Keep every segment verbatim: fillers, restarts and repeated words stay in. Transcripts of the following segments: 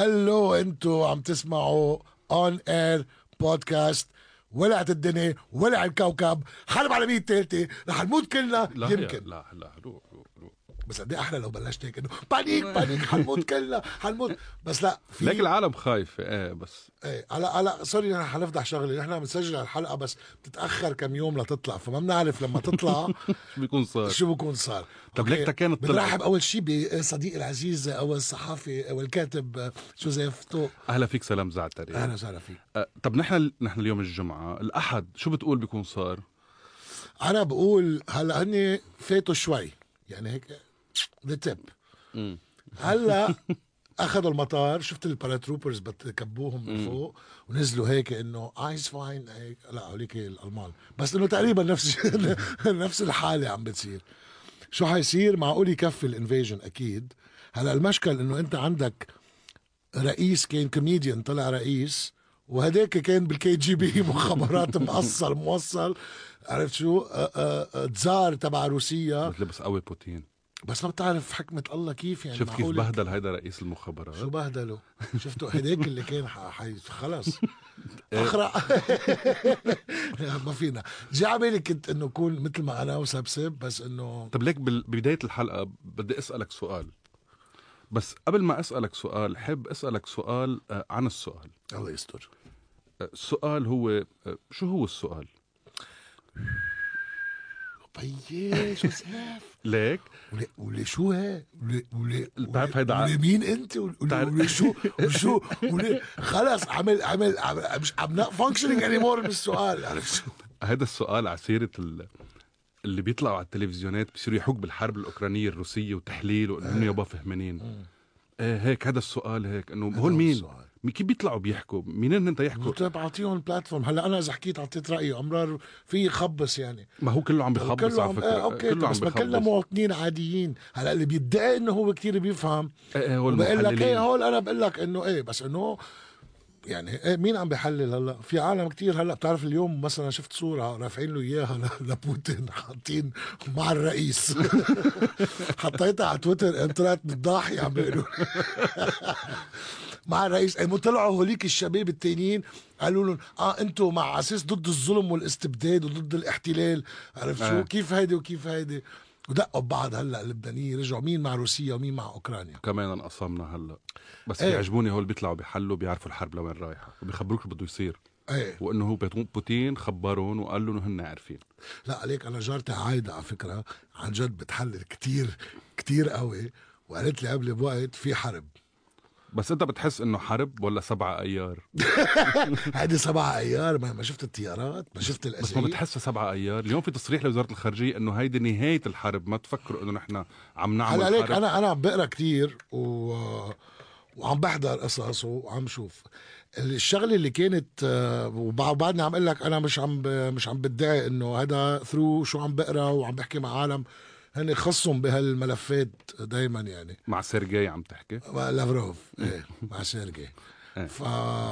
هلو انتو عم تسمعوا اون اير بودكاست. ولعت الدنيا ولع الكوكب، حرب عالمية الثالثة، رح نموت كلنا. لا يمكن لا لا روح روح روح. بس قد ايه احلى لو بلشت هيك انه بانيك بانيك حنموت كلنا حنموت. بس لا في ليك العالم خايفة. ايه بس ايه على على سوري نحن حنفضح شغله. نحن بنسجل الحلقه بس بتتاخر كم يوم لتطلع، فما بنعرف لما تطلع شو بيكون صار. شو بكون صار. طب ليك تكانت طلعت. بنرحب اول شيء بصديقي العزيز او الصحافي او الكاتب جوزيف تو. اهلا فيك. سلام زعتري. اهلا وسهلا فيك. أه طب نحن نحن اليوم الجمعة، الأحد شو بتقول بيكون صار؟ انا بقول هلا هني فاتوا شوي يعني هيك لتب. هلا اخذوا المطار، شفت الباراتروبرز بتكبوهم من فوق ونزلوا هيك انه ايس فاين هيك. لا هوليك الالمان، بس انه تقريبا نفس نفس الحاله عم بتصير. شو حيصير؟ معقول يكفي الانفيجن اكيد. هلا المشكل انه انت عندك رئيس كان كوميديان طلع رئيس، وهداك كان بالكي جي بي مخابرات مقصر موصل. عرفت شو؟ تزار تبع روسيا. بتلبس قوي بوتين. بس ما بتعرف حكمة الله كيف يعني. شوف كيف بهدل هيدا رئيس المخابرات. شو بهدله؟ شفتوا هداك اللي كان حي خلص اخرع. ما فينا. جي عبالي كنت انه كون مثل ما انا وسبسب، بس انه طب ليك ببداية الحلقة بدي اسألك سؤال، بس قبل ما اسألك سؤال حب اسألك سؤال عن السؤال. الله يستر. السؤال هو شو هو السؤال؟ بيي جوزيف ليك ولي, ولي شو هي ولي ولي بتعرف هيدا ع... مين انت ولي, ولي شو وشو ولي خلص عمل عمل, عمل مش I'm not functioning anymore من السؤال. عرفت شو هذا السؤال على سيرة ال... اللي بيطلعوا على التلفزيونات بيصيروا يحكوا بالحرب الأوكرانية الروسية وتحليل وإنه هم يابا فهمانين. ايه هيك هذا السؤال هيك انه هول مين مين كيف بيطلعوا بيحكوا مين انت يحكوا. طيب اعطيهم بلاتفورم. هلا انا اذا حكيت اعطيت رايي امرار في يخبص يعني. ما هو كله عم بيخبص على فكره. آه اوكي كله بس كلنا مواطنين عاديين. هلا اللي بيدعي انه هو كتير بيفهم ايه هو بقول لك ايه هول انا بقول لك انه ايه بس انه يعني إيه مين عم بيحلل. هلا في عالم كتير. هلا بتعرف اليوم مثلا شفت صوره رافعين له اياها لبوتين حاطين مع الرئيس. حطيتها على تويتر طلعت بالضاحيه عم بيقولوا مع الرئيس. اي طلعوا هوليك الشباب التانيين قالوا لهم اه انتم مع اساس ضد الظلم والاستبداد وضد الاحتلال. عرفت شو؟ كيف هيدي وكيف هيدي. ودقوا ببعض. هلا اللبنانيين رجعوا مين مع روسيا ومين مع اوكرانيا. كمان انقسمنا هلا. بس ايه. بيعجبوني هول بيطلعوا بيحلوا بيعرفوا الحرب لوين رايحه وبيخبروك شو بده يصير. ايه. وانه هو بوتين خبرهم وقال لهم هن عارفين. لا عليك انا جارتي عايده على فكره عن جد بتحلل كتير كتير قوي، وقالت لي قبل بوقت في حرب. بس انت بتحس انه حرب ولا سبعة ايار؟ هذه سبعة ايار. ما, ما شفت الطيارات ما شفت الاسئله. بس ما بتحسها سبعة ايار. اليوم في تصريح لوزاره الخارجيه انه هيدي نهايه الحرب، ما تفكروا انه نحن عم نعمل عليك حرب. انا انا عم بقرا كتير و... وعم بحضر قصص وعم شوف الشغله اللي كانت. وبعدني عم اقول لك انا مش عم ب... مش عم بدعي انه هذا ثرو شو عم بقرا وعم بحكي مع عالم هن خصهم بهالملفات دايما يعني. مع سيرجي عم تحكي؟ مع لافروف. ايه مع سيرجي. ف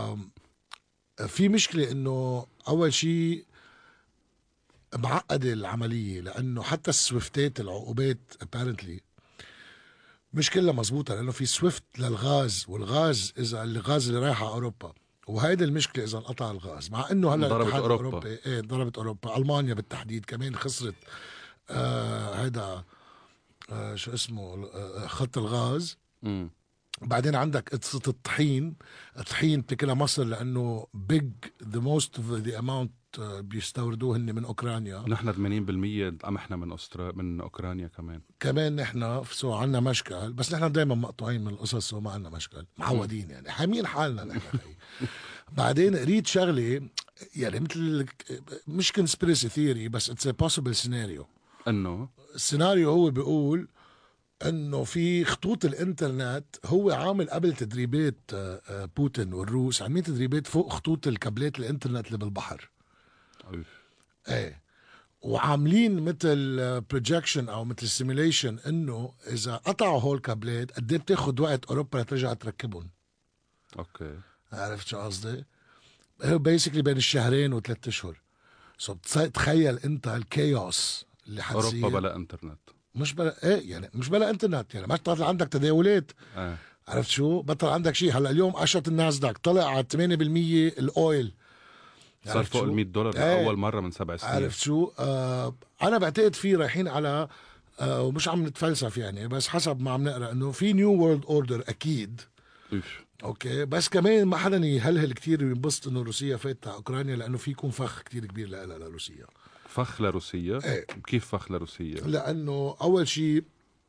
في مشكله انه اول شيء معقده العمليه، لانه حتى السويفتات العقوبات apparently مش كلها مزبوطه، لانه في سويفت للغاز، والغاز اذا الغاز اللي رايح على اوروبا، وهيدي المشكله اذا انقطع الغاز. مع انه هلا ضربت الاتحاد أوروبا. الاوروبي ايه ضربت اوروبا. المانيا بالتحديد كمان خسرت آه هيدا آه شو اسمه آه خط الغاز. امم بعدين عندك قصة الطحين. الطحين بتاكلها مصر لأنه big the most of the amount بيستوردوه هن من أوكرانيا. نحن ثمانين بالمية قمحنا من أسترا من أوكرانيا كمان. كمان نحن سو عنا مشكل، بس نحن دايما مقطوعين من القصص وما عنا مشكل، معودين يعني حامين حالنا نحن. بعدين قريت شغلة يعني مثل مش conspiracy theory بس it's a possible scenario. أنه السيناريو هو بيقول انه في خطوط الانترنت هو عامل قبل تدريبات بوتين والروس عاملين تدريبات فوق خطوط الكابلات الانترنت اللي بالبحر. أوف. ايه وعاملين مثل بروجكشن او مثل سيميليشن انه اذا قطعوا هول كابلات قد ايه بتاخد وقت اوروبا لترجع تركبهم. اوكي عرفت شو قصدي؟ هو بيسكلي بين الشهرين وثلاث اشهر. سو تخيل انت الكيوس اللي حتصير. اوروبا بلا انترنت. مش بلا ايه يعني مش بلا انترنت يعني مش طلع عندك تداولات. آه. عرفت شو؟ بطل عندك شيء. هلا اليوم عشرة الناسداك طلع على ثمانية بالمية الاويل، صار فوق ال مية دولار ايه. لاول مره من سبع سنين. عرفت شو؟ آه انا بعتقد في رايحين على آه ومش عم نتفلسف يعني، بس حسب ما عم نقرا انه في نيو وورلد اوردر اكيد. إيش. اوكي، بس كمان ما حدا يهلهل كتير وينبسط انه روسيا فاتت على اوكرانيا، لانه في يكون فخ كتير كبير لها لروسيا. فخ لروسيا؟ ايه. كيف فخ لروسيا؟ لانه اول شيء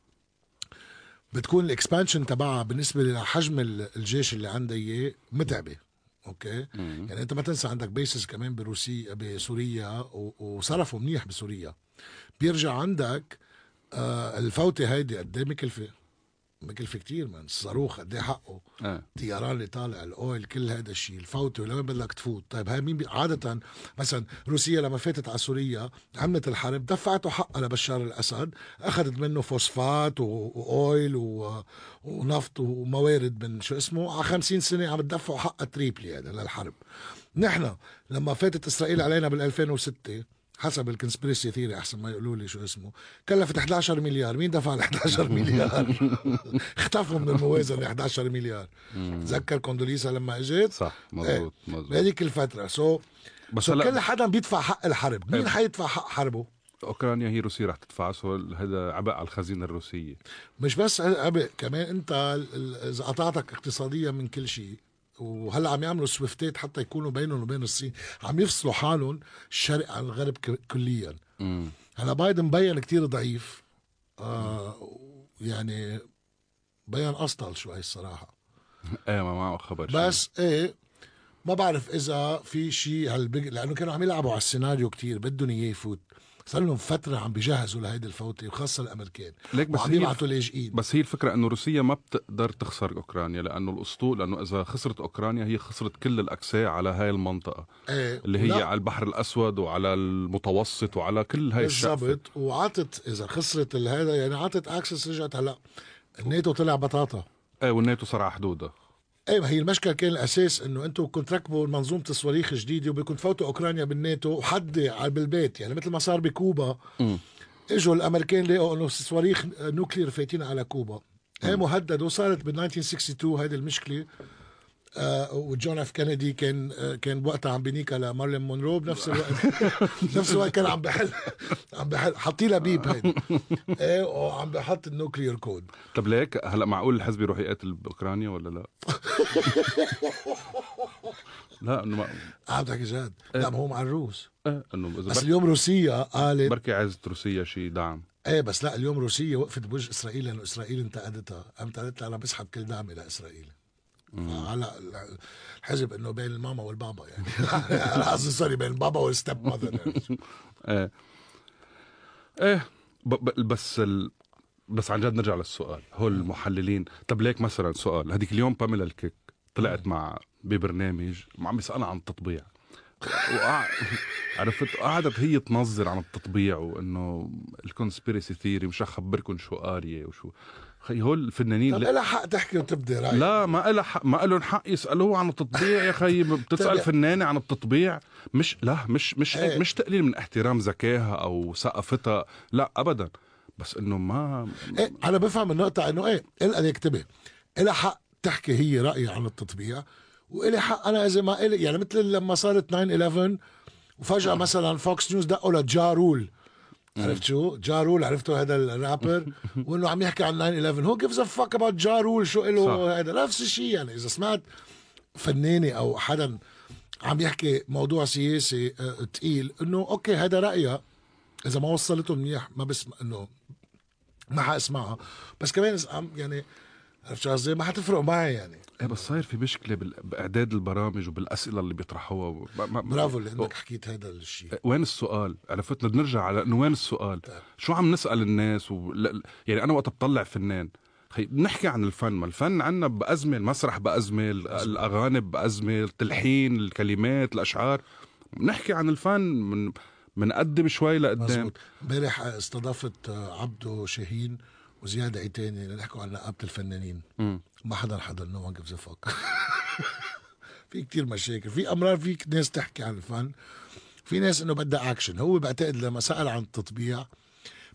بتكون الاكسبانشن تبعها بالنسبه لحجم الجيش اللي عندها اياه متعبه. اوكي. مم. يعني انت ما تنسى عندك بيسز كمان بروسيا بسوريا، وصرفوا منيح بسوريا. بيرجع عندك آه الفوتة هيدي قد ايه مكلفه؟ مكلفه كتير من الصاروخ قد ايه حقه؟ آه. الطيران اللي طالع، الاويل، كل هذا الشيء، الفوتة ولما بدك تفوت. طيب هاي مين بي... عاده مثلا روسيا لما فاتت على سوريا عملت الحرب، دفعته حقها لبشار الاسد، اخذت منه فوسفات و... واويل و... ونفط وموارد من شو اسمه، على خمسين سنه عم تدفعوا حقها تريبلي هذا للحرب. نحن لما فاتت اسرائيل علينا بال ألفين وستة حسب الكونسبيرسي ثيري، احسن ما يقولوا لي شو اسمه، كلفت إحدى عشر مليار. مين دفع ال إحدى عشر مليار؟ اختفوا من الموازنه إحدى عشر مليار. تذكر كوندوليسا لما اجت؟ صح، مزبوط مزبوط بهذيك الفتره. سو بس سو هلا كل حدا بيدفع حق الحرب. مين حيدفع حق حربه؟ اوكرانيا هي روسيا رح تدفع، سو هذا عبء على الخزينه الروسيه. مش بس عبء، كمان انت ال- اذا قطعتك اقتصاديا من كل شيء، وهلا عم يعملوا سويفتات حتى يكونوا بينهم وبين الصين، عم يفصلوا حالهم الشرق عن الغرب ك- كليا. امم هلا بايدن مبين كتير ضعيف، آه يعني بيان اسطل شوي الصراحه. ايه ما معه خبر شيء. بس ايه، ما بعرف اذا في شيء هالبق، لانه كانوا عم يلعبوا على السيناريو كتير، بدهم اياه يفوت. صار لهم فتره عم بيجهزوا لهيدي الفوته، وخاصه الامريكان، ليك بس وعم هي يبعثوا لاجئين. بس هي الفكره انه روسيا ما بتقدر تخسر اوكرانيا، لانه الاسطول، لانه اذا خسرت اوكرانيا هي خسرت كل الاكساء على هاي المنطقه. ايه، اللي هي ولا- على البحر الاسود وعلى المتوسط وعلى كل هاي الشقفه. بالضبط. وعطت اذا خسرت هذا يعني عطت اكسس. رجعت هلا الناتو طلع بطاطا. ايه، والناتو صار على حدودها. ايه، ما هي المشكله كان الاساس انه انتم كنتوا تركبوا منظومه الصواريخ جديده، وبكون تفوتوا اوكرانيا بالناتو وحد على بالبيت، يعني مثل ما صار بكوبا. مم. اجوا الامريكان لقوا انه صواريخ نوكلير فايتين على كوبا، هي مهدد. وصارت بال ألف وتسعمية وستة وستين هذه المشكله. آه وجون اف كينيدي كان آه كان بوقتها عم بنيكا لمارلين مونرو بنفس الوقت. بنفس الوقت كان عم بحل عم بحل حاطين لها بيب هيدي. ايه، وعم بحط النوكلير كود. طب ليك هلا معقول الحزب يروح يقاتل باوكرانيا ولا لا؟ لا انه ما عم تحكي جد؟ لا، ما هو مع الروس. ايه انه اذا بس بس اليوم روسيا قالت بركي عايزة روسيا شيء دعم. ايه، بس لا، اليوم روسيا وقفت بوجه اسرائيل لانه اسرائيل انتقدتها. قامت قالت لها انا بسحب كل دعمي لاسرائيل. فهلا الحزب انه بين الماما والبابا يعني. قصدي سوري، بين البابا والستيب ماذر يعني. ايه ايه ب ب بس ال... بس عن جد نرجع للسؤال. هول المحللين، طب ليك مثلا سؤال، هذيك اليوم باميلا الكيك طلعت مع ببرنامج وعم بيسألها عن التطبيع، وقع... عرفت، قعدت هي تنظر عن التطبيع وانه الكونسبيرسي ثيري، مش اخبركم شو قاريه وشو. خي هول الفنانين طب لها حق تحكي وتبدي رايك. لا، ما لها حق، ما لهم حق يسالوه عن التطبيع. يا خي بتسال فنانه عن التطبيع؟ مش لا مش مش ايه. مش تقليل من احترام ذكائها او ثقافتها، لا ابدا، بس انه ما ايه، انا بفهم النقطه انه ايه، الها يكتبه، لها حق تحكي هي رايها عن التطبيع، والي حق انا اذا ما إلي، يعني مثل لما صارت تسعة إحدى عشر وفجاه مثلا فوكس نيوز دقوا لجا رول. عرفت شو جا رول؟ عرفتوا هذا الرابر؟ وانه عم يحكي عن تسعة إحدى عشر. هو gives a fuck about جا رول شو له هذا. نفس الشيء يعني اذا سمعت فنانه او حدا عم يحكي موضوع سياسي اه تقيل، انه اوكي هذا رايها، اذا ما وصلته منيح ما بسمع، انه ما حاسمعها. بس كمان عم يعني، عرفت شو قصدي، ما حتفرق معي يعني. ايه، بس صاير في مشكله بال... باعداد البرامج وبالاسئله اللي بيطرحوها. ما... ما... برافو لانك حكيت هذا الشيء. وين السؤال؟ عرفت، بدنا نرجع على انه وين السؤال؟ شو عم نسال الناس و... لا... يعني انا وقت بطلع فنان، خي نحكي عن الفن، ما الفن عنا بأزمة، المسرح بأزمة، الأغاني بأزمة، التلحين، الكلمات، الأشعار. نحكي عن الفن من منقدم شوي لقدام. امبارح استضافت عبدو شاهين وزياد عيتاني لنحكوا عن نقابة الفنانين. م. ما حدا حدا نو ون جيفز ا فاك. في كتير مشاكل، في امرار، في ناس تحكي عن الفن، في ناس انه بدها اكشن. هو بعتقد لما سأل عن التطبيع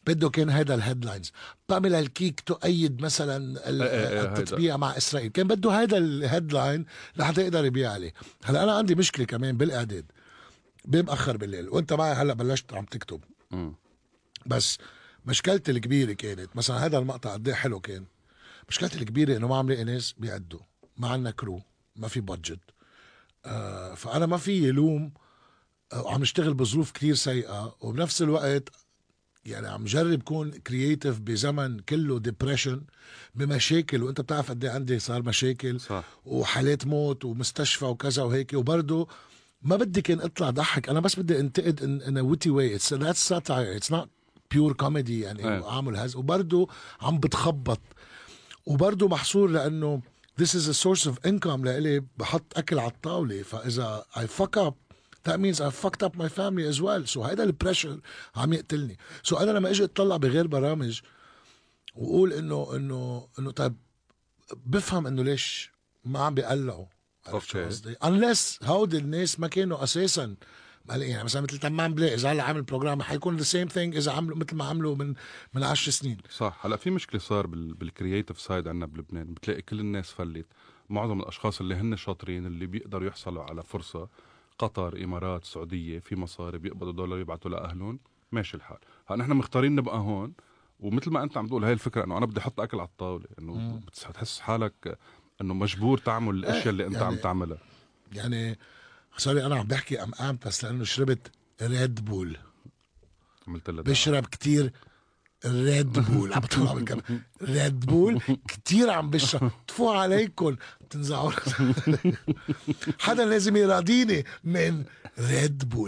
بده كان هذا الهيدلاينز. باميلا الكيك تؤيد مثلا ال- إيه إيه إيه التطبيع مع اسرائيل، كان بده هذا الهيدلاين لحتى يقدر يبيع عليه. هلا انا عندي مشكله كمان بالاعداد بمأخر بالليل، وانت معي هلا بلشت عم تكتب. مم. بس مشكلتي الكبيره كانت مثلا هذا المقطع قد ايه حلو كان. مشكلتي الكبيره انه ما عم لاقي ناس بيعدوا، ما عندنا كرو، ما في بادجت. آه فانا ما في لوم، آه، وعم نشتغل بظروف كتير سيئه، وبنفس الوقت يعني عم جرب كون كرييتيف بزمن كله ديبريشن بمشاكل. وانت بتعرف قد ايه عندي صار مشاكل صح. وحالات موت ومستشفى وكذا وهيك، وبرضه ما بدي كان اطلع ضحك، انا بس بدي انتقد ان ان ويتي واي. اتس ذاتس ساتاير، اتس نوت بيور كوميدي يعني. ايه. اعمل هذا وبرضه عم بتخبط، وبرضه محصور لانه this is a source of income لإلي، بحط اكل على الطاوله. فاذا I fuck up that means I fucked up my family as well. so هيدا البريشر عم يقتلني. so انا لما اجي اطلع بغير برامج وقول انه انه انه طيب بفهم انه ليش ما عم بيقلعوا. عرفت شو أوكي. قصدي؟ unless هودي الناس ما كانوا اساسا يعني مثلا مثل تمام بلاي، اذا هلا عامل بروجرام حيكون the same thing اذا عملوا مثل ما عملوا من من عشر سنين. صح. هلا في مشكله صار بال بالكرييتيف سايد عندنا بلبنان، بتلاقي كل الناس فلت. معظم الاشخاص اللي هن شاطرين اللي بيقدروا يحصلوا على فرصه قطر، امارات، سعوديه، في مصاري بيقبضوا دولار يبعتوا لاهلهم، ماشي الحال. هلا نحن مختارين نبقى هون، ومثل ما انت عم تقول هاي الفكره انه انا بدي احط اكل على الطاوله، انه بتحس حالك انه مجبور تعمل الاشياء اللي انت يعني عم تعملها. يعني سوري انا عم بحكي ام قامت بس لانه شربت ريد بول. عملت لها بشرب كتير ريد بول. عم بطلع بالكاميرا ريد بول كتير عم بشرب. طفوا عليكم تنزعوا. حدا لازم يراضيني من ريد بول.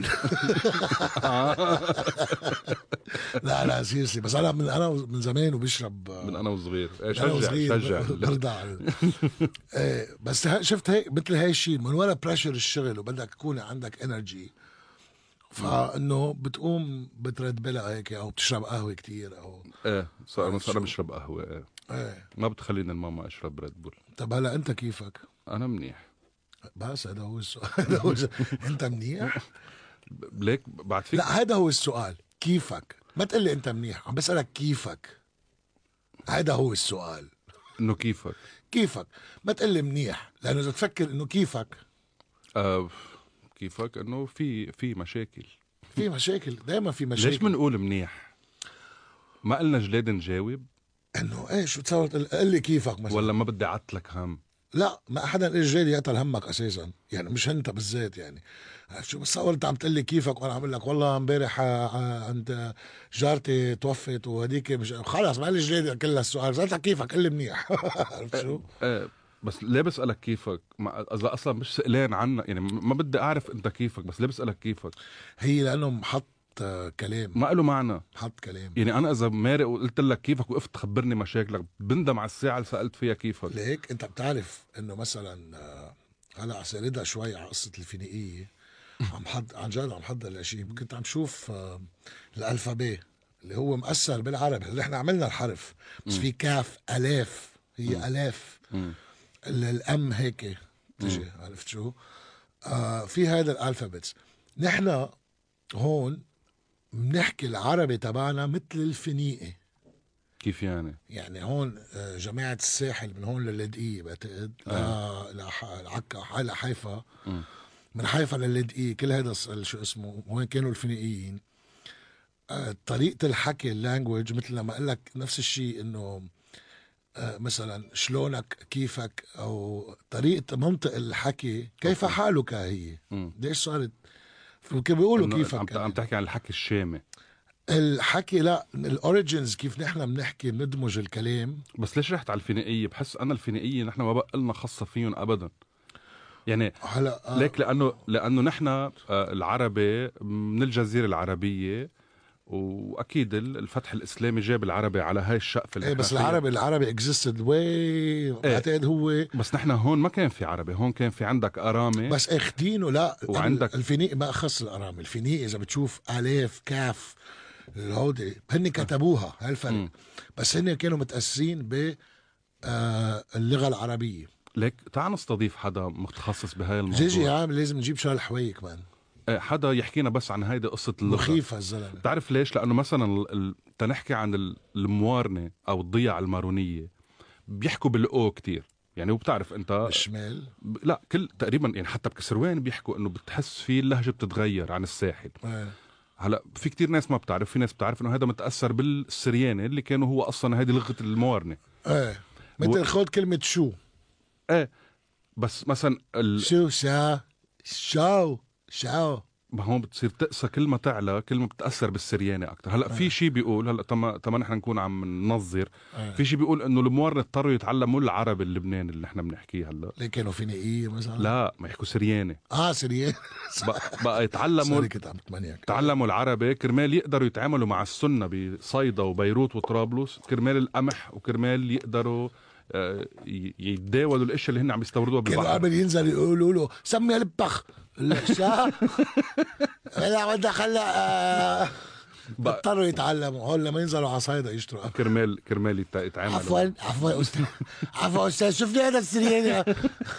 لا لا سيرسي، بس انا من انا من زمان وبشرب من انا وصغير. إيه، أنا شجع وصغير شجع برضع. إيه، بس ها- شفت هيك مثل هاي الشيء من ولا بريشر الشغل وبدك تكون عندك انرجي، فانه بتقوم بترد بلا هيك او بتشرب قهوه كتير او ايه صار عرفت انا شو؟ بشرب قهوه. ايه ايه. ما بتخليني الماما اشرب ريد بول. طب هلا انت كيفك؟ انا منيح. بس هذا هو السؤال. هذا هو السؤال. انت منيح؟ ب- ليك بعد فيك. لا هذا هو السؤال، كيفك؟ ما تقول لي انت منيح، عم بسألك كيفك. هذا هو السؤال، انه كيفك. كيفك. ما تقول لي منيح، لانه اذا تفكر انه كيفك آه كيفك انه في في مشاكل. في مشاكل، دائما في مشاكل. ليش بنقول منيح؟ ما قلنا جلاد نجاوب؟ انه ايش شو تصور تقول قل لي كيفك مثلا؟ ولا ما بدي اعتلك هم؟ لا ما حدا اجى يقتل همك اساسا، يعني مش انت بالذات يعني. عرفت شو؟ بس تصور انت عم تقول لي كيفك وانا عم اقول لك والله امبارح آه، عند جارتي توفت وهديك مش خلص ما لي جلادي كل السؤال. سالتك كيفك قل لي منيح. عرفت شو؟ آه بس ليه بسألك كيفك؟ ما اذا اصلا مش سئلان عنا يعني ما بدي اعرف انت كيفك، بس ليه بسألك كيفك؟ هي لانه محط آه، كلام، ما له معنى. محط كلام. يعني انا اذا مارق وقلت لك كيفك وقفت تخبرني مشاكلك بندم على الساعه اللي سالت فيها كيفك. ليك انت بتعرف انه مثلا آه، هلا سردها شوي على قصه الفينيقيه. عم حض عن جد عم حضر لشيء، كنت عم شوف آه، الالفابيه اللي هو مأثر بالعربي اللي احنا عملنا الحرف، بس في كاف الاف، هي الاف. مم. ال- الام هيك تجي. عرفت شو؟ آه في هذا الالفابتس. نحن هون بنحكي العربي تبعنا مثل الفينيقي. كيف يعني؟ يعني هون آه، جماعة الساحل من هون للدقيق بعتقد آه. لا لح- لعكا لحيفا، مم. من حيفا للدقيق، كل هذا الص- شو اسمه وين كانوا الفينيقيين. آه، طريقة الحكي اللانجوج مثل لما اقول لك نفس الشيء انه آه، مثلا شلونك كيفك، او طريقة منطق الحكي كيف أوكي. حالك هي. مم. ليش صارت ممكن بيقولوا إنه كيفك عم كمان. عم تحكي عن الحكي الشامي. الحكي لا الاوريجينز كيف نحن بنحكي بندمج الكلام. بس ليش رحت على الفينيقيه؟ بحس انا الفينيقيه نحن ما بقى لنا خاصه فيهم ابدا. يعني هلا آه، ليك لانه لانه نحن آه، العربي من الجزيره العربيه، واكيد الفتح الاسلامي جاب العربي على هاي الشقفه اللي ايه إحنا بس فيها. العربي العربي اكزيستد واي بعتقد هو. بس نحن هون ما كان في عربي، هون كان في عندك ارامي. بس اخدينه لا وعندك- الفينيقي ما اخص الارامل. الفينيقي اذا بتشوف الف كاف الهودي هن كتبوها هالفرق، بس هن كانوا متأسسين ب آه، اللغة العربية. ليك تعال نستضيف حدا متخصص بهاي الموضوع. جيجي يا عم لازم نجيب شارل حوي كمان. آه، حدا يحكينا بس عن هيدي قصة اللغة. مخيفة الزلمة. بتعرف ليش؟ لأنه مثلا ال... ال... تنحكي عن ال- الموارنة أو الضيعة المارونية بيحكوا بالأو كتير، يعني وبتعرف أنت بالشمال ب... لا كل تقريبا يعني حتى بكسروان بيحكوا إنه بتحس فيه اللهجة بتتغير عن الساحل. ايه. هلا في كتير ناس ما بتعرف، في ناس بتعرف إنه هذا متأثر بالسرياني اللي كانوا هو أصلا هذه لغة الموارنة. ايه مثل و... خد كلمة شو ايه بس مثلا ال... شو شا شو شو ما هون بتصير تقسى كل ما تعلى كل ما بتأثر بالسرياني أكتر. هلا في شيء بيقول هلا تما تما نحن نكون عم ننظر، آه. في شيء بيقول إنه الموارنة اضطروا يتعلموا العربي اللبناني اللي نحن بنحكيه هلا. ليه كانوا فينيقية مثلا؟ لا ما يحكوا سرياني، اه سريان. بقى, بقى يتعلموا سوري كنت عم تمنيك. تعلموا العربي كرمال يقدروا يتعاملوا مع السنة بصيدا وبيروت وطرابلس، كرمال القمح وكرمال يقدروا آه، ي- يتداولوا الاشياء اللي هن عم يستوردوها كانوا بالبحر. قبل ينزل يقولوا له سمي البخ شا لا بدي خلى بقى اضطروا يتعلموا هول لما ينزلوا على صيدا يشتروا. كرمال كرمال يت- يتعاملوا. عفوا عفوا استاذ عفوا استاذ شوفني هذا السرياني.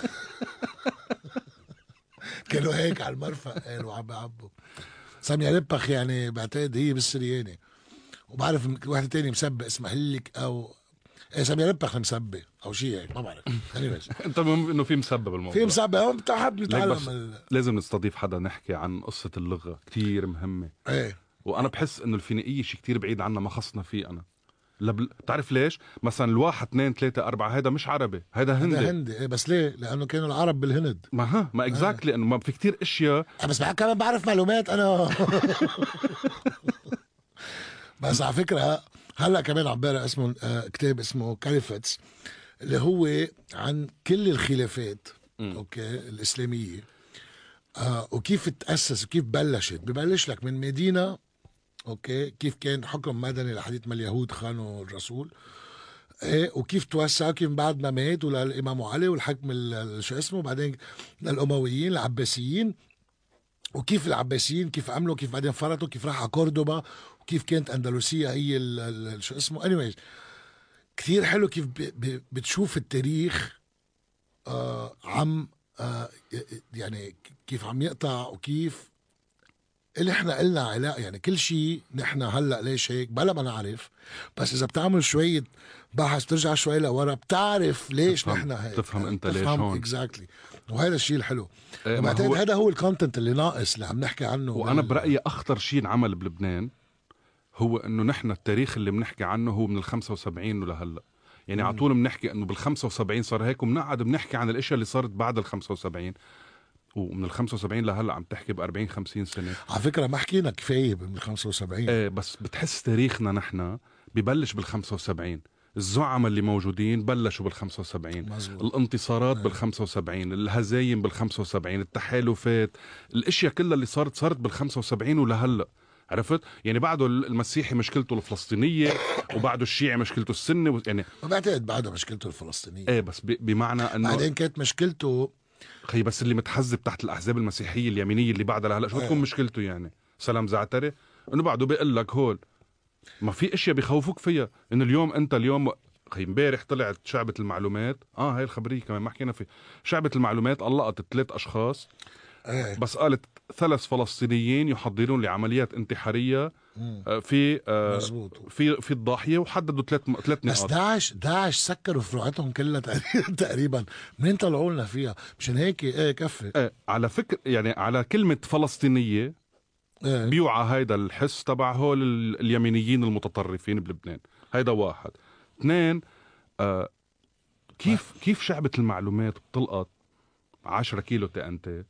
كانوا هيك على المرفق قالوا عم بعبوا سامية لبخ، يعني بعتقد هي بالسرياني. وبعرف واحدة تاني مسبة اسمها هلك او ايه سامية لبخ مسبة او شيء هيك ما بعرف. انت المهم انه في مسبب الموضوع، في مسبة هون بتحب ليك نتعلم بس ال... لازم نستضيف حدا نحكي عن قصة اللغة كتير مهمة. ايه وانا بحس انه الفينيقية شيء كتير بعيد عنا ما خصنا فيه انا. لبل... بتعرف ليش؟ مثلا الواحد اثنين ثلاثة أربعة هيدا مش عربي، هيدا هندي. هذا هندي. ايه بس ليه؟ لانه كانوا العرب بالهند. ما ها ما اكزاكتلي انه ما في كتير اشياء. بس بعد كمان بعرف معلومات انا. بس على فكره هلا كمان عم بقرا اسمه آه كتاب اسمه كاليفتس اللي هو عن كل الخلافات م. اوكي الاسلاميه آه وكيف تاسس وكيف بلشت. ببلش لك من مدينه اوكي كيف كان حكم مدني لحديث ما اليهود خانوا الرسول، ايه وكيف توسع كيف بعد ما مات وللامام علي والحكم شو اسمه بعدين للامويين العباسيين، وكيف العباسيين كيف عملوا كيف بعدين فرطوا كيف راح على كوردوبا وكيف كانت اندلسيا هي ال ال شو اسمه anyways كثير حلو كيف ب ب بتشوف التاريخ آه عم آه يعني كيف عم يقطع وكيف اللي احنا قلنا علاقة يعني كل شيء نحن هلا ليش هيك بلا ما نعرف، بس اذا بتعمل شوية بحث ترجع شوي لورا بتعرف ليش تفهم نحن هيك. تفهم انت تفهم ليش هون اكزاكتلي exactly. وهذا الشيء الحلو. ايه بعتقد هو... هذا هو الكونتنت اللي ناقص اللي عم نحكي عنه. وانا بال... برأيي اخطر شيء انعمل بلبنان هو انه نحن التاريخ اللي بنحكي عنه هو من الخمسة وسبعين ولهلا، يعني على طول بنحكي انه بالخمسة وسبعين صار هيك وبنقعد بنحكي عن الاشياء اللي صارت بعد الخمسة وسبعين، ومن الخمسة وسبعين لهلا عم تحكي بأربعين خمسين سنة. على فكرة ما حكينا كفاية بالخمسة وسبعين. ايه بس بتحس تاريخنا نحن ببلش بالخمسة وسبعين، الزعماء اللي موجودين بلشوا بالخمسة وسبعين، الانتصارات ايه. بالخمسة وسبعين، الهزايم بالخمسة وسبعين، التحالفات، الاشياء كلها اللي صارت صارت بالخمسة وسبعين ولهلا. عرفت؟ يعني بعده المسيحي مشكلته الفلسطينية وبعده الشيعي مشكلته السنة يعني ما بعتقد بعده مشكلته الفلسطينية. ايه بس بمعنى انه بعدين كانت مشكلته خي بس اللي متحزب تحت الاحزاب المسيحيه اليمينيه اللي بعدها لهلا شو بتكون مشكلته يعني؟ سلام زعتري انه بعده بيقول لك هول ما في اشياء بيخوفوك فيها. انه اليوم انت اليوم خي امبارح طلعت شعبة المعلومات اه هاي الخبريه كمان ما حكينا فيه، شعبة المعلومات طلقت ثلاث اشخاص ايه. بس قالت ثلاث فلسطينيين يحضرون لعمليات انتحاريه في آه في في الضاحيه وحددوا ثلاث ثلاث نقاط. بس داعش داعش سكروا فروعاتهم كلها تقريبا. منين طلعوا لنا فيها؟ مشان هيك ايه كفي ايه على فكر يعني على كلمه فلسطينيه ايه. بيوعى هيدا الحس تبع هول اليمينيين المتطرفين بلبنان. هيدا واحد. اثنين آه كيف آه. كيف شعبة المعلومات بتلقط عشرة كيلو تي ان تي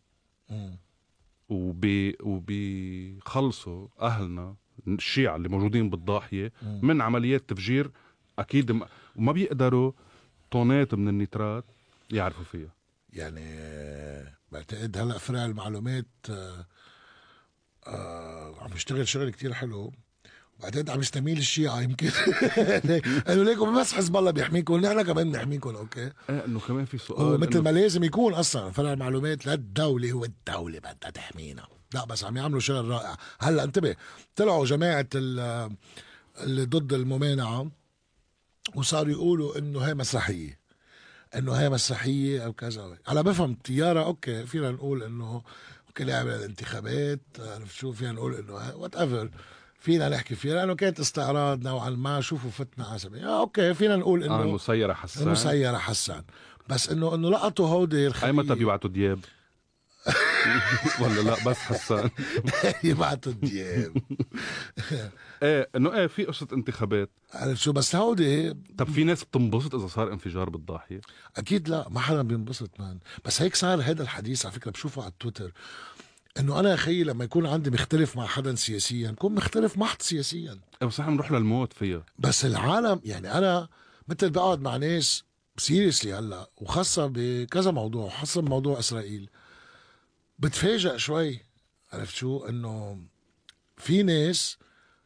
وبي وبيخلصوا اهلنا الشيعة اللي موجودين بالضاحية م. من عمليات تفجير اكيد م... وما بيقدروا طونات من النيترات يعرفوا فيها. يعني بعتقد هلا فرع المعلومات آه آه عم يشتغل شغل كتير حلو، وبعدين عم يستميل الشيعة يمكن. قالوا ليكم بس حزب الله بيحميكم ونحن كمان بنحميكم. اوكي ايه انه كمان في سؤال مثل ما لازم يكون اصلا فرع المعلومات للدولة، هو الدولة بدها تحمينا. لا بس عم يعملوا شغل رائع. هلا انتبه طلعوا جماعة اللي ضد الممانعة وصاروا يقولوا انه هي مسرحية، انه هي مسرحية او كذا. على بفهم تيارة اوكي فينا نقول انه كلها من الانتخابات، عرفت شو فينا نقول انه وات ايفر فينا نحكي فيها لانه كانت استعراض نوعا ما. شوفوا فتنا عسبي آه اوكي فينا نقول انه اه المسيرة حسان، المسيرة حسان، بس انه انه لقطوا هودي اي متى الخلية بيبعتوا دياب ولا لا بس حسان يبعتوا الدياب. ايه انه ايه في قصة انتخابات. عرفت شو بس هودي طب في ناس بتنبسط اذا صار انفجار بالضاحية؟ اكيد لا، ما حدا بينبسط مان. بس هيك صار هذا الحديث على فكرة بشوفه على تويتر، انه انا يا اخي لما يكون عندي مختلف مع حدا سياسيا كون مختلف محض سياسيا، ايه بس احنا بنروح للموت فيها. بس العالم يعني انا مثل بقعد مع ناس سيريسلي هلا وخاصة بكذا موضوع، خاصة بموضوع اسرائيل، بتفاجأ شوي. عرفت شو انه في ناس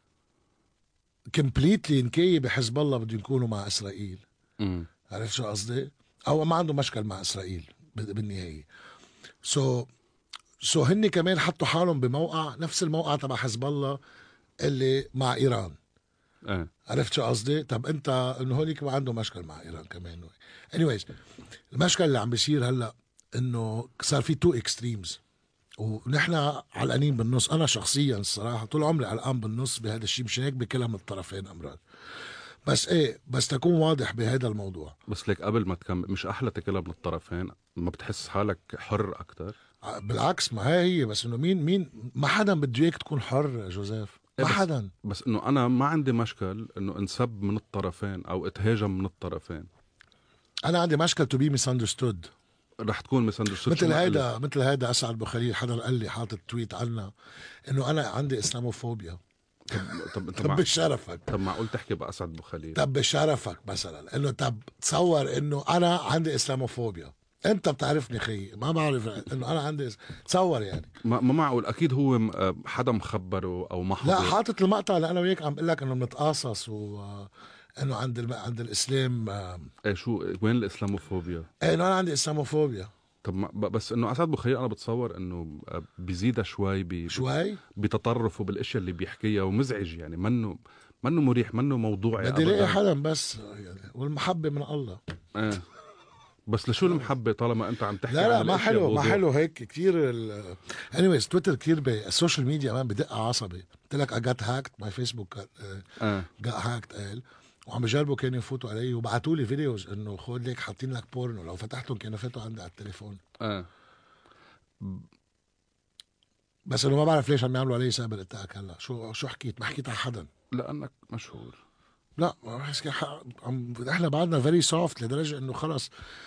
كمبليتلي نكاية بحزب الله بدهم يكونوا مع اسرائيل. امم عرفت شو قصدي؟ او ما عنده مشكل مع اسرائيل بالنهاية. سو so, سو so هن كمان حطوا حالهم بموقع نفس الموقع تبع حزب الله اللي مع ايران. ايه عرفت شو قصدي؟ طب انت انه هونيك ما عنده مشكل مع ايران كمان. anyways المشكل اللي عم بيصير هلا انه صار في تو اكستريمز ونحن علقانين بالنص. انا شخصيا الصراحه طول عمري علقان بالنص بهذا الشيء، مشان هيك بكلها من الطرفين امرار. بس ايه بس تكون واضح بهذا الموضوع. بس ليك قبل ما تكمل، مش احلى تكلها من الطرفين؟ ما بتحس حالك حر اكتر؟ بالعكس ما هي هي بس انه مين مين ما حدا بده اياك تكون حر جوزيف، ما بس حدا. بس انه انا ما عندي مشكل انه انسب من الطرفين او اتهاجم من الطرفين. انا عندي مشكل تو بي ميس اندرستود. رح تكون مسندوشت مثل هيدا مثل هيدا اسعد بخليل حدا قال لي حاطط تويت عنا انه انا عندي اسلاموفوبيا. طب طب انت طب مع... بشرفك طب معقول تحكي باسعد ابو خليل؟ طب بشرفك مثلا انه طب تصور انه انا عندي اسلاموفوبيا، انت بتعرفني خيي ما بعرف انه انا عندي اس... تصور يعني ما, ما معقول اكيد هو م- حدا مخبره او محضر. لا حاطط المقطع اللي انا وياك عم بقول لك انه بنتقاصص وانه عند الم... عند الاسلام آه، ايه شو وين الاسلاموفوبيا؟ انه انا عندي اسلاموفوبيا. طب ما ب- بس انه اسعد ابو خليل انا بتصور انه بيزيدها شوي ب... شوي بتطرفه بالاشياء اللي بيحكيها ومزعج يعني، منه منه مريح، منه موضوعي بدي الاقي ابدا. حدا بس يعني والمحبه من الله. ايه بس لشو المحبة طالما انت عم تحكي لا عن لا ما الاشياء حلو ما بوضوح؟ حلو هيك كثير. انيويز تويتر كثير بالسوشيال ميديا مان بدق عصبي. قلت لك I got hacked my Facebook اه got hacked قال، وعم بجربوا كانوا يفوتوا علي وبعتوا لي فيديوز انه خد ليك حاطين لك بورنو، لو فتحتهم كانوا فاتوا عندي على التليفون. اه بس انه ما بعرف ليش عم يعملوا علي سابق اتاك هلا. شو شو حكيت؟ ما حكيت على حدا. لانك مشهور. لا ما بحس ح- عم احنا بعدنا فيري سوفت لدرجه انه خلص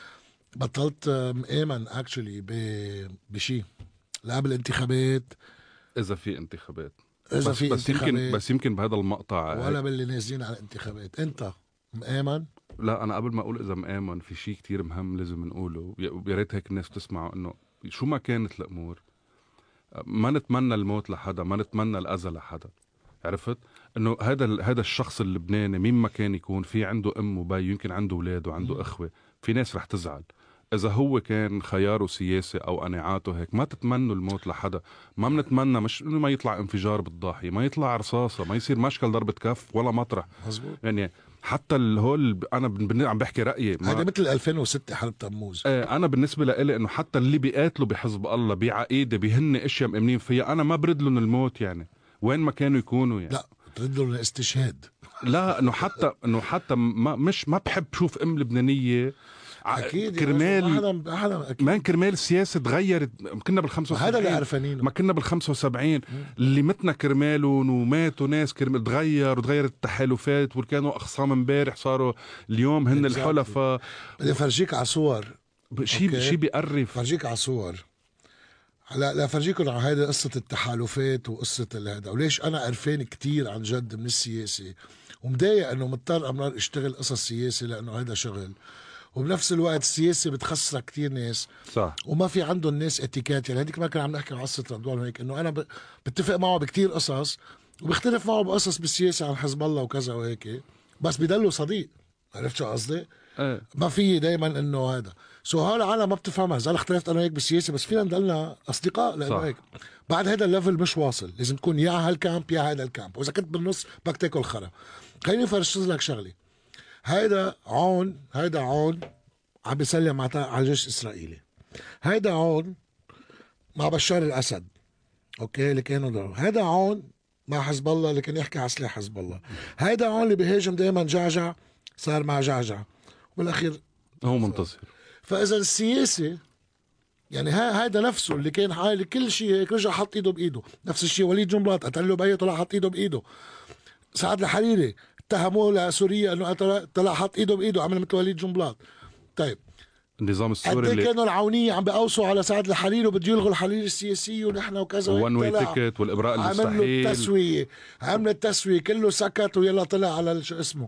بطلت مآمن اكشلي بشيء لا بالانتخابات اذا في انتخابات اذا بس في بس انتخابات يمكن بس يمكن بهذا المقطع ولا باللي نازلين على الانتخابات. انت مآمن؟ لا انا قبل ما اقول اذا مآمن في شيء كتير مهم لازم نقوله، ويا ريت هيك الناس تسمعه، انه شو ما كانت الامور ما نتمنى الموت لحدا، ما نتمنى الاذى لحدا. عرفت انه هذا ال- هذا الشخص اللبناني مين ما كان يكون، في عنده ام وبي، يمكن عنده اولاد وعنده اخوه، في ناس رح تزعل اذا هو كان خياره سياسي او قناعاته هيك. ما تتمنوا الموت لحدا، ما بنتمنى مش انه ما يطلع انفجار بالضاحيه، ما يطلع رصاصه، ما يصير مشكل ضربه كف ولا مطرح. مزبوط. يعني حتى الهول انا بن- بن- عم بحكي رايي ما... هذا مثل ألفين وستة حرب تموز. ايه انا بالنسبه لإلي انه حتى اللي بيقاتلوا بحزب الله بعقيده بهن اشياء مؤمنين فيها، انا ما برد لهم الموت يعني وين ما كانوا يكونوا يعني. لا ترد له الاستشهاد. لا انه حتى انه حتى ما مش ما بحب شوف ام لبنانيه ع- اكيد كرمال ما حدا ما حدا اكيد. مان كرمال السياسه تغيرت. كنا بال خمسة وسبعين هذا اللي عرفانينه. ما كنا بال خمسة وسبعين اللي متنا كرمالهم وماتوا ناس كرمال تغير وتغيرت التحالفات وكانوا اخصام امبارح صاروا اليوم هن Exactly. الحلفاء. بدي افرجيك على صور. شيء أوكي. شيء بيقرف. فرجيك على صور. هلا لا فرجيكم على هيدا قصة التحالفات وقصة هذا وليش أنا قرفان كتير عن جد من السياسة ومضايق إنه مضطر أمرار اشتغل قصص سياسي لأنه هيدا شغل، وبنفس الوقت السياسة بتخسر كتير ناس صح. وما في عندهم ناس اتيكات. يعني هديك ما كنا عم نحكي عن قصة رضوان هيك إنه أنا ب... بتفق معه بكتير قصص وبختلف معه بقصص بالسياسة عن حزب الله وكذا وهيك، بس بيضلوا صديق. عرفت شو قصدي؟ ايه ما في دايما انه هذا سو هول العالم ما بتفهمها. اذا اختلفت انا وياك بالسياسه بس فينا نضلنا اصدقاء لانه صح. هيك بعد هذا الليفل مش واصل، لازم تكون يا هالكامب يا هذا الكامب، واذا كنت بالنص بدك تاكل خرا. خليني افرشز لك شغله. هيدا عون هيدا عون عم بيسلم على على الجيش الاسرائيلي. هيدا عون مع بشار الاسد، اوكي، اللي كانوا دول. هذا عون مع حزب الله اللي كان يحكي على سلاح حزب الله. هذا عون اللي بيهاجم دائما جعجع صار مع جعجع، وبالاخير هو منتصر. فاذا السياسه يعني هذا نفسه اللي كان حالي كل شيء هيك رجع حط ايده بايده. نفس الشيء وليد جنبلاط قتل له بيه طلع حط ايده بايده. سعد الحريري اتهموه لسوريا انه طلع حط ايده بايده عمل مثل وليد جنبلاط. طيب النظام السوري اللي كانوا العونية عم بقوصوا على سعد الحريري وبده يلغوا الحرير السياسي ونحن وكذا وان واي تيكت والابراء المستحيل، عملوا التسوية عمل التسوية كله سكت ويلا طلع على شو اسمه.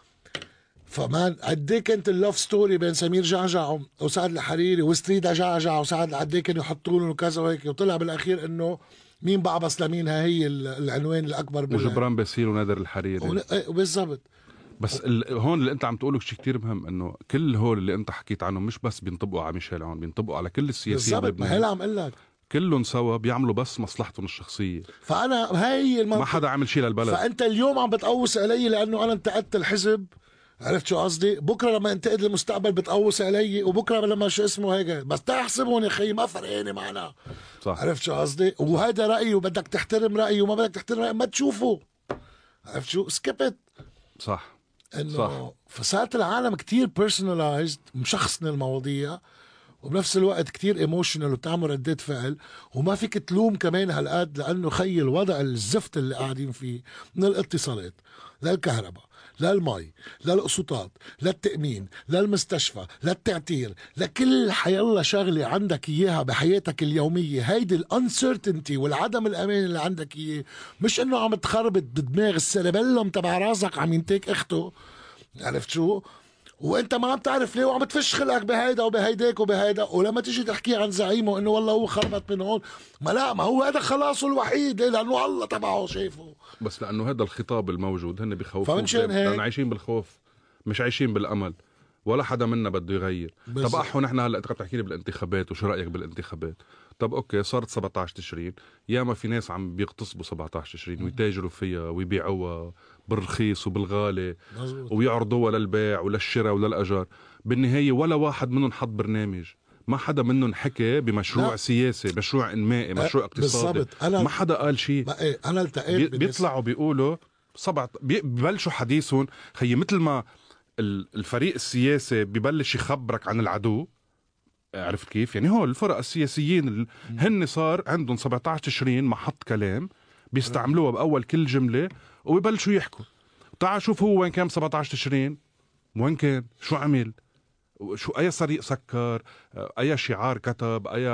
فمان قد ايه كانت اللوف ستوري بين سمير جعجع وسعد الحريري وستريدا جعجع وسعد قد ايه كانوا يحطوا لهم وكذا وهيك، وطلع بالاخير انه مين بعبص لمين. ها هي العنوان الاكبر وجبران باسيل ونادر الحريري بالضبط. بس ال... هون اللي انت عم تقوله شيء كتير مهم، انه كل هول اللي انت حكيت عنهم مش بس بينطبقوا على ميشيل عون، بينطبقوا على كل السياسيين بالضبط. ما هلا عم اقول لك كلهم سوا بيعملوا بس مصلحتهم الشخصيه. فانا هاي المنطق. ما حدا عامل شيء للبلد. فانت اليوم عم بتقوس علي لانه انا انتقدت الحزب، عرفت شو قصدي؟ بكره لما انتقد المستقبل بتقوس علي، وبكره لما شو اسمه هيك بس تحسبهم يا خيي ما فرقانه معنا. صح. عرفت شو قصدي؟ وهذا رايي وبدك تحترم رايي وما بدك تحترم رايي ما تشوفه. عرفت شو؟ سكبت. صح. انه صح. فصارت العالم كتير بيرسونلايزد، مشخصن المواضيع، وبنفس الوقت كتير ايموشنال وبتعمل ردات فعل، وما فيك تلوم كمان هالقد لانه خي الوضع الزفت اللي قاعدين فيه، من الاتصالات للكهرباء للمي للقسطات للتأمين للمستشفى للتعتير لكل حيالله شغلة عندك إياها بحياتك اليومية. هيدي الانسرتينتي والعدم الأمان اللي عندك إياه، مش إنه عم تخربط بدماغ السيربيلم تبع راسك عم ينتيك اخته، عرفت شو؟ وانت ما عم تعرف ليه وعم تفش خلقك بهيدا وبهيداك وبهيدا، ولما تيجي تحكي عن زعيمه انه والله هو خربط من هون، ما لا ما هو هذا خلاصه الوحيد، ليه؟ لانه الله تبعه شايفه. بس لانه هذا الخطاب الموجود هن بخوفوا، فمنشان هيك لأن عايشين بالخوف مش عايشين بالامل، ولا حدا منا بده يغير. طب احو نحن هلا انت بتحكي لي بالانتخابات وشو رايك بالانتخابات؟ طب اوكي صارت سبعة عشر تشرين، ياما في ناس عم بيغتصبوا سبعة عشر تشرين ويتاجروا فيها ويبيعوها بالرخيص وبالغالي ويعرضوها للبيع وللشراء وللاجار. بالنهايه ولا واحد منهم حط برنامج، ما حدا منهم حكى بمشروع لا. سياسي، مشروع انمائي، مشروع اقتصادي. ما حدا قال شيء. ايه انا التقيت بي بيطلعوا بيقولوا سبعة ببلشوا حديثهم خي مثل ما الفريق السياسي ببلش يخبرك عن العدو. عرفت كيف؟ يعني هو الفرق السياسيين هن صار عندهم سبعة عشر تشرين محط كلام بيستعملوها بأول كل جملة وبيبلشوا يحكوا. تعال شوف هو وين كان سبعة عشر تشرين، وين كان، شو عمل، شو أي صريق سكر، أي شعار كتب، أي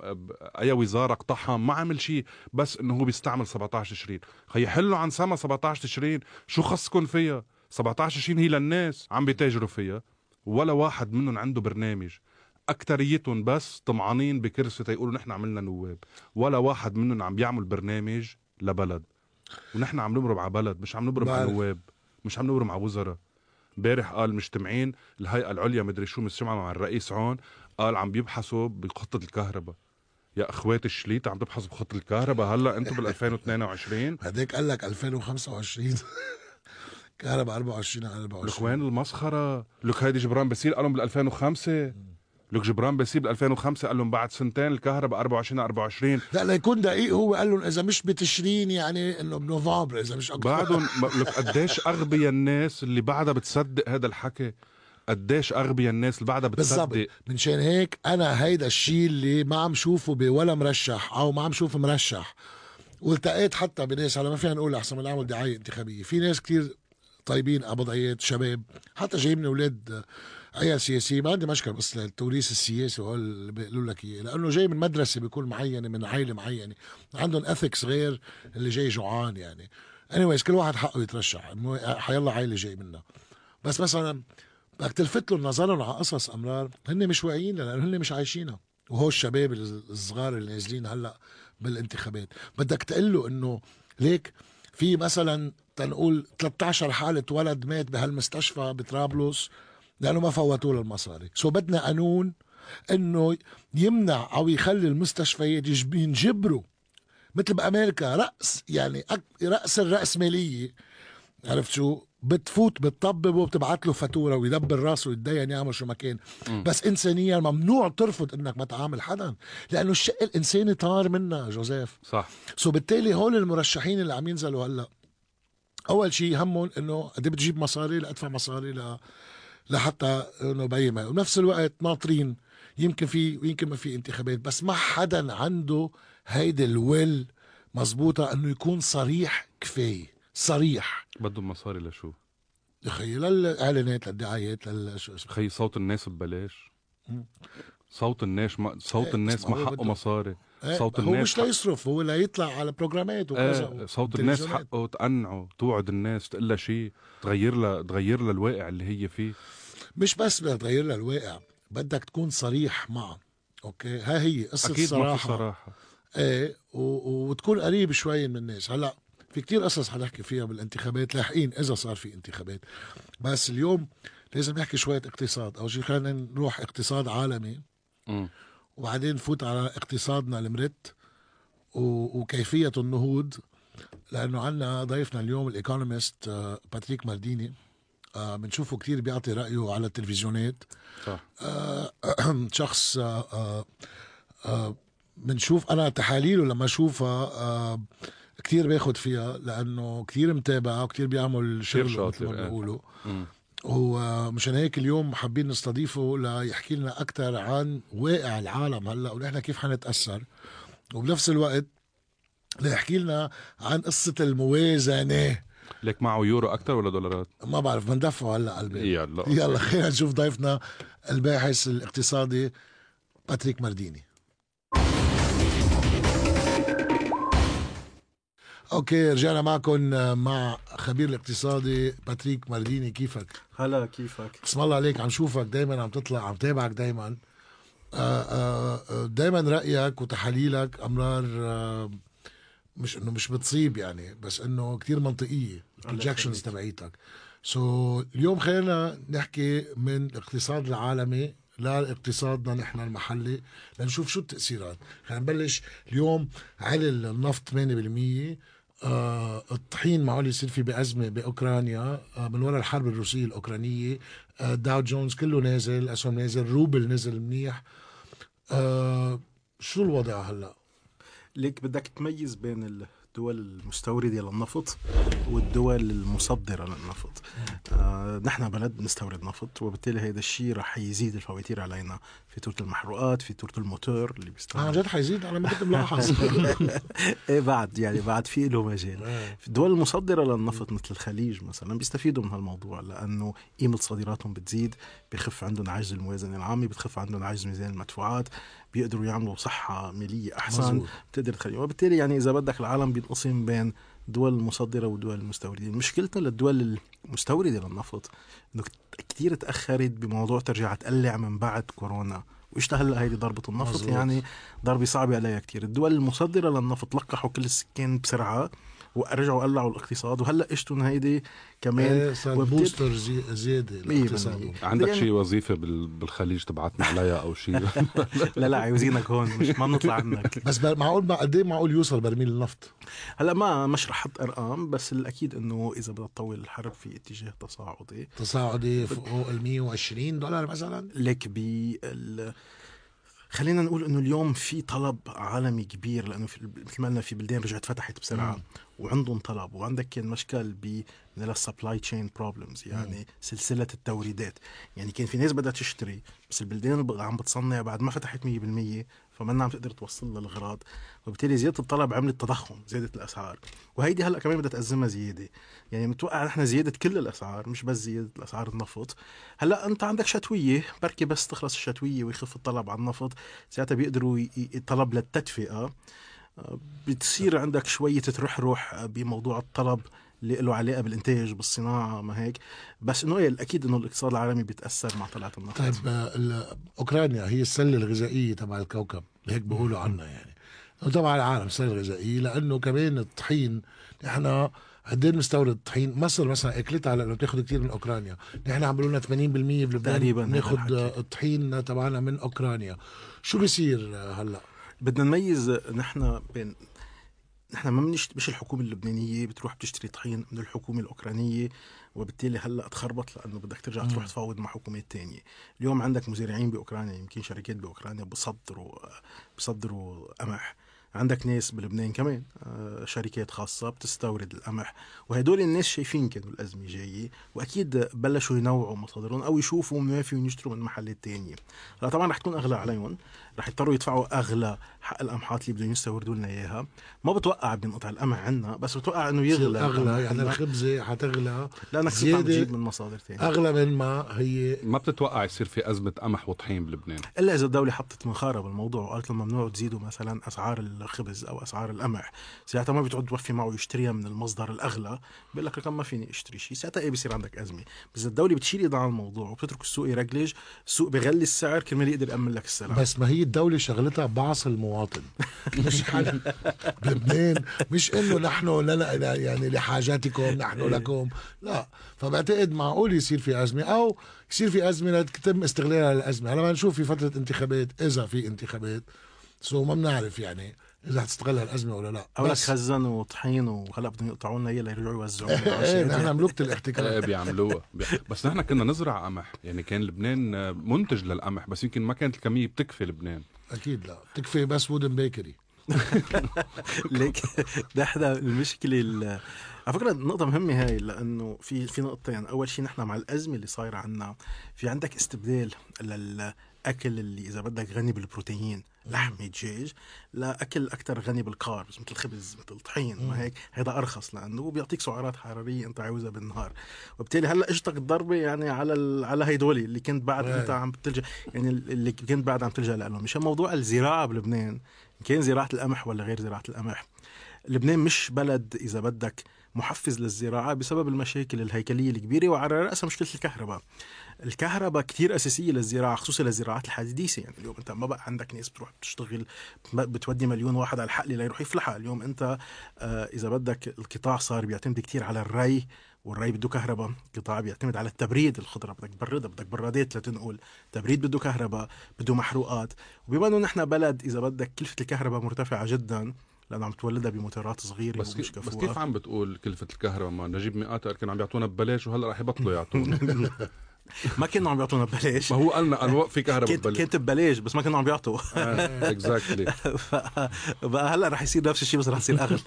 أي وزارة اقتحم، ما عمل شيء، بس إنه هو بيستعمل سبعة عشر تشرين. خي حلوا عن سما سبعة عشر تشرين، شو خصكن فيها؟ سبعة عشر تشرين هي للناس عم بيتاجروا فيها، ولا واحد منهم عنده برنامج. أكتريتهم بس طمعانين بكرسي تيقولوا نحن عملنا نواب، ولا واحد منهم عم بيعمل برنامج لبلد. ونحن عم نبرم على بلد، مش عم نبرم على نواب، مش عم نبرم على وزراء. امبارح قال مجتمعين الهيئة العليا مدري شو مجتمع مع الرئيس عون، قال عم بيبحثوا بخطة الكهرباء. يا اخوات الشليت عم تبحثوا بخطة الكهرباء هلا انتم بال ألفين واثنين وعشرين. هديك قال لك ألفين وخمسة وعشرين كهرباء أربعة وعشرين على أربعة وعشرين. لك وين المسخرة؟ لك هيدي جبران باسيل قالهم بال ألفين وخمسة. لك جبران باسيل بال ألفين وخمسة قال لهم بعد سنتين الكهرباء أربعة وعشرين على أربعة وعشرين. لا ليكون دقيق، هو قال لهم اذا مش بتشرين يعني انه بنوفمبر، اذا مش اكثر. بعدهم لك قديش اغبياء الناس اللي بعدها بتصدق هذا الحكي، قديش اغبياء الناس اللي بعدها بتصدق. بالضبط. من شان هيك انا هيدا الشيء اللي ما عم شوفه بولا مرشح او ما عم شوف مرشح. والتقيت حتى بناس، على ما فينا نقول احسن من نعمل دعايه انتخابيه، في ناس كتير طيبين ابضعيات شباب حتى جايين من اولاد عيال سياسية، ما عندي مشكلة، بس التوريث السياسي وهو اللي بيقولوا لك اياه، لانه جاي من مدرسة بيكون معينة من عائلة معينة، عندهم اثكس غير اللي جاي جوعان يعني. anyways كل واحد حقه يترشح، حيالله عائلة جاي منها. بس مثلا بدك تلفت له نظرهم على قصص امرار هن مش واعيين لانه هن مش عايشينها، وهو الشباب الصغار اللي نازلين هلا بالانتخابات بدك تقول له انه ليك في مثلا تنقول ثلاثة عشر حالة ولد مات بهالمستشفى بطرابلس لأنه ما فوتوا له المصاري. سو بدنا قانون إنه يمنع أو يخلي المستشفيات ينجبروا مثل بأمريكا رأس، يعني رأس الرأسمالية، عرفت شو، بتفوت بتطبب وبتبعت له فاتوره ويدبر راسه ويتدين يعمل شو ما كان. بس انسانيا ممنوع ترفض انك ما تعامل حدا، لانه الشق الانساني طار منا جوزيف. صح. سو بالتالي هول المرشحين اللي عم ينزلوا هلا اول شيء همهم انه قد بتجيب مصاري لادفع مصاري ل لحتى انه بيما، وبنفس الوقت ناطرين يمكن في ويمكن ما في انتخابات، بس ما حدا عنده هيدي الويل مزبوطه انه يكون صريح كفايه. صريح بدهم مصاري لشو؟ خي للاعلانات للدعايات لل شو اسمه خي صوت الناس ببلاش. صوت الناس ما صوت ايه الناس ما حقه مصاري. ايه صوت هو الناس مش ليصرف، هو ليطلع على بروجرامات وكذا. ايه صوت الناس حقه تقنعه، توعد الناس، تقول لها شيء، تغير لها تغير لها الواقع اللي هي فيه. مش بس بدها تغير لها الواقع، بدك تكون صريح معه. اوكي، ها هي قصه اكيد الصراحه. ما في صراحه. ايه و... وتكون قريب شوي من الناس. هلا في كتير قصص حنحكي فيها بالانتخابات لاحقين اذا صار في انتخابات، بس اليوم لازم نحكي شويه اقتصاد. اول شيء خلينا نروح اقتصاد عالمي م. وبعدين نفوت على اقتصادنا المرت و... وكيفيه النهوض، لانه عنا ضيفنا اليوم الايكونومست باتريك مارديني. بنشوفه كتير بيعطي رايه على التلفزيونات. صح. آه شخص آه آه بنشوف انا تحاليله لما اشوفها آه كتير باخد فيها، لانه كتير متابع وكتير بيعمل شغله مثل ما بيقولوا. ومشان هيك اليوم حابين نستضيفه ليحكي لنا اكثر عن واقع العالم هلا ونحن كيف حنتاثر، وبنفس الوقت ليحكي لنا عن قصه الموازنه. ليك معه يورو اكثر ولا دولارات؟ ما بعرف، بندفعه هلا على الباب. يلا يلا خلينا نشوف ضيفنا الباحث الاقتصادي باتريك مارديني. اوكي، رجعنا معكم مع خبير الاقتصادي باتريك مارديني. كيفك؟ هلا كيفك؟ بسم الله عليك، عم شوفك دايما عم تطلع، عم تابعك دايما. دايما رأيك وتحاليلك امرار مش انه مش بتصيب يعني، بس انه كتير منطقية البروجكشنز تبعيتك. سو so, اليوم خلينا نحكي من الاقتصاد العالمي لاقتصادنا نحن المحلي لنشوف شو التأثيرات. خلينا نبلش اليوم. على النفط ثمانية بالمية، آه الطحين معقول يصير في بأزمة بأوكرانيا آه من وراء الحرب الروسية الأوكرانية. آه داو جونز كله نازل، أسهم نازل، روبل نزل منيح. آه شو الوضع هلأ؟ ليك بدك تميز بين الدول المستوردة للنفط والدول المصدرة للنفط. آه نحن بلد نستورد نفط، وبالتالي هذا الشيء رح يزيد الفواتير علينا، فاتورة المحروقات، فاتورة الموتور اللي بيستعمل. عن جد حيزيد على ما كنت ملاحظ. ايه بعد يعني بعد في له مجال. في الدول المصدرة للنفط مثل الخليج مثلا بيستفيدوا من هالموضوع، لأنه قيمة صادراتهم بتزيد، بيخف عندهم عجز الموازنة العامة، بتخف عندهم عجز ميزان المدفوعات، بيقدروا يعملوا صحة مالية أحسن، مزبوط. بتقدر تخلي. وبالتالي يعني إذا بدك العالم بينقسم بين دول المصدرة ودول المستوردين. مشكلتنا للدول المستوردة للنفط إنه كتير تأخرت بموضوع ترجع تقلع من بعد كورونا، وإيش هلا هيدي ضربة النفط. مزبوط. يعني ضربة صعبة عليها كتير. الدول المصدرة للنفط لقحوا كل السكان بسرعة ورجعوا قلعوا الاقتصاد، وهلا اشتون هيدي كمان صار بوستر زي زياده الاقتصاد. عندك يعني شيء وظيفه بالخليج تبعتنا عليها او شيء؟ لا لا عاوزينك هون، مش ما بنطلع عنك. بس معقول ما قد ايه معقول يوصل برميل النفط؟ هلا ما مش رح احط ارقام، بس الاكيد انه اذا بدها تطول الحرب في اتجاه تصاعدي تصاعدي فوق ال مية وعشرين دولار مثلا. لك بال خلينا نقول انه اليوم في طلب عالمي كبير، لانه في مثل ما قلنا في بلدان رجعت فتحت بسرعه. مم. وعندهم طلب، وعندك كان مشكل ب من السبلاي تشين بروبلمز، يعني مم. سلسله التوريدات. يعني كان في ناس بدها تشتري، بس البلدان اللي عم بتصنع بعد ما فتحت مية بالمية، فما عم تقدر توصل للغراض، وبالتالي زياده الطلب عملت تضخم، زياده الاسعار. وهيدي هلا كمان بدها تأزمها زياده. يعني متوقع نحن زياده كل الاسعار، مش بس زياده الاسعار النفط. هلا انت عندك شتويه، بركي بس تخلص الشتويه ويخف الطلب على النفط، ساعتها بيقدروا الطلب للتدفئه، بتصير عندك شويه ترحرح بموضوع الطلب اللي له علاقه بالانتاج بالصناعه، ما هيك. بس انه الاكيد انه الاقتصاد العالمي بيتاثر مع طلعت النفط. طيب اوكرانيا هي السله الغذائيه تبع الكوكب، هيك بيقولوا عنها يعني، وتبع العالم السله الغذائيه، لانه كمان الطحين نحن قدين مستورد الطحين. مصر مثلا اكلتها لانه بتاخذ كثير من اوكرانيا. نحن عم بيقولوا لنا ثمانين بالمية بلبنان بناخذ الطحين تبعنا من اوكرانيا. شو بيصير هلا؟ بدنا نميز نحن بين نحن ما منشت مش الحكومة اللبنانية بتروح بتشتري طحين من الحكومة الأوكرانية وبالتالي هلأ تخربط لأنه بدك ترجع تروح تفاوض مع حكومات تانية. اليوم عندك مزارعين بأوكرانيا، يمكن شركات بأوكرانيا بصدروا بصدروا قمح. عندك ناس بلبنان كمان شركات خاصة بتستورد القمح، وهدول الناس شايفين كانوا الأزمة جاية وأكيد بلشوا ينوعوا مصادرهم أو يشوفوا ما فيهم يشتروا من محلات تانية. لا طبعا رح تكون أغلى عليهم، رح يضطروا يدفعوا أغلى حق القمحات اللي بدهم يستوردوا لنا إياها. ما بتوقع بينقطع القمح عنا، بس بتوقع إنه يغلى أغلى، يعني الخبزة حتغلى لأنك تجيب من مصادر تانية أغلى من ما هي. ما بتتوقع يصير في أزمة قمح وطحين بلبنان إلا إذا الدولة حطت منخارة بالموضوع وقالت لهم ممنوع تزيدوا مثلا أسعار الخبز أو أسعار القمح، ساعتها ما بتعود توفي معه يشتريها من المصدر الأغلى، بيقول لك رقم ما فيني اشتري شيء، ساعتها ايه بيصير عندك أزمة. بس الدولة بتشيل إيدها عن الموضوع وبتترك السوق يرجلج، السوق بيغلي السعر كرمال يقدر يأمن لك السلعة. بس ما هي الدولة شغلتها بعص المواطن مش حد بلبنان، مش إنه نحن لنا يعني لحاجاتكم نحن لكم، لا. فبعتقد معقول يصير في أزمة أو يصير في أزمة لتتم استغلالها للأزمة. لما نشوف في فترة انتخابات، إذا في انتخابات سو ما بنعرف يعني إذا هتستغلها الأزمة ولا لا. أو لك خزن وطحين وهلا بدهم يقطعوا لنا إياه ليرجعوا يوزعوا. إيه نحن ملوكة الاحتكار بيعملوها. بس نحن كنا نزرع قمح، يعني كان لبنان منتج للقمح، بس يمكن ما كانت الكمية بتكفي لبنان. أكيد لا تكفي بس وودن بيكري. ليك نحن المشكلة على فكرة نقطة مهمة هاي، لأنه في في نقطتين. يعني أول شيء نحن مع الأزمة اللي صايرة عنا في عندك استبدال للأكل اللي إذا بدك غني بالبروتين، لحمة دجاج، لأكل أكتر غني بالكاربز مثل الخبز مثل الطحين، ما هيك هذا أرخص لأنه بيعطيك سعرات حرارية أنت عاوزها بالنهار. وبالتالي هلا اجتك الضربة يعني على ال... على هيدولي اللي كنت بعد أنت عم بتلجأ، يعني اللي كنت بعد عم تلجأ لهم. مش موضوع الزراعة بلبنان، كان زراعة القمح ولا غير زراعة القمح، لبنان مش بلد إذا بدك محفز للزراعة بسبب المشاكل الهيكلية الكبيرة، وعلى رأسها مشكلة الكهرباء. الكهرباء كتير أساسية للزراعة، خصوصا للزراعات الحديثة. يعني اليوم أنت ما بقى عندك ناس بتروح بتشتغل بتودي مليون واحد على الحقل ليروح يفلحها. اليوم أنت آه إذا بدك القطاع صار بيعتمد كتير على الري، والري بده كهرباء. القطاع بيعتمد على التبريد، الخضرة بدك تبردها، بدك برادات لتنقل، تبريد بده كهرباء، بده محروقات. وبما أنه نحن بلد إذا بدك كلفة الكهرباء مرتفعة جدا لأنه عم تولدها بموتورات صغيرة بس ومش كيف بس كيف عم بتقول كلفة الكهرباء؟ ما نجيب مئات كانوا عم يعطونا ببلاش وهلا رح يبطلوا يعطونا. ما كانوا عم بيعطونا ببلاش، ما هو قالنا أنواع في كهرباء ببلاش، كانت ببلاش بس ما كانوا عم بيعطوا. اكزاكتلي. بقى هلا رح يصير نفس الشيء بس رح يصير اغلى.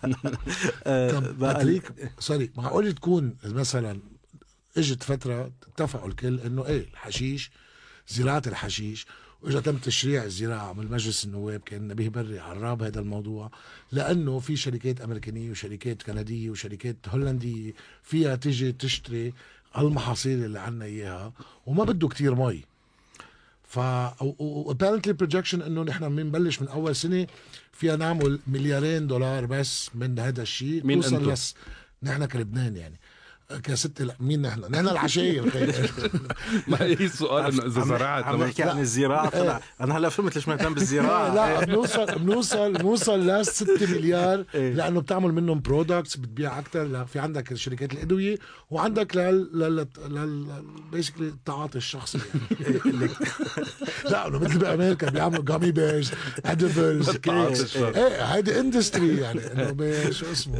باتريك سوري، معقول تكون مثلا اجت فترة اتفقوا الكل انه ايه الحشيش، زراعة الحشيش، واجا تم تشريع الزراعة من مجلس النواب، كان نبيه بري عراب هذا الموضوع، لانه في شركات امريكانية وشركات كندية وشركات هولندية فيها تيجي تشتري المحاصيل اللي عنا اياها وما بده كتير مي. ف apparently projection انه نحن بنبلش من اول سنة فيها نعمل مليارين دولار بس من هذا الشيء. مين انتو؟ نحن كلبنان يعني كست لا مين نحن؟ نحن العشية الخير. ما هي السؤال انه اذا زرعت عم نحكي عن الزراعة طلع انا هلا فهمت ليش ما اهتم بالزراعة. لا بنوصل بنوصل بنوصل ل ستة مليار لانه بتعمل منهم برودكتس بتبيع اكثر. في عندك شركات الادوية وعندك لل لل لل بيسكلي التعاطي الشخصي يعني. لا انه مثل بامريكا بيعملوا جامي بيرز ادبلز ايه هيدي اندستري يعني انه شو اسمه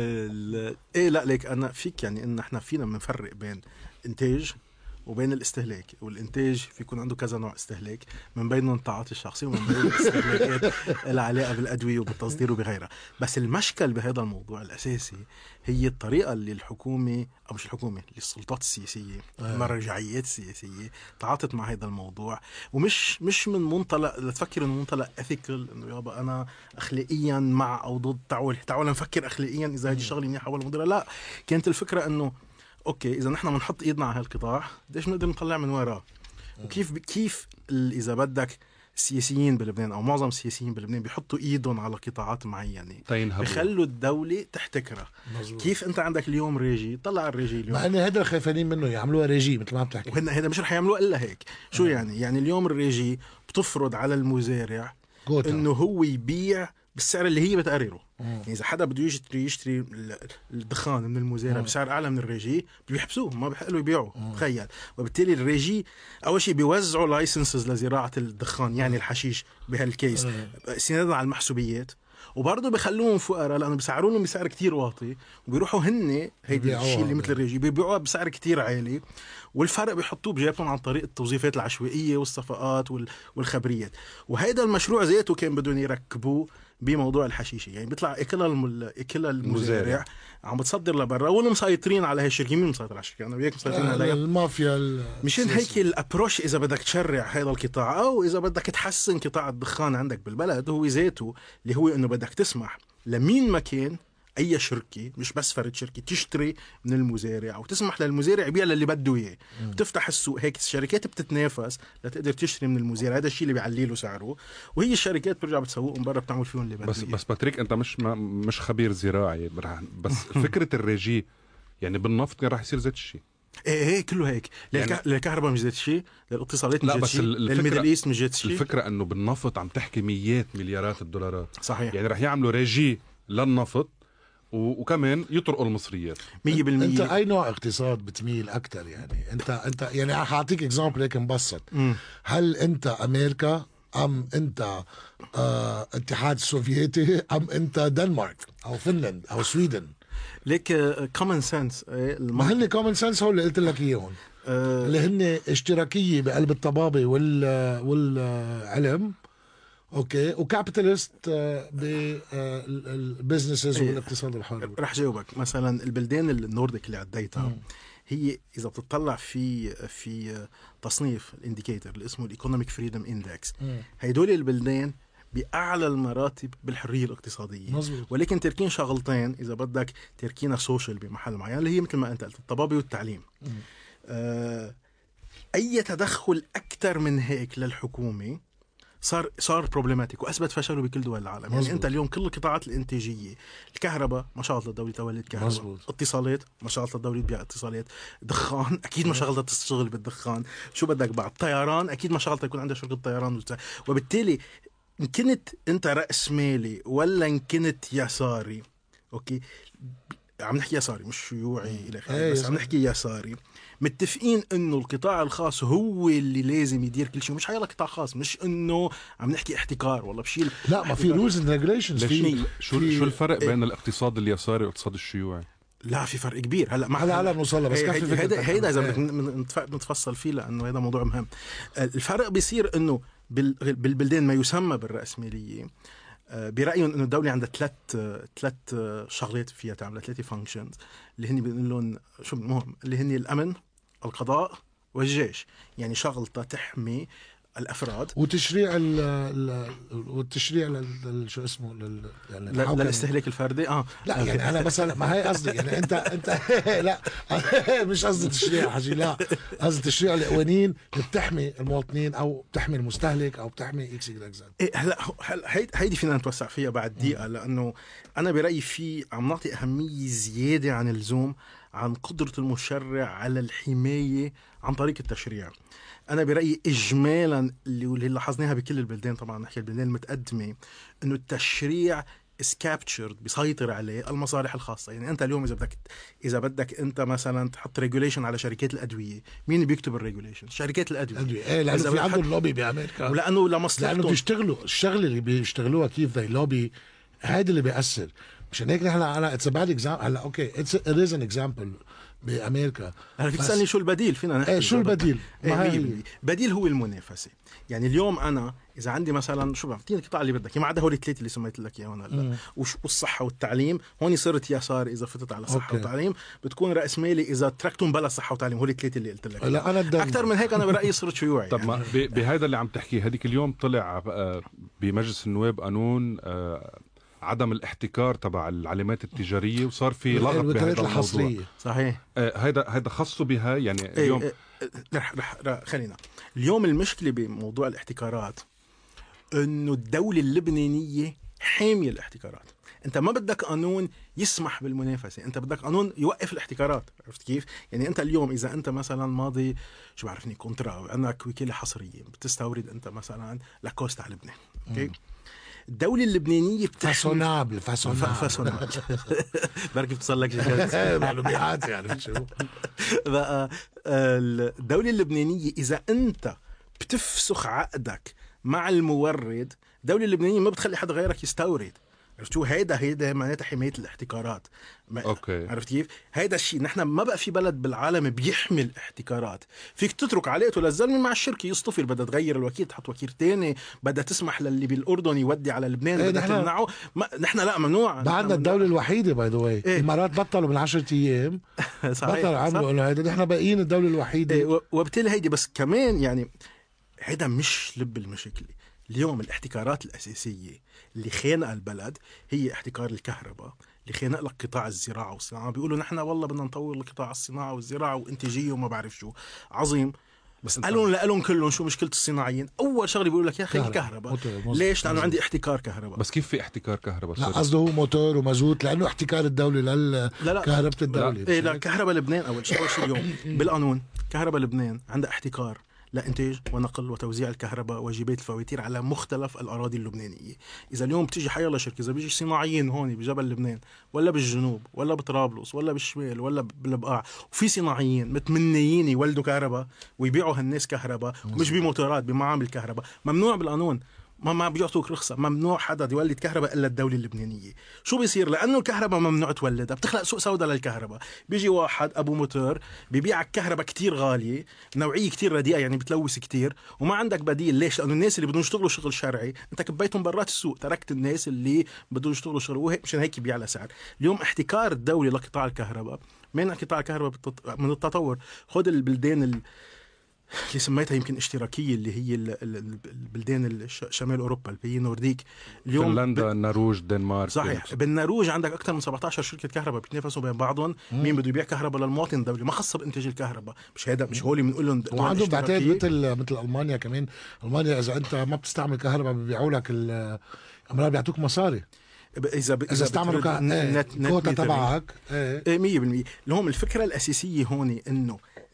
ايه. لا ليك انا فيك يعني ان احنا فينا بنفرق بين انتاج وبين الاستهلاك، والانتاج في يكون عنده كذا نوع استهلاك، من بينهم التعاطي الشخصي ومن بين الاستهلاكات العلاقه بالادويه وبالتصدير وبغيرها. بس المشكل بهذا الموضوع الاساسي هي الطريقه اللي الحكومه او مش الحكومه اللي السلطات السياسيه المرجعيات السياسيه تعاطت مع هذا الموضوع، ومش مش من منطلق لتفكر من منطلق اثيكال انه يابا انا اخلاقيا مع او ضد، تعال تعال نفكر اخلاقيا اذا هذه شغله منيحه ولا مضره. لا، كانت الفكره انه اوكي اذا نحن بنحط ايدنا على هالقطاع قديش بنقدر نطلع من وراه، وكيف كيف اذا بدك السياسيين بلبنان او معظم السياسيين بلبنان بيحطوا ايدهم على قطاعات معينه بخلوا الدوله تحتكرها. مزبوط. كيف انت عندك اليوم ريجي، طلع الريجي اليوم، مع ان هذا الخايفين منه يعملوها ريجي مثل ما بتحكي، وهن هذا مش رح يعملوها الا هيك. شو مم. يعني يعني اليوم الريجي بتفرض على المزارع قوتا. انه هو يبيع بالسعر اللي هي بتقرره. يعني إذا حدا بده يشتري يشتري الدخان من المزارع بسعر أعلى من الريجي بيحبسوه، ما بيحق له يبيعه. تخيل. وبالتالي الريجي أول شيء بيوزعوا لايسنسز لزراعة الدخان يعني الحشيش بهالكيس استنادا على المحسوبيات، وبرضه بخلوهم فقراء لانه بيسعروا لهم بسعر كتير واطي، وبيروحوا هن هيدي الشيء اللي مثل الريجي بيبيعوها بسعر كتير عالي، والفرق بيحطوه بجيبهم عن طريق التوظيفات العشوائيه والصفقات والخبريات. وهيدا المشروع ذاته كان بدهم يركبوه بموضوع الحشيشه، يعني بيطلع اكلها الم... اكلها المزارع عم بتصدر لبرا، والمسيطرين على هي الشركه. مين مسيطر على الشركه؟ انا وياك مسيطرين عليها المافيا. مشان هيك الابروش اذا بدك تشرع هذا القطاع او اذا بدك تحسن قطاع الدخان عندك بالبلد هو ذاته اللي هو انه بدك تسمح لمين ما كان اي شركه، مش بس فرد شركه، تشتري من المزارع وتسمح للمزارع يبيع للي بده اياه، وتفتح السوق. هيك الشركات بتتنافس لتقدر تشتري من المزارع، هذا الشيء اللي بيعلي له سعره، وهي الشركات بترجع بتسوقهم برا بتعمل فيهم اللي بده. بس بس باتريك انت مش ما مش خبير زراعي، بس فكره الريجي يعني بالنفط كان راح يصير زيت الشيء. ايه ايه كله هيك. يعني للكهرباء مش زيت الشيء، للاتصالات مش زيت الشيء، للميدل ايست مش زيت الشيء. الفكره انه بالنفط عم تحكي ميات مليارات الدولارات. صحيح. يعني راح يعملوا ريجي للنفط وكمان يطرقوا المصريات مية بالمية. انت اي نوع اقتصاد بتميل اكثر؟ يعني انت انت يعني حاعطيك اكزامبل هيك مبسط. م. هل انت امريكا ام انت آه اتحاد السوفيتي ام انت دنمارك او فنلند او سويدن؟ ليك كومن سنس. ما هن كومن سنس هو اللي قلت لك اياهم، أه اللي هن اشتراكيه بقلب الطبابه وال والعلم، اوكي، وكابيتالست بالبزنسز والاقتصاد الحر. رح جاوبك. مثلا البلدان النورديك اللي عديتها هي اذا بتطلع في في تصنيف الانديكيتور اللي اسمه الايكونوميك فريدم اندكس، هيدول البلدان بأعلى المراتب بالحرية الاقتصادية. مزبوط. ولكن تركين شغلتين إذا بدك تركينا سوشيال بمحل معين اللي هي مثل ما أنت قلت الطبابة والتعليم. آه أي تدخل أكثر من هيك للحكومة صار صار بروبلماتيك وأثبت فشله بكل دول العالم. مزبوط. يعني أنت اليوم كل القطاعات الإنتاجية، الكهرباء ما شاء الله الدولة تولد كهرباء. مزبوط. اتصالات ما شاء الله الدولة تبيع اتصالات. دخان أكيد ما شغلتها تشتغل بالدخان. شو بدك بعد؟ طيران أكيد ما شغلتها يكون عندها شركة طيران. وبالتالي إن كنت أنت رأس مالي ولا إن كنت يساري، أوكي عم نحكي يساري مش شيوعي إلى آخره، بس عم نحكي يساري، متفقين إنه القطاع الخاص هو اللي لازم يدير كل شيء، مش حيلا قطاع خاص، مش إنه عم نحكي احتكار والله بشيل. لا ما في رولز اند ريجوليشنز. في شو شو الفرق بين الاقتصاد اليساري والاقتصاد الشيوعي؟ لا في فرق كبير. هلا ما هلا هلا بنوصل بس كفي هيدا هيدا اذا بدك نتفصل فيه لانه هذا موضوع مهم. الفرق بيصير انه بالبلدان ما يسمى بالرأسمالية برأيهم انه الدولة عندها ثلاث ثلاث شغلات فيها تعمل، ثلاثه فانكشنز اللي هن بنقول لهم شو المهم، اللي هن الامن، القضاء، والجيش. يعني شغلتها تحمي الافراد وتشريع ال ال والتشريع لل شو اسمه لل يعني للاستهلاك الفردي. اه لا يعني انا مثلا ما هي قصدي يعني انت انت لا مش قصدي تشريع حاجي، لا قصدي تشريع القوانين اللي بتحمي المواطنين او بتحمي المستهلك او بتحمي اكس يكس زد. إيه هلا هيدي فينا نتوسع فيها بعد دقيقه، لانه انا برايي في عم نعطي اهميه زياده عن اللزوم عن قدره المشرع على الحمايه عن طريق التشريع. أنا برأيي إجمالا اللي لاحظناها بكل البلدان، طبعا نحكي البلدان المتقدمة، إنه التشريع سكابتشرد بيسيطر عليه المصالح الخاصة. يعني أنت اليوم إذا بدك إذا بدك أنت مثلا تحط ريجوليشن على شركات الأدوية، مين بيكتب الريجوليشن؟ شركات الأدوية. الأدوية إيه، لأنه في عندهم لوبي بأمريكا، ولأنه لمصلحتهم، لأنه بيشتغلوا الشغل اللي بيشتغلوها كيف ذا لوبي، هذا اللي بيأثر. مشان هيك نحن أنا اتس باد اكزامبل. هلا أوكي اتس ات از ان اكزامبل بأمريكا. هلا فيك تسألني شو البديل؟ فينا نحكي ايه شو البديل؟ ايه بديل هو المنافسة. يعني اليوم أنا إذا عندي مثلا شو بعطيني القطاع اللي بدك، ما عدا هول الثلاثة اللي سميت لك إياهم هلا، والصحة والتعليم، هون صرت يسار إذا فتت على صحة أوكي. وتعليم بتكون رأس مالي إذا تركتم بلا صحة وتعليم. هول الثلاثة اللي قلت لك. لا أنا أكثر من هيك أنا برأيي صرت شيوعي. طب ما يعني. بهذا اللي عم تحكيه، هذيك اليوم طلع بمجلس النواب قانون عدم الاحتكار تبع العلامات التجارية، وصار في لغط بهذا الموضوع. صحيح. هيدا آه هيدا خاصه بها يعني اليوم. ايه رح رح رح خلينا اليوم المشكلة بموضوع الاحتكارات انه الدولة اللبنانية حامية الاحتكارات. انت ما بدك قانون يسمح بالمنافسة، انت بدك قانون يوقف الاحتكارات. عرفت كيف؟ يعني انت اليوم اذا انت مثلا ماضي شو بعرفني كونترا عندك وكالة حصرية بتستورد انت مثلا لاكوست على لبنان، اوكي؟ الدولة اللبنانية فاسونابل فاسونابل فاسونابل بركي بتصل لك شيء معلومات يعني شو بقى. الدولة اللبنانية إذا أنت بتفسخ عقدك مع المورد، الدولة اللبنانية ما بتخلي حد غيرك يستورد. عرفتوا؟ هيدا هيدا معناتها حماية الاحتكارات. أوكي. عرفت كيف؟ هيدا الشيء نحن ما بقى في بلد بالعالم بيحمي الاحتكارات. فيك تترك عليته للزلمه مع الشركه يصطفل، بدها تغير الوكيل تحط وكيل تاني، بدها تسمح للي بالاردن يودي على لبنان، إيه بدها نحن تمنعه. ما نحن لا، ممنوع. بعدنا الدوله الوحيده باي ذا واي. إيه؟ الامارات بطلوا من عشرة ايام بطلوا عملوا انه هيدا نحن باقيين الدوله الوحيده. إيه، وبالتالي هيدي بس كمان يعني هيدا مش لب المشكله. اليوم الاحتكارات الاساسيه اللي خانق البلد هي احتكار الكهرباء، اللي خانق لك قطاع الزراعه والصناعه. بيقولوا نحن والله بدنا نطور القطاع الصناعه والزراعه وانتاجيه وما بعرف شو. عظيم. بس قالوا لهم كلهم شو مشكله الصناعيين؟ اول شغله بيقول لك يا اخي الكهرباء. ليش؟ لانه عندي احتكار كهرباء. بس كيف في احتكار كهرباء؟ لا قصده هو موتور ومازوت، لانه احتكار الدوله للكهرباء الدوله. لا إيه لا كهرباء لبنان اول شيء اول شيء اليوم بالقانون كهرباء لبنان عندها احتكار لإنتاج ونقل وتوزيع الكهرباء واجبات الفواتير على مختلف الأراضي اللبنانية. إذا اليوم بتيجي حي الله شركة، إذا بيجي صناعيين هون بجبل لبنان ولا بالجنوب ولا بطرابلس ولا بالشمال ولا بالبقاع، وفي صناعيين متمنيين يولدوا كهرباء ويبيعوا هالناس كهرباء مش بموتورات بمعامل كهرباء، ممنوع بالقانون. ما ما بيعطوك رخصة، ممنوع حدا يولد كهرباء إلا الدولة اللبنانية. شو بيصير؟ لأنه الكهرباء ممنوع تولدها، بتخلق سوق سوداء للكهرباء. بيجي واحد أبو موتور بيبيعك كهرباء كتير غالية، نوعية كتير رديئة، يعني بتلوث كتير، وما عندك بديل. ليش؟ لأنه الناس اللي بدهم يشتغلوا شغل شرعي أنت كبيتهم برات السوق، تركت الناس اللي بدهم يشتغلوا شغل، وهيك مشان هيك بيعلى سعر. اليوم احتكار الدولة لقطاع الكهرباء من قطاع الكهرباء من التطور. خد البلدان ال اللي سميتها يمكن اشتراكية، اللي هي البلدان شمال أوروبا اللي هي نورديك. اليوم فنلندا، النرويج، دنمارك. صحيح. بالنرويج عندك أكثر من سبعة عشر شركة كهرباء بيتنافسوا بين بعضهم. مم. مين بده يبيع كهرباء للمواطن الدولي، ما خص بإنتاج الكهرباء. مش هذا مش هولي بنقول لهم. وعندهم بعتقد مثل مثل ألمانيا كمان. ألمانيا إذا أنت ما بتستعمل كهرباء بيبيعوا لك الأمراض، بيعطوك مصاري إذا ب... إذا استعملوا كا... ايه. كوتا تبعك ايه مية بالمية. لهم الفكرة الأساسية هون إنه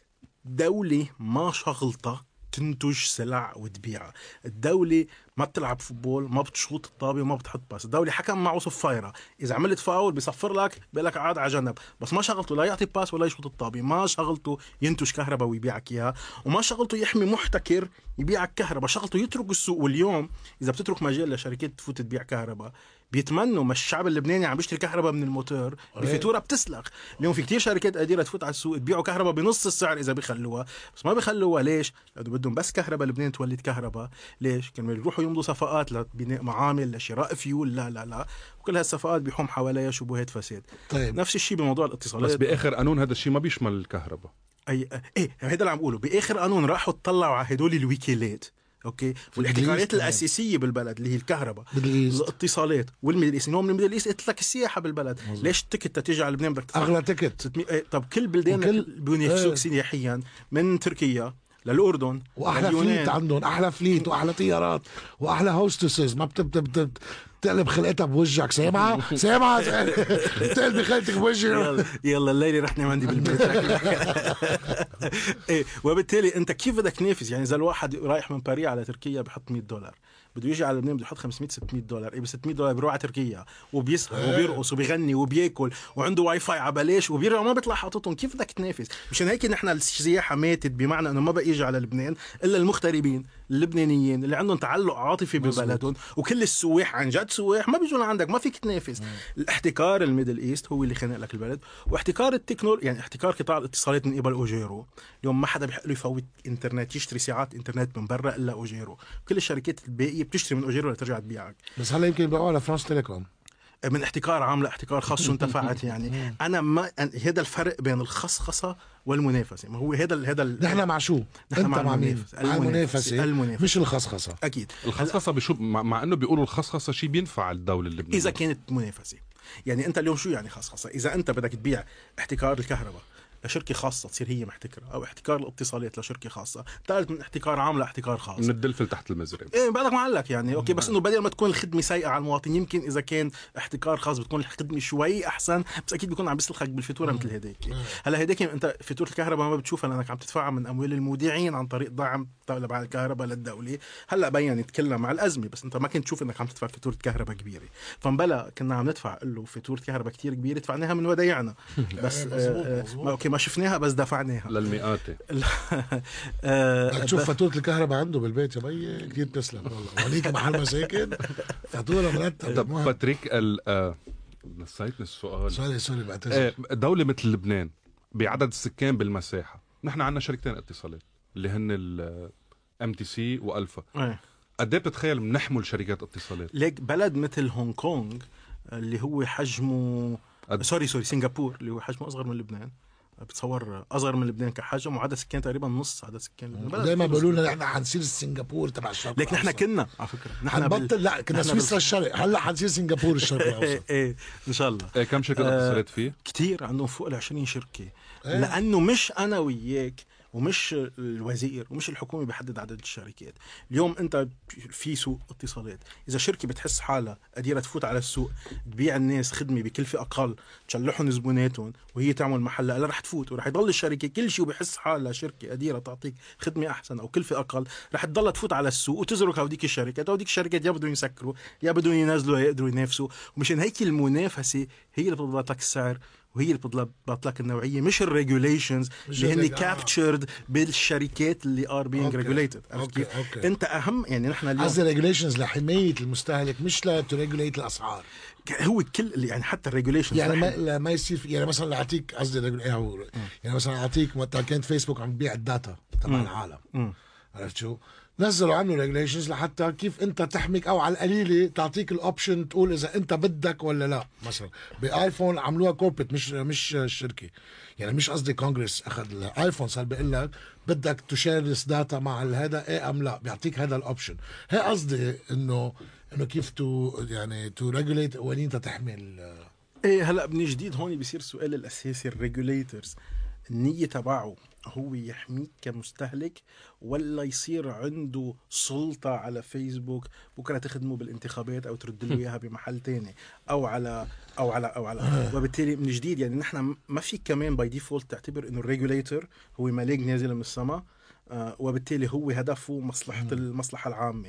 دولة ما شغلتها تنتج سلع وتبيعها. الدولة ما بتلعب فوتبول، ما بتشوط الطابة وما بتحط باس. الدولة حكم معه صفايرة، إذا عملت فاول بيصفر لك بيقول لك عاد على جنب. بس ما شغلته لا يعطي باس ولا يشوط الطابة، ما شغلته ينتج كهرباء ويبيعك إياها، وما شغلته يحمي محتكر يبيعك كهرباء. شغلته يترك السوق. واليوم إذا بتترك مجال لشركات تفوت تبيع كهرباء بيتمنوا. ما الشعب اللبناني عم بيشتري كهرباء من الموتور بفاتوره بتسلخ. اليوم في كتير شركات قادره تفوت على السوق تبيعوا كهرباء بنص السعر اذا بيخلوها، بس ما بيخلوها. ليش؟ لانه بدهم بس كهرباء لبنان تولد كهرباء. ليش؟ كانوا يروحوا يمضوا صفقات لبناء معامل لشراء فيول. لا لا لا وكل هالصفقات بيحوم حواليها شبهات فساد. طيب. نفس الشيء بموضوع الاتصالات. بس باخر قانون هذا الشيء ما بيشمل الكهرباء. اي ايه هذا اللي عم بقوله. باخر قانون راحوا تطلعوا على هدول الويكيلات. اوكي. والاحتكارات الاساسيه بالبلد اللي هي الكهرباء، الاتصالات والميدل ايست. اليوم الميدل ايست قلت لك السياحه بالبلد. مزيد. ليش التكت تيجي على لبنان بدك تدفع اغلى تكت ستمية؟ ايه طب كل بلدان بينافسوك ايه. سياحيا من تركيا للأردن واحلى فليت عندهم، احلى فليت واحلى طيارات واحلى هوستسز ما بتقلب تقلب خلقتها بوجهك. سامعه سامعه تقلب خلقتك بوجهك. يلا يلا الليله رح ننام عندي بالبيت. ايه وبالتالي انت كيف بدك تنافس؟ يعني اذا الواحد رايح من باريس على تركيا بحط مية دولار، بده يجي على لبنان بده يحط خمسمية ستمية دولار. ايه ب ستمية دولار بيروح على تركيا وبيسهر وبيرقص وبيغني وبياكل وعنده واي فاي على بلاش وبيرجع ما بيطلع حاططهم. كيف بدك تنافس؟ مشان هيك نحن السياحه ماتت، بمعنى انه ما بقى يجي على لبنان الا المغتربين اللبنانيين اللي عندهم تعلق عاطفي ببلدهم، وكل السواح عن جد سواح ما بيجوا لعندك. ما فيك تنافس. مم. الاحتكار الميدل ايست هو اللي خانق لك البلد، واحتكار التكنولوجيا يعني احتكار قطاع الاتصالات من قبل اوجيرو. اليوم ما حدا بيحق له يفوت انترنت يشتري ساعات انترنت من برا الا اوجيرو. كل الشركات الباقيه بتشتري من اوجيرو لترجع تبيعك. بس هلا يمكن بيبيعوا على فرانس تيليكوم من احتكار عام لاحتكار خاص. شو انتفعت يعني؟ انا ما هذا الفرق بين الخصخصه والمنافسه. ما هو هذا هذا نحن مع شو؟ نحن مع, مع المنافسه. المنافسه المنافسه مش الخصخصه. اكيد الخصخصه بشو؟ مع, مع انه بيقولوا الخصخصه شيء بينفع الدوله اللبنانيه اذا كانت منافسه. يعني انت اليوم شو يعني خصخصه؟ اذا انت بدك تبيع احتكار الكهرباء لشركة خاصة تصير هي محتكرة، أو احتكار الاتصالات لشركة خاصة، ثالث من احتكار عام لاحتكار خاص. من الدلفل تحت المزرعة. إيه بعدك معلق يعني أوكي. بس إنه بدل ما تكون الخدمة سيئة على المواطن، يمكن إذا كان احتكار خاص بتكون الخدمة شوي أحسن، بس أكيد بيكون عم بيسلخك بالفاتورة مثل هديك. هلا هديك أنت فاتورة الكهرباء ما بتشوفها لأنك عم تدفعها من أموال المودعين عن طريق دعم تبع الكهرباء للدولة. هلا بين يتكلم مع الأزمة، بس أنت ما كنت تشوف إنك عم تدفع فاتورة كهرباء كبيرة. فمبلا كنا عم ندفع له فاتورة كهرباء كتير كبيرة دفعناها من ودايعنا. بس آه آه اوكي ما شفناها بس دفعناها للمئات. بدك تشوف فاتورة الكهرباء عنده بالبيت يا بي، كتير تسلم والله وليك محل مساكن فاتورة مرتبة. طب باتريك ال نسيتني السؤال. سوري سوري بعتذر. دولة مثل لبنان بعدد السكان بالمساحة، نحن عندنا شركتين اتصالات اللي هن ال إم تي سي وألفا. قد ايه بتتخيل بنحمل شركات اتصالات؟ ليك بلد مثل هونغ كونغ اللي هو حجمه أد... سوري سوري سنغافور اللي هو حجمه اصغر من لبنان، بتصور اصغر من لبنان كحجم وعدد سكان تقريبا نص عدد سكان لبنان. دايما بيقولوا لنا نحن حنصير سنغافور تبع الشرق لكن نحن كنا على فكره نحن حنبطل بال... لا كنا سويسرا بال... الشرق، هلا حنصير سنغافور الشرق الاوسط. ايه ان شاء الله. ايه كم شركه اتصلت فيه؟ كتير، عندهم فوق ال عشرين شركه. إيه؟ لانه مش انا وياك ومش الوزير ومش الحكومة بيحدد عدد الشركات. اليوم انت في سوق اتصالات، اذا شركة بتحس حالها قادرة تفوت على السوق تبيع الناس خدمة بكلفة اقل تشلحهم زبوناتهم وهي تعمل محلها، لا رح تفوت ورح يضل الشركة كل شيء وبحس حالها شركة قادرة تعطيك خدمة احسن او كلفة اقل رح تضل تفوت على السوق وتزرق هوديك الشركات. هوديك الشركات يا بدهم يسكروا يا بدهم ينزلوا يا يقدروا ينافسوا، ومشان هيك المنافسة هي اللي بتضبط لك السعر وهي اللي بتضبط لك النوعيه، مش الريجوليشنز اللي هن كابتشرد بالشركات اللي ار بينج ريجوليتد. انت اهم يعني نحن اليوم قصدي ريجوليشنز لحمايه المستهلك مش لتريجوليت الاسعار. هو كل اللي يعني حتى الريجوليشنز يعني ما, ما يصير يعني مثلا اعطيك قصدي يعني مثلا اعطيك وقت كانت فيسبوك عم تبيع الداتا تبع العالم م. عرفت شو نزلوا عنه ريجوليشنز لحتى كيف انت تحميك او على القليله تعطيك الاوبشن تقول اذا انت بدك ولا لا. مثلا بايفون عملوها كوربريت مش مش الشركه، يعني مش قصدي كونغرس اخذ الايفون صار بيقول لك بدك تشيرس داتا مع هذا ايه ام لا، بيعطيك هذا الاوبشن. هي قصدي انه انه كيف تو يعني تو ريجوليت وين انت تحمل. ايه هلا من جديد هون بيصير السؤال الاساسي، الريجوليترز النية تبعه هو يحميك كمستهلك ولا يصير عنده سلطة على فيسبوك بكرة تخدمه بالانتخابات أو ترد له إياها بمحل تاني أو على أو على أو على وبالتالي من جديد يعني نحن ما في كمان باي ديفولت تعتبر إنه الريجوليتر هو ملاك نازل من السماء آه وبالتالي هو هدفه مصلحة المصلحة العامة.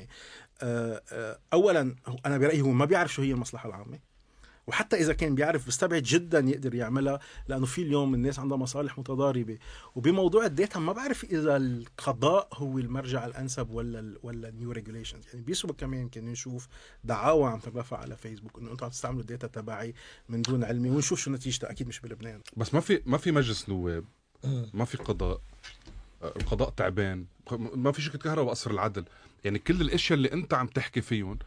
آه آه أولا أنا برأيي هو ما بيعرف شو هي المصلحة العامة، وحتى إذا كان بيعرف بيستبعد جدا يقدر يعملها، لأنه في اليوم الناس عندها مصالح متضاربة. وبموضوع الداتا ما بعرف إذا القضاء هو المرجع الأنسب ولا ال ولا النيو ريجوليشنز. يعني بيسبق كمان كنا نشوف دعاوى عم ترفع على فيسبوك إنه أنتم عم تستعملوا الداتا تبعي من دون علمي، ونشوف شو نتيجتها. أكيد مش بلبنان. بس ما في ما في مجلس نواب، ما في قضاء، القضاء تعبان، ما في شركة كهرباء قصر العدل. يعني كل الأشياء اللي أنت عم تحكي فيهم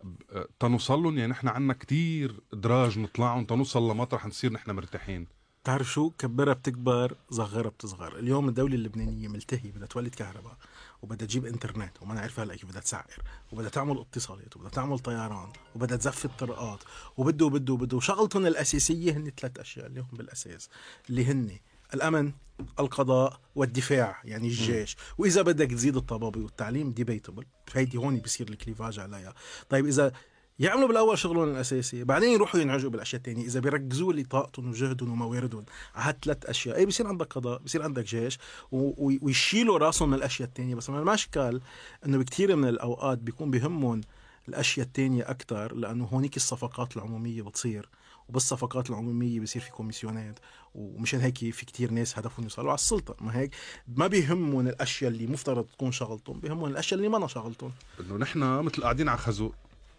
تنوصلهم، يعني احنا عنا كتير دراج نطلعهم تنوصل لمطرح نصير نحن مرتاحين. تعرف شو كبرها بتكبر صغرها بتصغر. اليوم الدولة اللبنانية ملتهية بدها تولد كهرباء وبدها تجيب انترنت وما نعرف هلا كيف بدها تسعر وبدها تعمل اتصالات وبدها تعمل طيران وبدها تزفي الطرقات وبده وبده وبده شغلتهم الأساسية هن ثلاث أشياء اللي هم بالأساس اللي هن الأمن القضاء والدفاع يعني الجيش. وإذا بدك تزيد الطبابة والتعليم ديبيتبل، فهيدي هون بيصير الكليفاج عليها. طيب إذا يعملوا بالأول شغلهم الأساسي بعدين يروحوا ينعجوا بالأشياء التانية، إذا بيركزوا لي طاقتهم وجهدهم ومواردهم على هالثلاث أشياء أي بيصير عندك قضاء بيصير عندك جيش ويشيلوا راسهم من الأشياء التانية. بس ما شكال إنه بكتير من الأوقات بيكون بهمهم الأشياء التانية أكتر، لأنه هونيك الصفقات العمومية بتصير، وبالصفقات العمومية بيصير في كوميسيونات، ومشان هيك في كتير ناس هدفهم يوصلوا على السلطة. ما هيك ما بيهمون الأشياء اللي مفترض تكون شغلتهم، بيهمون الأشياء اللي ما شغلتهم. إنه نحن مثل قاعدين على خازوق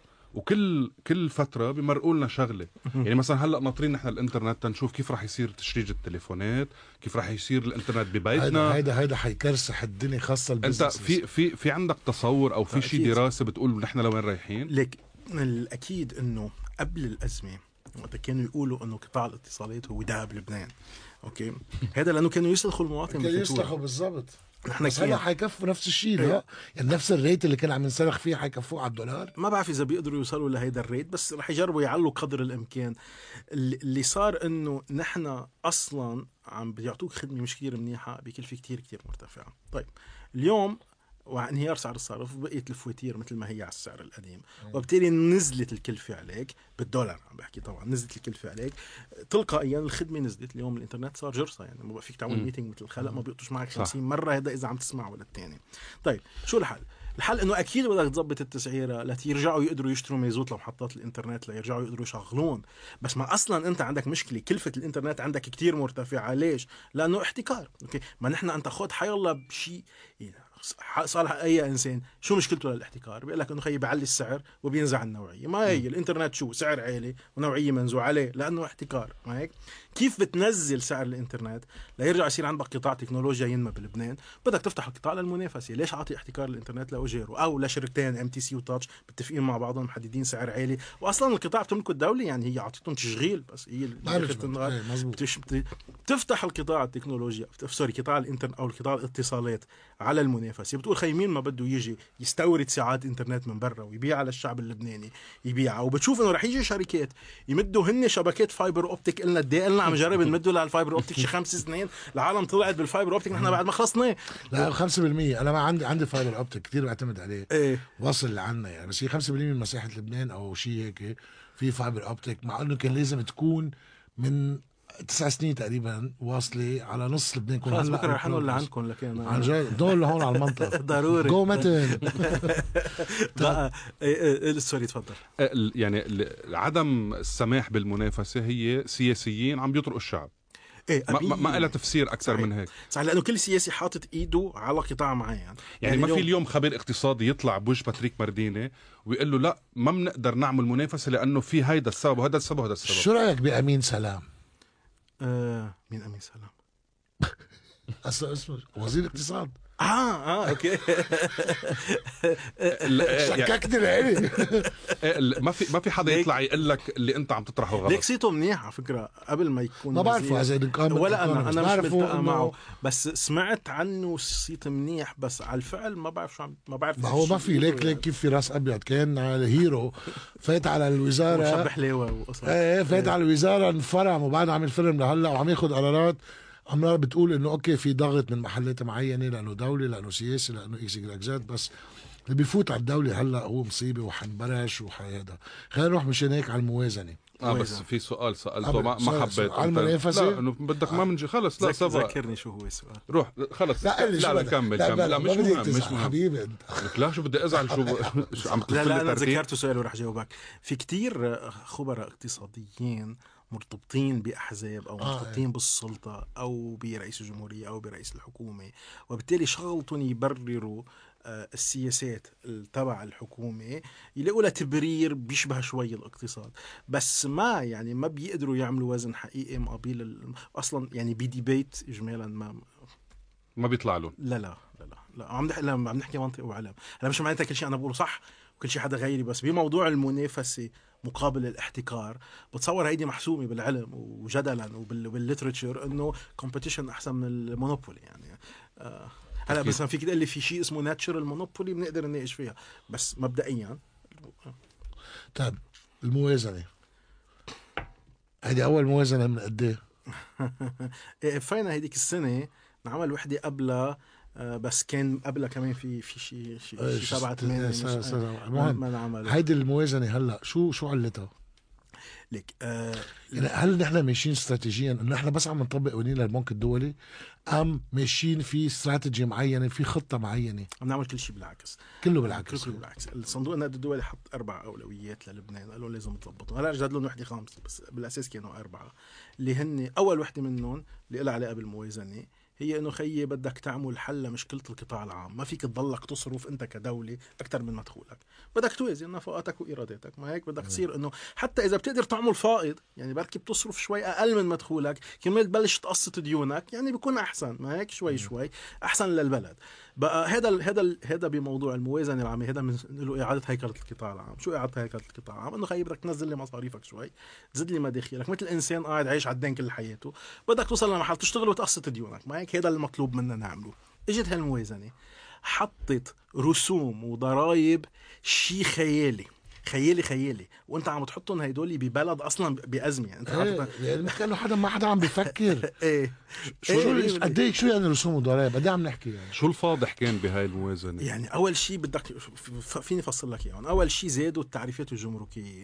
وكل كل فترة بيمرقوا لنا شغلة. يعني مثلا هلا ناطرين نحن الانترنت تنشوف كيف راح يصير تشريج التليفونات، كيف راح يصير الانترنت ببيتنا. هيدا هيدا حيكرسح الدنيا خاصة البزنس. انت في في في عندك تصور او في شيء دراسة بتقول نحن لوين رايحين؟ لك الأكيد إنه قبل الأزمة وقت كانوا يقولوا إنه قطاع الاتصالات هو دهب لبنان، أوكي هذا لأنه كانوا يسلخوا المواطن كانوا يسلخوا بالضبط. نحن بس هلا حيكفوا نفس الشيء لا يعني نفس الريت اللي كان عم نصرخ فيه حيكفوه على الدولار. ما بعرف اذا بيقدروا يوصلوا لهيدا الريت، بس رح يجربوا يعلوا قدر الامكان. اللي صار انه نحن اصلا عم بيعطوك خدمه مش كتير منيحه بكلفه كتير كتير مرتفعه. طيب اليوم وانهيار سعر الصرف بقيت الفواتير مثل ما هي على السعر القديم، وبالتالي نزلت الكلفة عليك بالدولار. عم بحكي طبعا نزلت الكلفة عليك تلقائيا، الخدمة نزلت. اليوم الانترنت صار جرصة، يعني ما بقى فيك تعمل ميتينج مثل الخلق، ما بيقطش معك خمسين مرة، هذا إذا عم تسمع ولا التاني. طيب شو الحل؟ الحل انه اكيد بدك تظبط التسعيره لتيرجعوا يقدروا يشتروا ميزوت لمحطات الانترنت، ليرجعوا يقدروا يشغلون. بس ما اصلا انت عندك مشكله، كلفه الانترنت عندك كتير مرتفعه. ليش؟ لانه احتكار. اوكي، ما نحن انت خد حيالله بشيء صالح اي انسان، شو مشكلته للاحتكار؟ بيقول لك انه خيي بعلي السعر وبينزع النوعيه. ما هي الانترنت شو سعر عالي ونوعيه منزوع عليه لانه احتكار. ما هيك؟ كيف بتنزل سعر الانترنت ليرجع يصير عندك قطاع تكنولوجيا ينمى بلبنان؟ بدك تفتح القطاع للمنافسه. ليش اعطي احتكار الانترنت لاجيره او لشركتين ام تي سي وتاتش متفقين مع بعضهم محددين سعر عالي، واصلا القطاع بتملكه الدوله، يعني هي اعطيتهم تشغيل بس هي تفتح القطاع التكنولوجيا سوري قطاع الانترنت او القطاع الاتصالات على المنافسه. بتقول خي مين ما بده يجي يستورد ساعات انترنت من برا ويبيع على الشعب اللبناني يبيعها، وبتشوف انه رح يجي شركات يمدوا هن شبكات فايبر اوبتيك. قلنا قد قلنا عم نجرب نمدوا لها الفايبر اوبتيك شي خمس سنين، العالم طلعت بالفايبر اوبتيك، نحن بعد ما خلصنا. لا خمسة بالمية انا ما عندي عندي فايبر اوبتيك كثير بعتمد عليه. ايه وصل لعنا يعني، بس هي خمسة بالمية من مساحه لبنان او شيء هيك في فايبر اوبتيك، مع انه كان لازم تكون من تسع سنين تقريبا واصلة على نص لبنان. كون خلص بكره رح نقول لعندكم لكن عن جد دول لهون على المنطقه ضروري جو متن. بقى ايه سوري تفضل. يعني عدم السماح بالمنافسه هي سياسيين عم بيطرقوا الشعب. إيه ما, ما لها تفسير اكثر صحيح. من هيك صحيح، لانه كل سياسي حاطط ايده على قطاع معين. يعني, يعني ما في اليوم خبير اقتصادي يطلع بوجه باتريك مارديني ويقول له لا ما بنقدر نعمل منافسه لانه في هيدا السبب وهذا السبب وهذا السبب. شو رايك بامين سلام؟ آه مين امين سلام؟ اصلا اسمه وزير اقتصاد. اه اه اوكي. شككتني العيني. ما في ما في حدا يطلع يقول لك اللي انت عم تطرحه غلط. ليك صيته منيح على فكره قبل ما يكون ما بعرفه اذا كان ولا انا انا مش متفق إنه... معه، بس سمعت عنه صيت منيح، بس على الفعل ما بعرف شو عم ما بعرف. ما هو ما في ليك ليك كيف في راس ابيض كان على هيرو فات على الوزاره شبح ليوه وقصص. ايه فات على الوزاره انفرم وبعد عمل فيلم لهلا وعم ياخذ قرارات عمرها بتقول انه اوكي في ضغط من محلات معينه لانه دولي لانه سياسي لانه اكس يكس زد، بس اللي بيفوت على الدوله هلا هو مصيبه وحنبرش وحيدا. خلينا نروح مشان هيك على الموازنه. اه بس في سؤال سالته ما, ما حبيت على المنافسه. لا انه بدك ما منجي خلص. لا سبق ذكرني شو هو السؤال. روح خلص. لا لا لا كمل لا, كمل. لا مش مهم مش مهم حبيبي انت. لا شو بدي ازعل شو شو عم تقول. لا لا انا ذكرته سؤال ورح جاوبك. في كتير خبراء اقتصاديين مرتبطين بأحزاب أو مرتبطين بالسلطة أو برئيس الجمهورية أو برئيس الحكومة، وبالتالي شغلتهم يبرروا السياسات تبع الحكومة يلاقوا لها تبرير بيشبه شوي الاقتصاد، بس ما يعني ما بيقدروا يعملوا وزن حقيقي مقابل ال... أصلا يعني بديبيت إجمالا ما ما بيطلع لهم. لا لا لا لا, لا. عم نحكي عم نحكي منطق وعلم. هلا مش معناتها كل شيء أنا بقوله صح وكل شيء حدا غيري، بس بموضوع المنافسة مقابل الاحتكار بتصور هيدي محسومة بالعلم وجدلا وبالليتراتشر انه كومبيتيشن احسن من المونوبولي. يعني آه هلا بس ما فيك تقول لي في شيء اسمه ناتشرال مونوبولي بنقدر نناقش فيها، بس مبدئيا. طيب الموازنة هيدي اول موازنة من قد ايه؟ فينا هيديك السنة نعمل وحدة قبلها، آه بس كان قبلها كمان في في شيء شيء شيء تبع ثمانية ما نعمل هيدي الموازنة. هلا شو شو علتها؟ ليك آه يعني هل نحن ماشيين استراتيجيا انه نحن بس عم نطبق قوانين للبنك الدولي، ام ماشيين في استراتيجي معينه في خطه معينه؟ عم نعمل كل شيء بالعكس. كله بالعكس. كله بالعكس. الصندوق النقد الدولي حط اربع اولويات للبنان، قالوا لازم تضبطوا. هلا جدد لهم وحده خامسه بس بالاساس كانوا اربعه، اللي هن اول وحده منهم اللي لها علاقه بالموازنه هي انه خيي بدك تعمل حل لمشكله القطاع العام. ما فيك تضلك تصرف انت كدوله اكثر من مدخولك، بدك توازن نفقاتك وايراداتك. ما هيك بدك تصير انه حتى اذا بتقدر تعمل فائض يعني بركي بتصرف شوي اقل من مدخولك كرمال تبلش تقسط ديونك، يعني بيكون احسن. ما هيك شوي شوي احسن للبلد. بقى هذا هذا هذا بموضوع الموازنه العامه، هذا من له اعاده هيكله القطاع العام. شو اعاده هيكله القطاع العام؟ انه خيي بدك تنزل لي مصاريفك شوي، تزيد لي مداخيلك، مثل انسان قاعد عايش على الدين كل حياته بدك توصل لمحل تشتغل وتقسط ديونك. ما هيك هذا المطلوب منا نعمله. اجت هالموازنه حطت رسوم وضرائب شيء خيالي خيالي خيالي، وانت عم تحطهم هيدولي ببلد اصلا بازمه. يعني انت ايه يعني كانه حدا ما حدا عم بفكر. ايه شو ايه قد ايه شو يعني رسوم وضرائب؟ قد ايه عم نحكي يعني؟ شو الفاضح كان بهاي الموازنه؟ يعني اول شيء بدك فيني افصل لك اياهم. يعني اول شيء زادوا التعريفات الجمركيه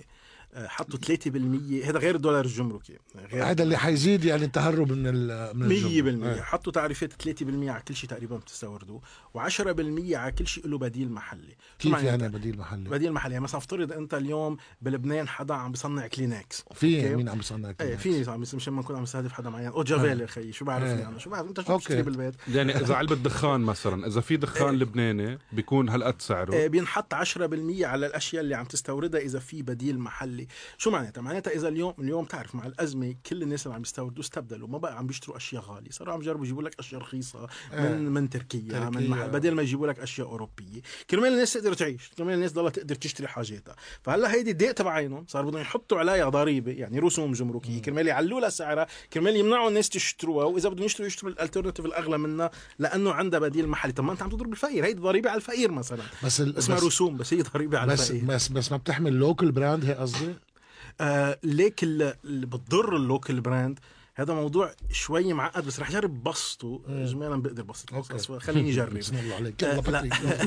حطوا ثلاثة بالمية، هذا غير الدولار الجمركي، هذا اللي حيزيد يعني التهرب من ال من مية بالمية. حطوا تعريفات ثلاثة بالمية على كل شيء تقريبا بتستوردوه، وعشرة بالمية على كل شيء له بديل محلي. كيف يعني بديل محلي؟ بديل محلي يعني مثلا افترض انت اليوم بلبنان حدا عم بيصنع كلينكس، في مين عم بيصنع كلينكس؟ ايه في عم مش ما نكون عم نستهدف حدا معين، او جافيل خيي شو بعرفني انا، شو بعرف انت شو بتشتري بالبيت. يعني اذا علبه دخان مثلا، اذا في دخان ايه لبناني بيكون هالقد سعره، ايه بينحط عشرة بالمية على الاشياء اللي عم تستوردها اذا في بديل محلي. شو معناتها؟ معناتها اذا اليوم اليوم تعرف مع الازمه كل الناس اللي عم يستوردوا استبدلوا، ما بقى عم بيشتروا اشياء غاليه، صاروا عم يجربوا يجيبوا لك اشياء رخيصه اه. من من تركيا, تركيا. من محل بدل ما يجيبوا لك اشياء اوروبيه، كرمال الناس تقدر تعيش، كرمال الناس ضلها تقدر تشتري حاجاتها. فهلا هيدي الدق تبعينهم صار بدهم يحطوا عليها ضريبه، يعني رسوم جمركيه، كرمال يعلوا لها سعرها، كرمال يمنعوا الناس تشتروها، واذا بدهم يشتروا يشتروا الالترناتيف الاغلى منها لانه عندها بديل محلي. طب ما انت عم تضرب الفقير، هيدي ضريبه على الفقير مثلا، بس ال... اسمها بس... رسوم، بس هي ضريبه على بس الفقير. بس بس ما بتحمل لوكال براند، هي قصدي. آه ليك اللي بتضر اللوكال براند هذا موضوع شوي معقد، بس رح جرب بسطه اجمالا، بقدر بسطه، خليني اجرب. بسم الله عليك. آه لا.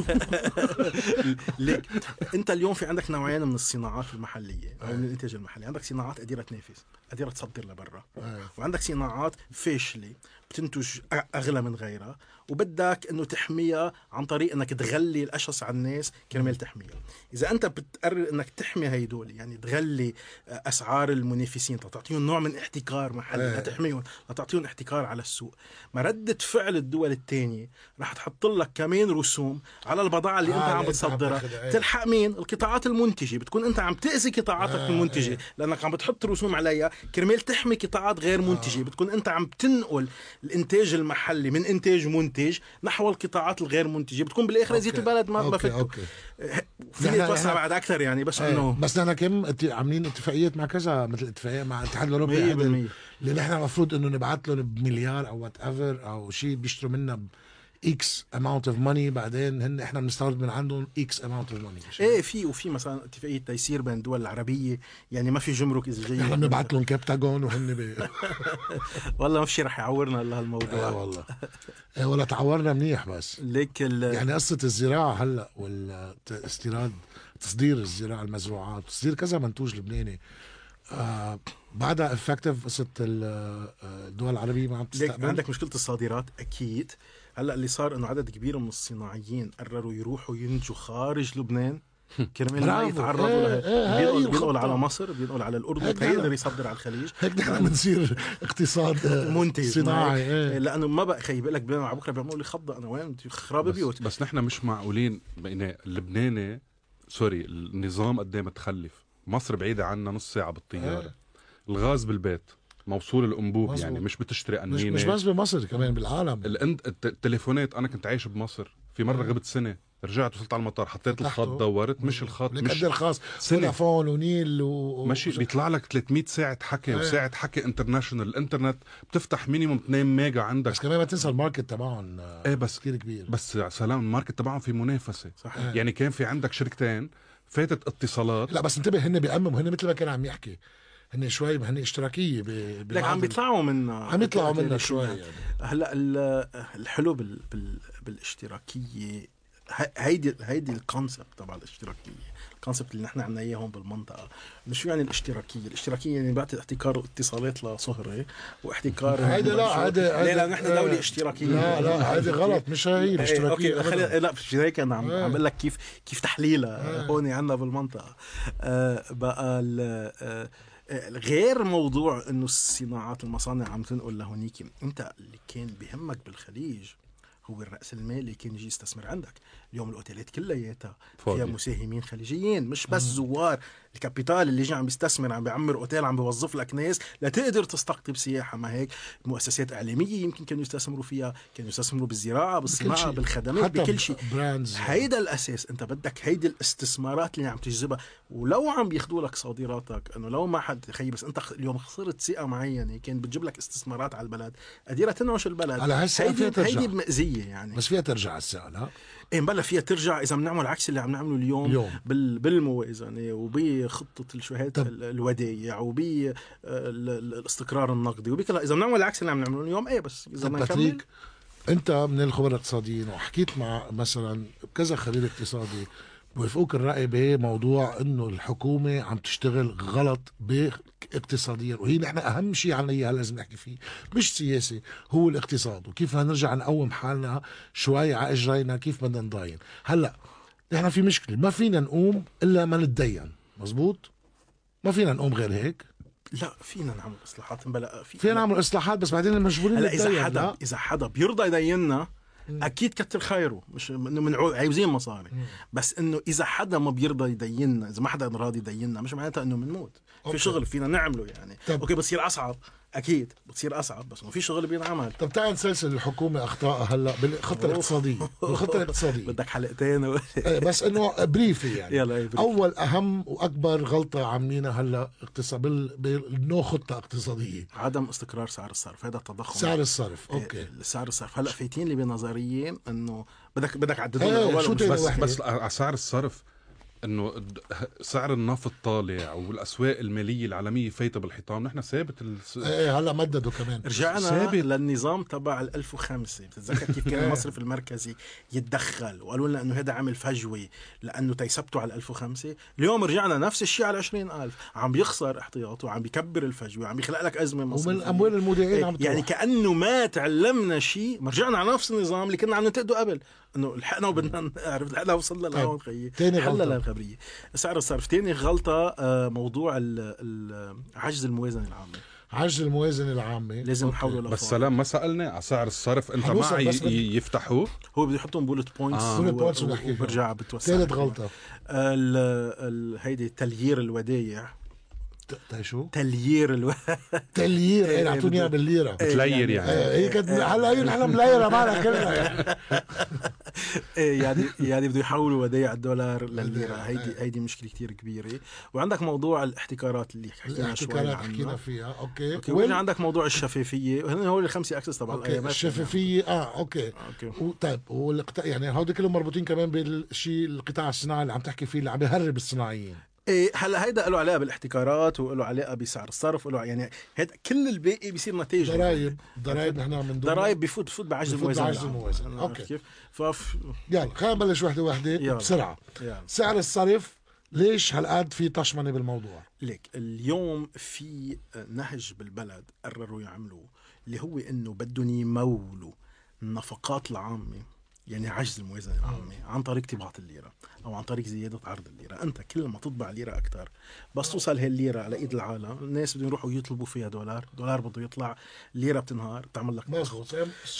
ليك انت اليوم في عندك نوعين من الصناعات المحليه او من الانتاج المحلي. عندك صناعات قديره تنافس، قديره تصدر لبرا، وعندك صناعات فاشله بتنتج اغلى من غيرها، وبدك انه تحميها عن طريق انك تغلي الاشخاص على الناس كرمال تحميها. اذا انت بتقرر انك تحمي هيدول، يعني تغلي اسعار المنافسين، تعطيهم نوع من احتكار محلي، لا تحميهم، لا تعطيهم احتكار على السوق، ما ردة فعل الدول الثانيه رح تحط لك كمان رسوم على البضاعه اللي آه انت عم بتصدرها. تلحق مين؟ القطاعات المنتجه. بتكون انت عم تاذي قطاعاتك آه المنتجه ايه. لانك عم بتحط رسوم عليها كرمال تحمي قطاعات غير منتجه. آه. بتكون انت عم تنقل الانتاج المحلي من انتاج منتج نحو القطاعات الغير منتجه، بتكون بالاخر زيت البلد ما بفكر. فيني اتوسع بعد اكثر يعني، بس انه بس نحن كم عاملين اتفاقيات مع كذا، مثل اتفاقيه مع الاتحاد الاوروبي اللي نحن المفروض انه نبعث لهم بمليار او وات ايفر او شيء بيشتروا منا اكس اماونت اوف ماني، بعدين هن احنا بنستورد من عندهم اكس اماونت اوف ماني. ايه في وفي مثلا اتفاقيه تيسير بين الدول العربيه، يعني ما في جمرك اذا جاي نحن بنبعث لهم كابتاغون وهن بي... والله ما في رح يعورنا الا هالموضوع. ايه والله ايه ولا تعورنا منيح. بس ليك ال... يعني قصه الزراعه هلا والاستيراد، تصدير الزراعه المزروعات، تصدير كذا منتوج لبناني، آه بعدها افكتيف. قصه الدول العربيه ما عم تستقبل. عندك مشكله الصادرات اكيد. هلا اللي صار انه عدد كبير من الصناعيين قرروا يروحوا ينتجوا خارج لبنان كرمال ما يتعرضوا ايه لها. ايه بينقل على مصر، بينقل على الاردن، بيقدر يصدر على الخليج. هيك نحن بنصير اقتصاد منتج صناعي. ايه. لانه ما بقى خي بقول لك على بكره بيعملوا لي خضه، انا وين خراب بيوت. بس نحن مش معقولين بقينا اللبناني سوري النظام قد ايه متخلف. مصر بعيده عنا نص ساعه بالطياره. ايه. الغاز بالبيت موصول الانبوب مزبوط. يعني مش بتشتري قنينه، مش, مش بس بمصر كمان بالعالم. التليفونات انا كنت عايش بمصر، في مره غبت سنه، رجعت وصلت على المطار حطيت الخط دورت مش الخط مش الخاص فودافون ونيل و... ماشي بيطلع لك ثلاثمية ساعه حكي وساعه حكي انترناشونال. الانترنت بتفتح مينيموم اثنين ميجا عندك. بس كمان ما تنسى الماركت تبعهم ايه بس كثير كبير. بس سلام الماركت تبعهم في منافسه صحيح. يعني كان في عندك شركتين فاتت اتصالات. لا بس انتبه هن بيأمموا، هن مثل ما كان عم يحكي هن شوي هن اشتراكيه ب... لك عم بيطلعوا منها عم يطلعوا منها شوي يعني. هلا الحلو بال... بال... بالاشتراكيه هيدي هيدي الكونسبت تبع الاشتراكيه، الكونسبت اللي نحن عندنا اياه هون بالمنطقه. شو يعني الاشتراكيه؟ الاشتراكيه يعني بعطي احتكار اتصالات لصهري واحتكار هيدا لا هيدا لا لا نحن دوله اشتراكيه. لا لا هيدي غلط، مش هي الاشتراكيه. اوكي خلي لا مش هيك انا عم عم بقول لك كيف كيف تحليلها هون عندنا بالمنطقه. آه بقى آه غير موضوع انه الصناعات المصانع عم تنقل لهونيك. انت اللي كان بيهمك بالخليج هو الرأس المالي كان يجي يستثمر عندك. اليوم الأوتيلات كلياتها فيها مساهمين خليجيين، مش بس زوار. الكابيتال اللي يجي عم بيستثمر، عم بيعمر أوتيل، عم بيوظف لك ناس لتقدر تستقطب سياحة. ما هيك مؤسسات إعلامية يمكن كانوا يستثمروا فيها، كانوا يستثمروا بالزراعة، بالصناعة، بالخدمات، بكل شيء. هيدا الأساس. أنت بدك هيدي الاستثمارات اللي عم تجذبها. ولو عم بياخدوا لك صادراتك، إنه لو ما حد خي بس أنت اليوم خسرت ثقة معينة كان بتجيب لك استثمارات على البلد، قديرة تنعش البلد. هيدي هيدي مأزية يعني. بس فيها ترجع الثقة. لا ايه بلا فيها ترجع اذا بنعمل عكس اللي عم نعمله اليوم, اليوم. بالموازنه وبخطه الشهادات الودايع وبالاستقرار النقدي وبكلا. اذا بنعمل العكس اللي عم نعمله اليوم ايه بس اذا بدنا نكمل. انت من الخبراء الاقتصاديين وحكيت مع مثلا كذا خبير اقتصادي بوافقوك الرأي بموضوع انه الحكومة عم تشتغل غلط باقتصاديا، وهي نحن اهم شيء عليها لازم نحكي فيه، مش سياسي، هو الاقتصاد وكيف نرجع نقوم حالنا شوي على اجرينا، كيف بدنا نضاين. هلا نحن في مشكلة، ما فينا نقوم الا ما نتدين، مزبوط؟ ما فينا نقوم غير هيك. لا فينا نعمل اصلاحات بلا في فينا نعمل اصلاحات بس بعدين مجبورين هلا اذا نتدين. حدا لا. اذا حدا بيرضى يديننا اكيد كتر خيره، مش انه من عايزين مصاري، بس انه اذا حدا ما بيرضى يديننا، اذا ما حدا راضي يديننا مش معناتها انه بنموت. في شغل فينا نعمله يعني. طب. اوكي بتصير اصعب، اكيد بتصير اصعب، بس انه في شغل بينعمل. طب تعال نسلسل الحكومة اخطائها هلا بالخطة الاقتصادية. بالخطة الاقتصادية بدك حلقتين و... بس انه بريفي يعني. يلا بريفي. اول اهم واكبر غلطة عاملينها هلا اقتصاد بال... بالنو خطة اقتصادية، عدم استقرار سعر الصرف، هذا التضخم. سعر الصرف. اوكي. إيه، سعر الصرف هلا فايتين لي بنظريين انه بدك بدك عددوا ايه، الاول شو ومش تاني بس واحد؟ بس على سعر الصرف انه سعر النفط طالع والاسواق الماليه العالميه فايته بالحيطان، نحن ثابت الس... ايه هلا مددوا كمان. رجعنا ثابت. للنظام تبع ال ألف وخمسة. بتتذكر كيف كان المصرف المركزي يتدخل وقالوا لنا انه هذا عامل فجوه لانه تيثبتوا على ألف وخمسة. اليوم رجعنا نفس الشيء على عشرين ألف، عم بيخسر احتياطه وعم بيكبر الفجوه، عم بيخلق لك ازمه مصرفيه، ومن اموال المودعين إيه، عم تروح. يعني كانه ما تعلمنا شيء، ما رجعنا على نفس النظام اللي كنا عم ننتقده قبل، انه لحقنا وبدنا نعرف لحقنا وصلنا لهون. خيي تاني غلطة. حلل الخبريه سعر الصرف. تاني غلطه آه، موضوع ال- ال- عجز الموازنه العامه. عجز الموازنة العامة لازم أوكي. نحوله بس لفوق. سلام ما سالنا على سعر الصرف، انت حنوصل معي بس بد- ي- يفتحوه هو بده يحطهم بولت بوينتس آه. bullet points ونحكي فيهم. وبرجع بتوسع. ثالث غلطة. ال ال هيدي تليير الودايع. ت- تا شو؟ تليير الو... تليير. ايه إيه، اعطوني اياها بدي- بالليرة. إيه، تلير يعني. ايه هي كانت هلا هي نحن ملايرة معنا كلنا يعني. إيه، يعني يعني بده يحولوا ودايع الدولار للليرة. إيه. هيدي هيدي مشكلة كتير كبيرة. وعندك موضوع الاحتكارات اللي حكينا شوي الاحتكارات حكينا عنها. فيها. اوكي. اوكي. وين- وين عندك موضوع الشفافية، وهن هول الخمسة اكسس تبع اوكي الاي ام اف. الشفافية. اه اوكي. اوكي. و- طيب والقطاع يعني هودي كلهم مربوطين كمان بالشيء القطاع الصناعي اللي عم تحكي فيه، اللي عم يهرب الصناعيين. إيه هلا هيدا له علاقه بالاحتكارات وله علاقه بسعر الصرف وله يعني هيدا كل الباقي بيصير نتيجه. ضرايب ضرايب نحن من ضمن ضرايب بفوت بفوت بعجز بفوت الموازنه. بعجز الموازنة. العامة. أوكي. عرفت كيف؟ فف يلا خلينا نبلش وحده وحده يلا. بسرعه. يعني سعر الصرف ليش هالقد في طشمنه بالموضوع؟ ليك اليوم في نهج بالبلد قرروا يعملوه، اللي هو انه بدهم يمولوا النفقات العامه، يعني عجز الموازنه العامه، عن طريق طباعه الليره او عن طريق زياده عرض الليره. انت كل ما تطبع ليره اكثر، بس توصل هي الليره على ايد العالم، الناس بدهم يروحوا يطلبوا فيها دولار، دولار بده يطلع، الليره بتنهار، بتعمل لك مظبوط.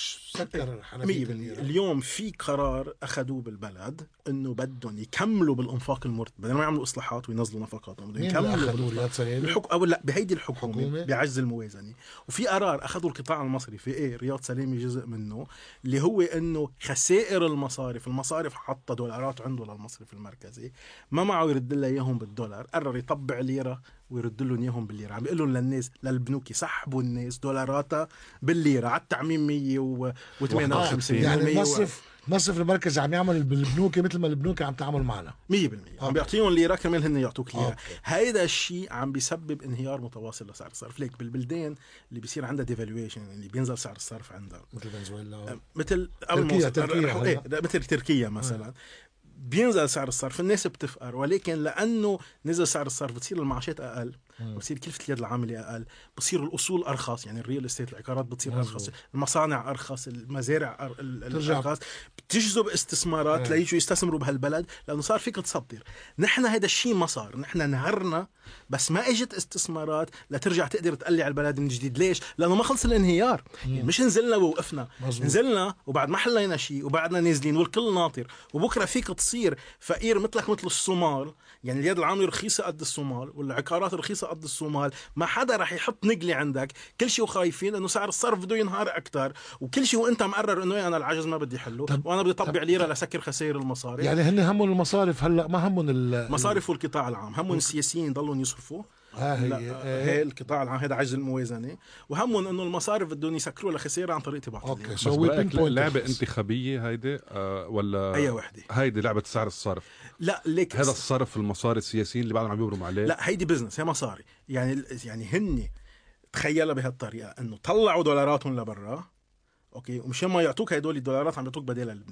سكر مية حنفيه بالمية. الليرة. اليوم في قرار اخذوه بالبلد انه بدهم يكملوا بالانفاق المرتب، بدل ما يعملوا اصلاحات وينزلوا نفقاتهم، بدهم مين اللي يكملوا اخذوا رياض سلامي؟ الحك... او لا بهيدي الحكومه حكومة؟ بعجز الموازنه. وفي قرار اخذوا القطاع المصرفي، ايه رياض سلامي جزء منه، اللي هو انه خسائر المصارف، المصارف حاطه دولارات عنده للمصرف المركزي، ما معه يرد لها اياهم بالدولار، قرر يطبع ليره ويرد لهم اياهم بالليره. عم بيقول لهم للناس للبنوك يسحبوا الناس دولاراتها بالليره على التعميم مية وثمانية وخمسين يعني ومية المصرف المصرف المركزي عم يعمل بالبنوك مثل ما البنوك عم تعمل معنا. مية بالمية. عم بيعطيهم ليرة كرمال هن يعطوك ليرة. هيدا الشيء عم بيسبب انهيار متواصل لسعر الصرف. ليك بالبلدان اللي بيصير عندها ديفالويشن، اللي بينزل سعر الصرف عندها، مثل فنزويلا، مثل تركيا تركيا ايه مثل تركيا مثلا، بينزل سعر الصرف، الناس بتفقر، ولكن لانه نزل سعر الصرف بتصير المعاشات اقل، بتصير كلفة اليد العاملة اقل، بتصير الاصول ارخص، يعني الريال استيت العقارات بتصير مزبوط. ارخص، المصانع ارخص، المزارع أر... ال- ترجع. ارخص، بتجذب استثمارات ايه. ليجوا يستثمروا بهالبلد، لانه صار فيك تصدر. نحن هذا الشيء ما صار، نحن نهرنا بس ما اجت استثمارات لترجع تقدر تقلي على البلد من جديد. ليش؟ لانه ما خلص الانهيار. يعني مش نزلنا ووقفنا، مزبوط. نزلنا وبعد ما حلينا شيء وبعدنا نازلين والكل ناطر، وبكره فيك تصير فقير مثلك مثل الصومال، يعني اليد العامله رخيصه قد الصومال والعقارات رخيصه قد الصومال، ما حدا رح يحط نقله عندك، كل شيء وخايفين انه سعر الصرف بده ينهار اكثر، وكل شيء وانت مقرر انه انا العجز ما بدي حله، وانا بدي اطبع ليره لسكر خسائر المصاري. يعني هن همهم المصارف هلا، ما همهم ال- مصارف والقطاع العام، همهم السياسيين يضلون يصرفوا. ها هي لا إيه. هي القطاع العام هذا عجز الموازنه، وهمهم انه المصارف بدهم يسكروا لخسائر عن طريق طباعه اوكي الليرة. بس سو برأيك لعبة انتخابية هيدي آه ولا اي وحده؟ هيدي لعبة سعر الصرف؟ لا ليك هذا الصرف المصاري السياسيين اللي بعدهم عم يبرموا عليه. لا هيدي بزنس، هي مصاري. يعني يعني هن تخيلها بهالطريقه انه طلعوا دولاراتهم لبرا، اوكي، ومشان ما يعطوك هدول الدولارات عم يعطوك بديل لبناني،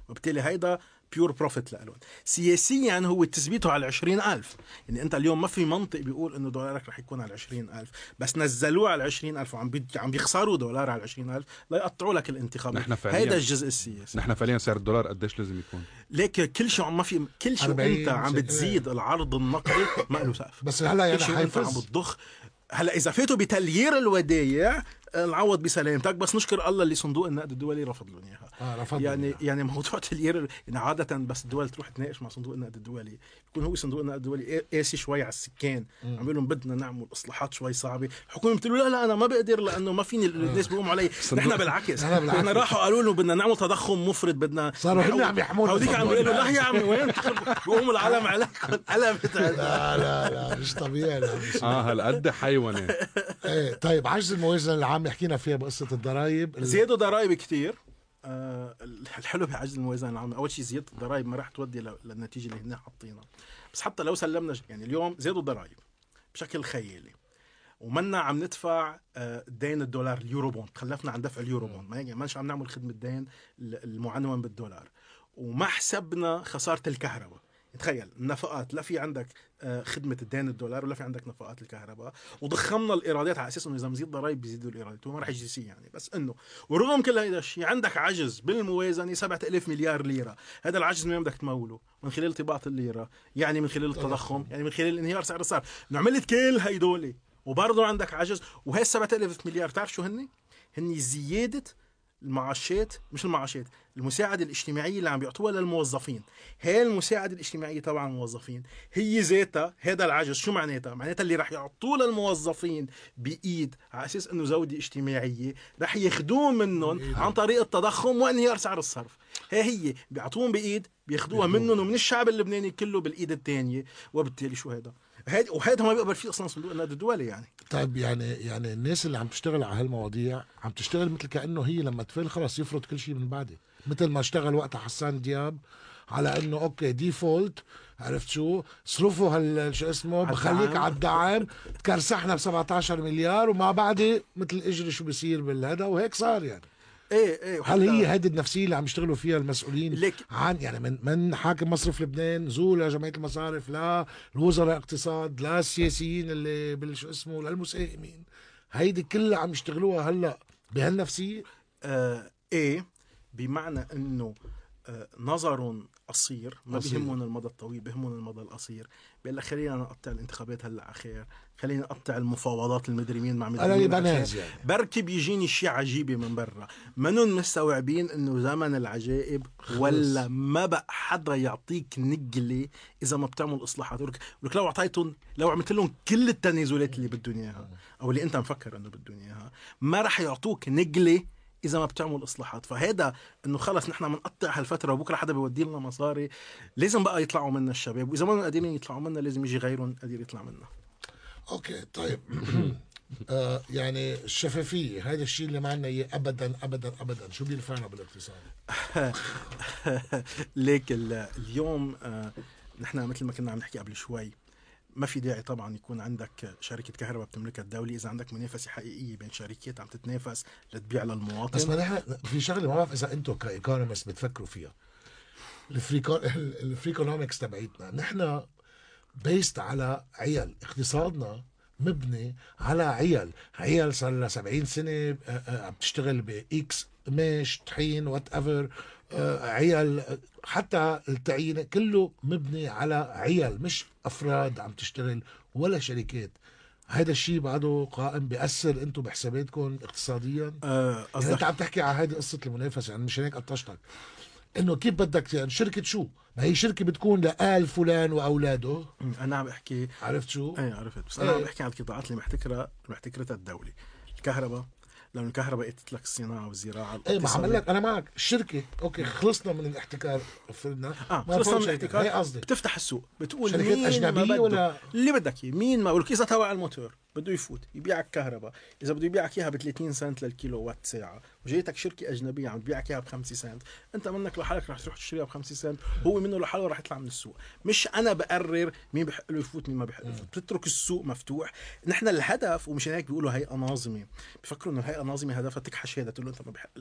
وبالتالي هيدا بيور بروفيت لألون. سياسيا هو تثبيته على عشرين ألف. يعني أنت اليوم ما في منطق بيقول إنه دولارك رح يكون على عشرين ألف، بس نزلوه على عشرين ألف وعم بي... عم بيخسروا دولار على عشرين ألف لا يقطعوا لك الانتخابات. هيدا الجزء السياسي. نحن فعليا سعر الدولار قديش لازم يكون؟ ليك كل شيء ما في كل شيء أنت عم بتزيد العرض النقدي ما له سقف. بس هلا يعني حيفز عم بتضخ. هلا إذا فاتوا بتليير الودايع نعوض بسلامتك، بس نشكر الله اللي صندوق النقد الدولي رفض لهم اياها. آه رفض يعني يعني. يعني موضوع تليير يعني عاده بس الدول تروح تناقش مع صندوق النقد الدولي بيكون هو صندوق النقد الدولي قاسي شوي على السكان، عم بيقول لهم بدنا نعمل اصلاحات شوي صعبه، الحكومه بتقول لا لا انا ما بقدر لانه ما فيني الناس بيقوموا علي. نحن بالعكس نحن راحوا قالوا له بدنا نعمل تضخم مفرط، بدنا صاروا هن عم يحمون هوديك عم بيقولوا لا يا عمي وين بيقوموا العالم عليكم قلبت. لا لا لا مش طبيعي. اه هالقد حيوانه. ايه طيب عجز الموازنه العامه حكينا فيها بقصه الضرائب. زيادوا ضرائب كتير. آه الحلو بعجز الموازنه العامه اول شيء زياده الضرائب ما راح تودي للنتيجه اللي هنا حاطينها، بس حتى لو سلمنا يعني اليوم زادوا الضرائب بشكل خيالي ومنا عم ندفع آه دين الدولار اليورو بوند، خلفنا عن دفع اليورو بوند، ما يعني مانش عم نعمل خدمه دين المعنون بالدولار، وما حسبنا خساره الكهرباء. تخيل النفقات لا في عندك خدمة الدين الدولار ولا في عندك نفقات الكهرباء، وضخمنا الإيرادات على أساس إنه إذا مزيد ضرائب بيزيدوا الإيرادات وما راح يجي يعني. بس إنه ورغم كل هذا الشيء عندك عجز بالموازنة سبعة آلاف مليار ليرة. هذا العجز من بدك تموله؟ من خلال طباعة الليرة، يعني من خلال التضخم، يعني من خلال انهيار سعر الصرف. عملت كل هيدولي وبرضه عندك عجز. وهي سبعة آلاف مليار تعرف شو هني؟ هني زيادة المعاشات، مش المعاشات، المساعدة الاجتماعية اللي عم بيعطوها للموظفين. هاي المساعدة الاجتماعية طبعا الموظفين هي ذاتها هذا العجز. شو معناتها؟ معناتها اللي رح يعطوه للموظفين بإيد على أساس أنه زودة اجتماعية رح ياخدوه منهم عن طريق التضخم وانهيار سعر الصرف. هي هي بيعطوهم بإيد بياخدوها منهم ومن الشعب اللبناني كله بالإيد الثانية. وبالتالي شو هذا؟ وهذا ما بيقبل فيه اصلا صندوق النقد الدولي. يعني طيب يعني يعني الناس اللي عم تشتغل على هالمواضيع عم تشتغل مثل كانه هي لما تفل خلص يفرض كل شيء من بعده، مثل ما اشتغل وقتها حسان دياب على انه اوكي ديفولت، عرفت شو صرفوا هال شو اسمه بخليك على الدعم، تكرسحنا ب سبعة عشر مليار وما بعد مثل اجري شو بيصير بالهذا، وهيك صار. يعني ايه ايه هل هي هيدي النفسيه اللي عم يشتغلوا فيها المسؤولين لك عن يعني من من حاكم مصرف لبنان زول لجمعيه المصارف لا الوزراء اقتصاد لا السياسيين اللي بالشو اسمه للمساهمين، هيدي كلها عم يشتغلوها هلا بهالنفسيه؟ آه ايه بمعنى انه آه نظر قصير ما بيهمون المدى الطويل، بيهمون المدى القصير. بيقول لك خلينا نقطع الانتخابات هلا على خير، خلينا نقطع المفاوضات المدرمين مع مدرمين يعني. بركي بيجيني شيء عجيبه من برا، منن مستوعبين انه زمن العجائب ولا ما بقى حدا يعطيك نقله اذا ما بتعمل اصلاحات. ولك لو اعطيتهم لو عملت لهم كل التنازلات اللي بدهم اياها او اللي انت مفكر انه بدهم اياها ما راح يعطوك نقله إذا ما بتعمل إصلاحات. فهذا إنه خلص نحن منقطع هالفترة وبكرة حدا بيودي لنا مصاري، لازم بقى يطلعوا منا الشباب، وإذا ما قادرين يطلعوا منا لازم يجي غيرهم قادر يطلع منا. أوكي طيب آه يعني الشفافية هذا الشيء اللي ما عنا إياه أبدا أبدا أبدا، شو بينفعنا بالاقتصاد؟ ليك اليوم آه نحن مثل ما كنا عم نحكي قبل شوي ما في داعي طبعا يكون عندك شركة كهرباء بتملكها الدولة إذا عندك منافسة حقيقية بين شركات عم تتنافس لتبيع للمواطن. بس ما نحن في شغلة ما بعرف إذا أنتم كإيكونومست بتفكروا فيها، الفريكونومكس تبعيتنا نحن بيست على عيال، اقتصادنا مبني على عيال عيال صار لها سبعين سنة عم تشتغل بإكس ماش طحين وات ايفر، عيال حتى التعيين كله مبني على عيال مش أفراد عم تشتغل ولا شركات. هذا الشيء بعده قائم بيأثر انتم بحساباتكم اقتصاديا؟ أه يعني انت عم تحكي على هذه قصة المنافسة، يعني مش هيك قطشتك انه كيف بدك يعني شركة شو؟ ما هي شركة بتكون لآل فلان وأولاده. أنا عم بحكي عرفت شو؟ ايه عرفت، بس أنا عم بحكي عن القطاعات اللي محتكرة محتكرتها الدولة. الكهرباء لأن الكهرباء قتلت لك الصناعة والزراعة. ايه ما عمل لك انا معك الشركة اوكي خلصنا من الاحتكار فلنا اه خلصنا من الاحتكار. هي قصدي بتفتح السوق بتقول شركات مين أجنبية ما ولا اللي بدك اياه، مين ما ولك اذا تبع الموتور بده يفوت يبيعك كهرباء، اذا بده يبيعك اياها ب ثلاثين سنت للكيلو وات ساعه وجيتك شركه اجنبيه عم تبيعك اياها ب خمسة سنت، انت منك لحالك رح تروح تشتريها ب خمسة سنت، هو منه لحاله رح يطلع من السوق. مش انا بقرر مين بحق له يفوت مين ما بحق له يفوت، بتترك السوق مفتوح. نحن الهدف ومشان هيك بيقولوا هيئه ناظمه، بفكروا انه الهيئه الناظمه هدفها تكحش هذا تقول له انت ما بحق لك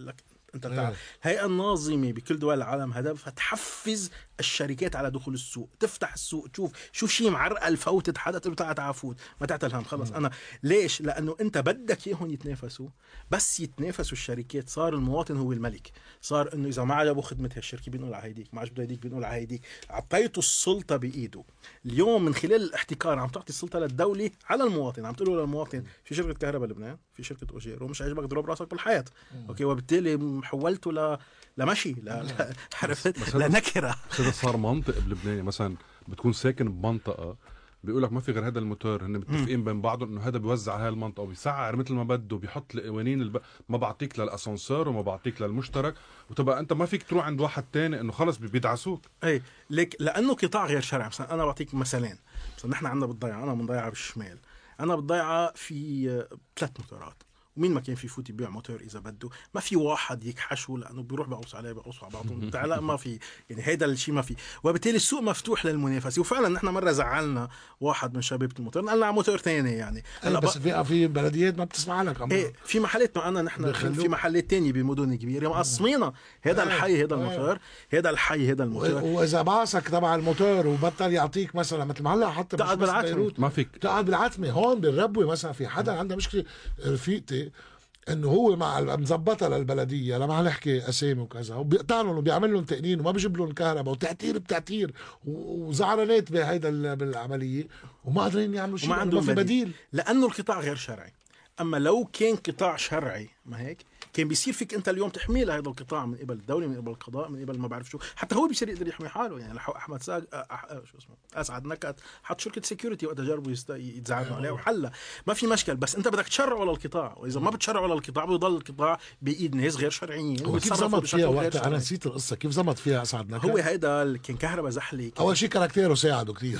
انت بتعرف الهيئه الناظمه بكل دول العالم هدفها تحفز الشركات على دخول السوق، تفتح السوق، تشوف شو شيء معرقل فوتت حدا تقول تعال تعال فوت، ما تعتل هم خلص. انا ليش؟ لانه انت بدك اياهم يتنافسوا، بس يتنافسوا الشركات صار المواطن هو الملك، صار انه اذا ما عجبه خدمه هالشركه بينقل على هيديك، ما عجبه هيديك بينقل على هيديك، اعطيته السلطه بايده. اليوم من خلال الاحتكار عم تعطي السلطه للدوله على المواطن، عم تقول له للمواطن في شركه كهرباء لبنان، في شركه اوجيرو، مش عجبك ضرب راسك بالحياه. اوكي، وبالتالي حولته ل لمشي لا لا عرفت لنكره. هذا صار منطق بلبنان. مثلا بتكون ساكن بمنطقه بيقول لك ما في غير هذا الموتور، هن متفقين بين بعضهم انه هذا بيوزع هاي المنطقه وبيسعر مثل ما بده، بيحط القوانين الب... ما بعطيك للاسانسير وما بعطيك للمشترك، وتبقى انت ما فيك تروح عند واحد تاني انه خلص بيدعسوك. اي ليك لانه قطاع غير شرعي. مثلا انا بعطيك مثلين، مثلا نحن عندنا بالضيعه، انا من ضيعه بالشمال، انا بالضيعه في ثلاث موتورات، ومين ما كان في يفوت يبيع موتور اذا بده، ما في واحد يكحشه لانه بيروح بقوص عليه بقوص على بعضهم لا ما في، يعني هيدا الشيء ما في، وبالتالي السوق مفتوح للمنافسه. وفعلا نحن مره زعلنا واحد من شباب الموتور قال لنا موتور ثاني يعني هلا بس في في بلديات ما بتسمع لك. ايه في محلات معنا نحن في محلات ثانيه بمدن كبيره مقسمينا هذا الحي هذا الموتور، هذا الحي هذا الموتور، واذا بعصك تبع الموتور وبطل يعطيك مثلا مثل ما هلا حتى تقعد بالعتمه، ما فيك تقعد بالعتمه. هون بالربوه مثلا في حدا عنده مشكله رفيقتي انه هو مع مظبطها للبلديه لما نحكي اسامي وكذا، وبيقطع لهم وبيعمل لهم تقنين وما بيجيب لهم كهرباء وتعتير بتعتير وزعرانات بهيدا بالعمليه وما قادرين يعملوا شيء، ما في بديل لانه القطاع غير شرعي. اما لو كان قطاع شرعي ما هيك كان بيصير فيك انت اليوم تحميل هذا القطاع من قبل الدوله، من قبل القضاء، من قبل ما بعرف شو، حتى هو بيصير يقدر يحمي حاله. يعني احمد ساق أح... شو اسمه اسعد نكت حط شركه سيكيورتي وقت جربوا يست... يتزعموا عليها وحلها، ما في مشكل. بس انت بدك تشرعه للقطاع، واذا ما بتشرعه للقطاع بيضل القطاع بايد ناس غير شرعيين. كيف زمط فيها وقت؟ انا نسيت القصه كيف زمط فيها اسعد نكت. هو هيدا كان كهرباء زحلي. اول شيء كاركتيره ساعده كثير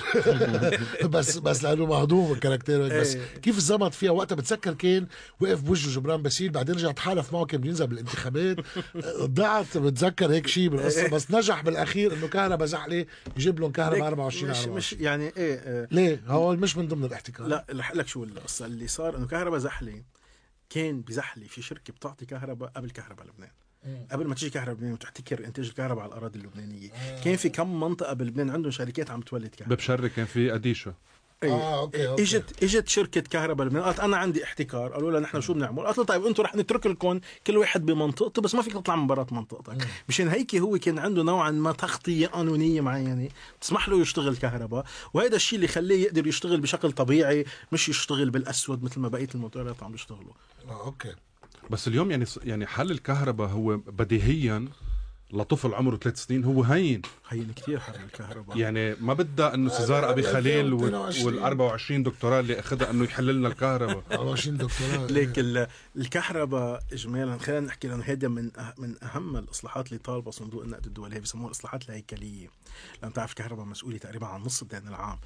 بس بس لانه مهضوم كاركتيره، بس كيف زمط فيها وقتها؟ بتذكر كان وقف بوجه جبران باسيل، بعدين رجع تحالف معه كان بينزل بالانتخابات ضعت بتذكر هيك شيء بالقصه، بس نجح بالاخير انه كهرباء زحله يجيب لهم كهرباء أربعة وعشرين مش, أربعة وعشرين. مش يعني ايه, إيه ليه هو مش من ضمن الاحتكار؟ لا رح لك شو القصه اللي صار. انه كهرباء زحله كان بزحله في شركه بتعطي كهرباء قبل كهرباء لبنان، قبل ما تيجي كهرباء لبنان وتحتكر انتاج الكهرباء على الاراضي اللبنانيه. كان في كم منطقه بلبنان عندهم شركات عم تولد كهرباء. ببشر كان في اديشو. اه اوكي, أوكي. اجت اجت شركه كهرباء لبنان قالت انا عندي احتكار. قالوا لها نحن شو بنعمل؟ قالت له طيب انتم رح نترك لكم كل واحد بمنطقته، بس ما فيك تطلع من برات منطقتك. مشان هيك هو كان عنده نوعا ما تغطيه قانونيه معينه تسمح له يشتغل كهرباء، وهذا الشيء اللي خليه يقدر يشتغل بشكل طبيعي، مش يشتغل بالاسود مثل ما بقيه الموتورات عم يشتغلوا. اه اوكي. بس اليوم يعني يعني حل الكهرباء هو بديهيا لطفل عمره ثلاث سنين هو هين هين كتير حل الكهرباء. يعني ما بدها انه سيزار ابي خليل وال أربعة وعشرين دكتوراه اللي اخذها انه يحل لنا الكهرباء. أربعة وعشرين دكتوراه. لكن الكهرباء اجمالا خلينا نحكي لانه هذا من من اهم الاصلاحات اللي طالبها صندوق النقد الدولي، بيسموها الاصلاحات الهيكليه. لان تعرف الكهرباء مسؤوله تقريبا عن نص الدين العام،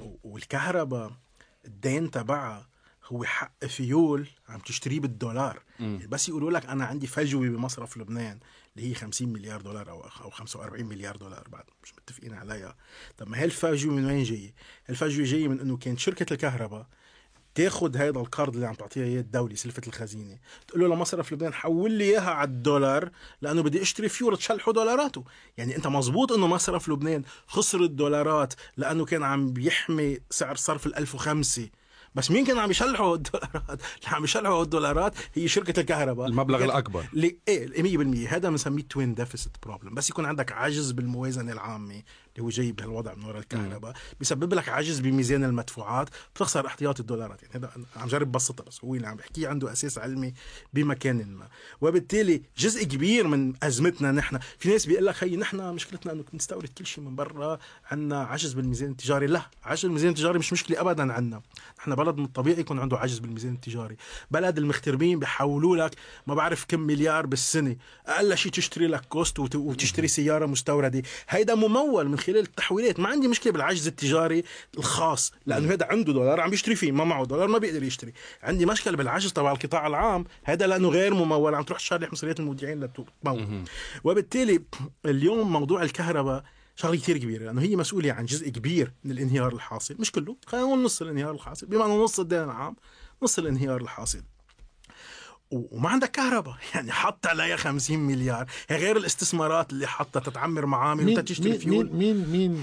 والكهرباء الدين تبعها هو حق فيول عم تشتريه بالدولار. م. بس يقولوا لك انا عندي فجوه بمصرف لبنان اللي هي خمسين مليار دولار او او خمسة وأربعين مليار دولار، بعد مش متفقين عليها. طب ما هالفجوه من وين جايه؟ الفجوه جايه من انه كانت شركه الكهرباء تاخذ هذا القرض اللي عم تعطيها اياه الدوله سلفه الخزينه، تقول له لمصرف لبنان حول لي اياها على الدولار لانه بدي اشتري فيول تشلحوا دولاراته. يعني انت مزبوط انه مصرف لبنان خسر الدولارات لانه كان عم بيحمي سعر صرف الألف وخمسة، بس مين كان عم يشلحوا الدولارات؟ اللي عم يشلحوا الدولارات هي شركة الكهرباء، المبلغ الأكبر. ايه مية بالمية. هذا بنسميه توين ديفيسيت بروبلم. بس يكون عندك عجز بالموازنة العامة اللي هو جاي بهالوضع من وراء الكهرباء، بيسبب لك عجز بميزان المدفوعات، بتخسر احتياطي الدولارات. يعني هذا عم جرب بسطها، بس هو اللي عم بحكي عنده أساس علمي بمكان ما. وبالتالي جزء كبير من أزمتنا نحن، في ناس بيقول لك هي نحن مشكلتنا انه نستورد كل شيء من برا، عنا عجز بالميزان التجاري. لا، عجز بالميزان التجاري مش مشكلة أبدا عنا. نحن بلد من الطبيعي يكون عنده عجز بالميزان التجاري. بلد المغتربين بيحولوا لك ما بعرف كم مليار بالسنة، أقل شيء تشتري لك كوست وتشتري سيارة مستوردة. هيدا ممول من خلال التحويلات. ما عندي مشكلة بالعجز التجاري الخاص لأنه هذا عنده دولار عم بيشتري فيه، ما معه دولار ما بيقدر يشتري. عندي مشكلة بالعجز تبع القطاع العام، هذا لأنه غير ممول، عم تروح تشارح مصريات المودعين لتمول. وبالتالي اليوم موضوع الكهرباء شغله كثير كبيره لانه هي مسؤوله عن جزء كبير من الانهيار الحاصل، مش كله، خلينا نقول نص الانهيار الحاصل، بمعنى نص الدين العام، نص الانهيار الحاصل. وما عندك كهرباء. يعني حط عليها خمسين مليار، هي غير الاستثمارات اللي حطها تتعمر معامل وتشتري مين فيول. مين مين مين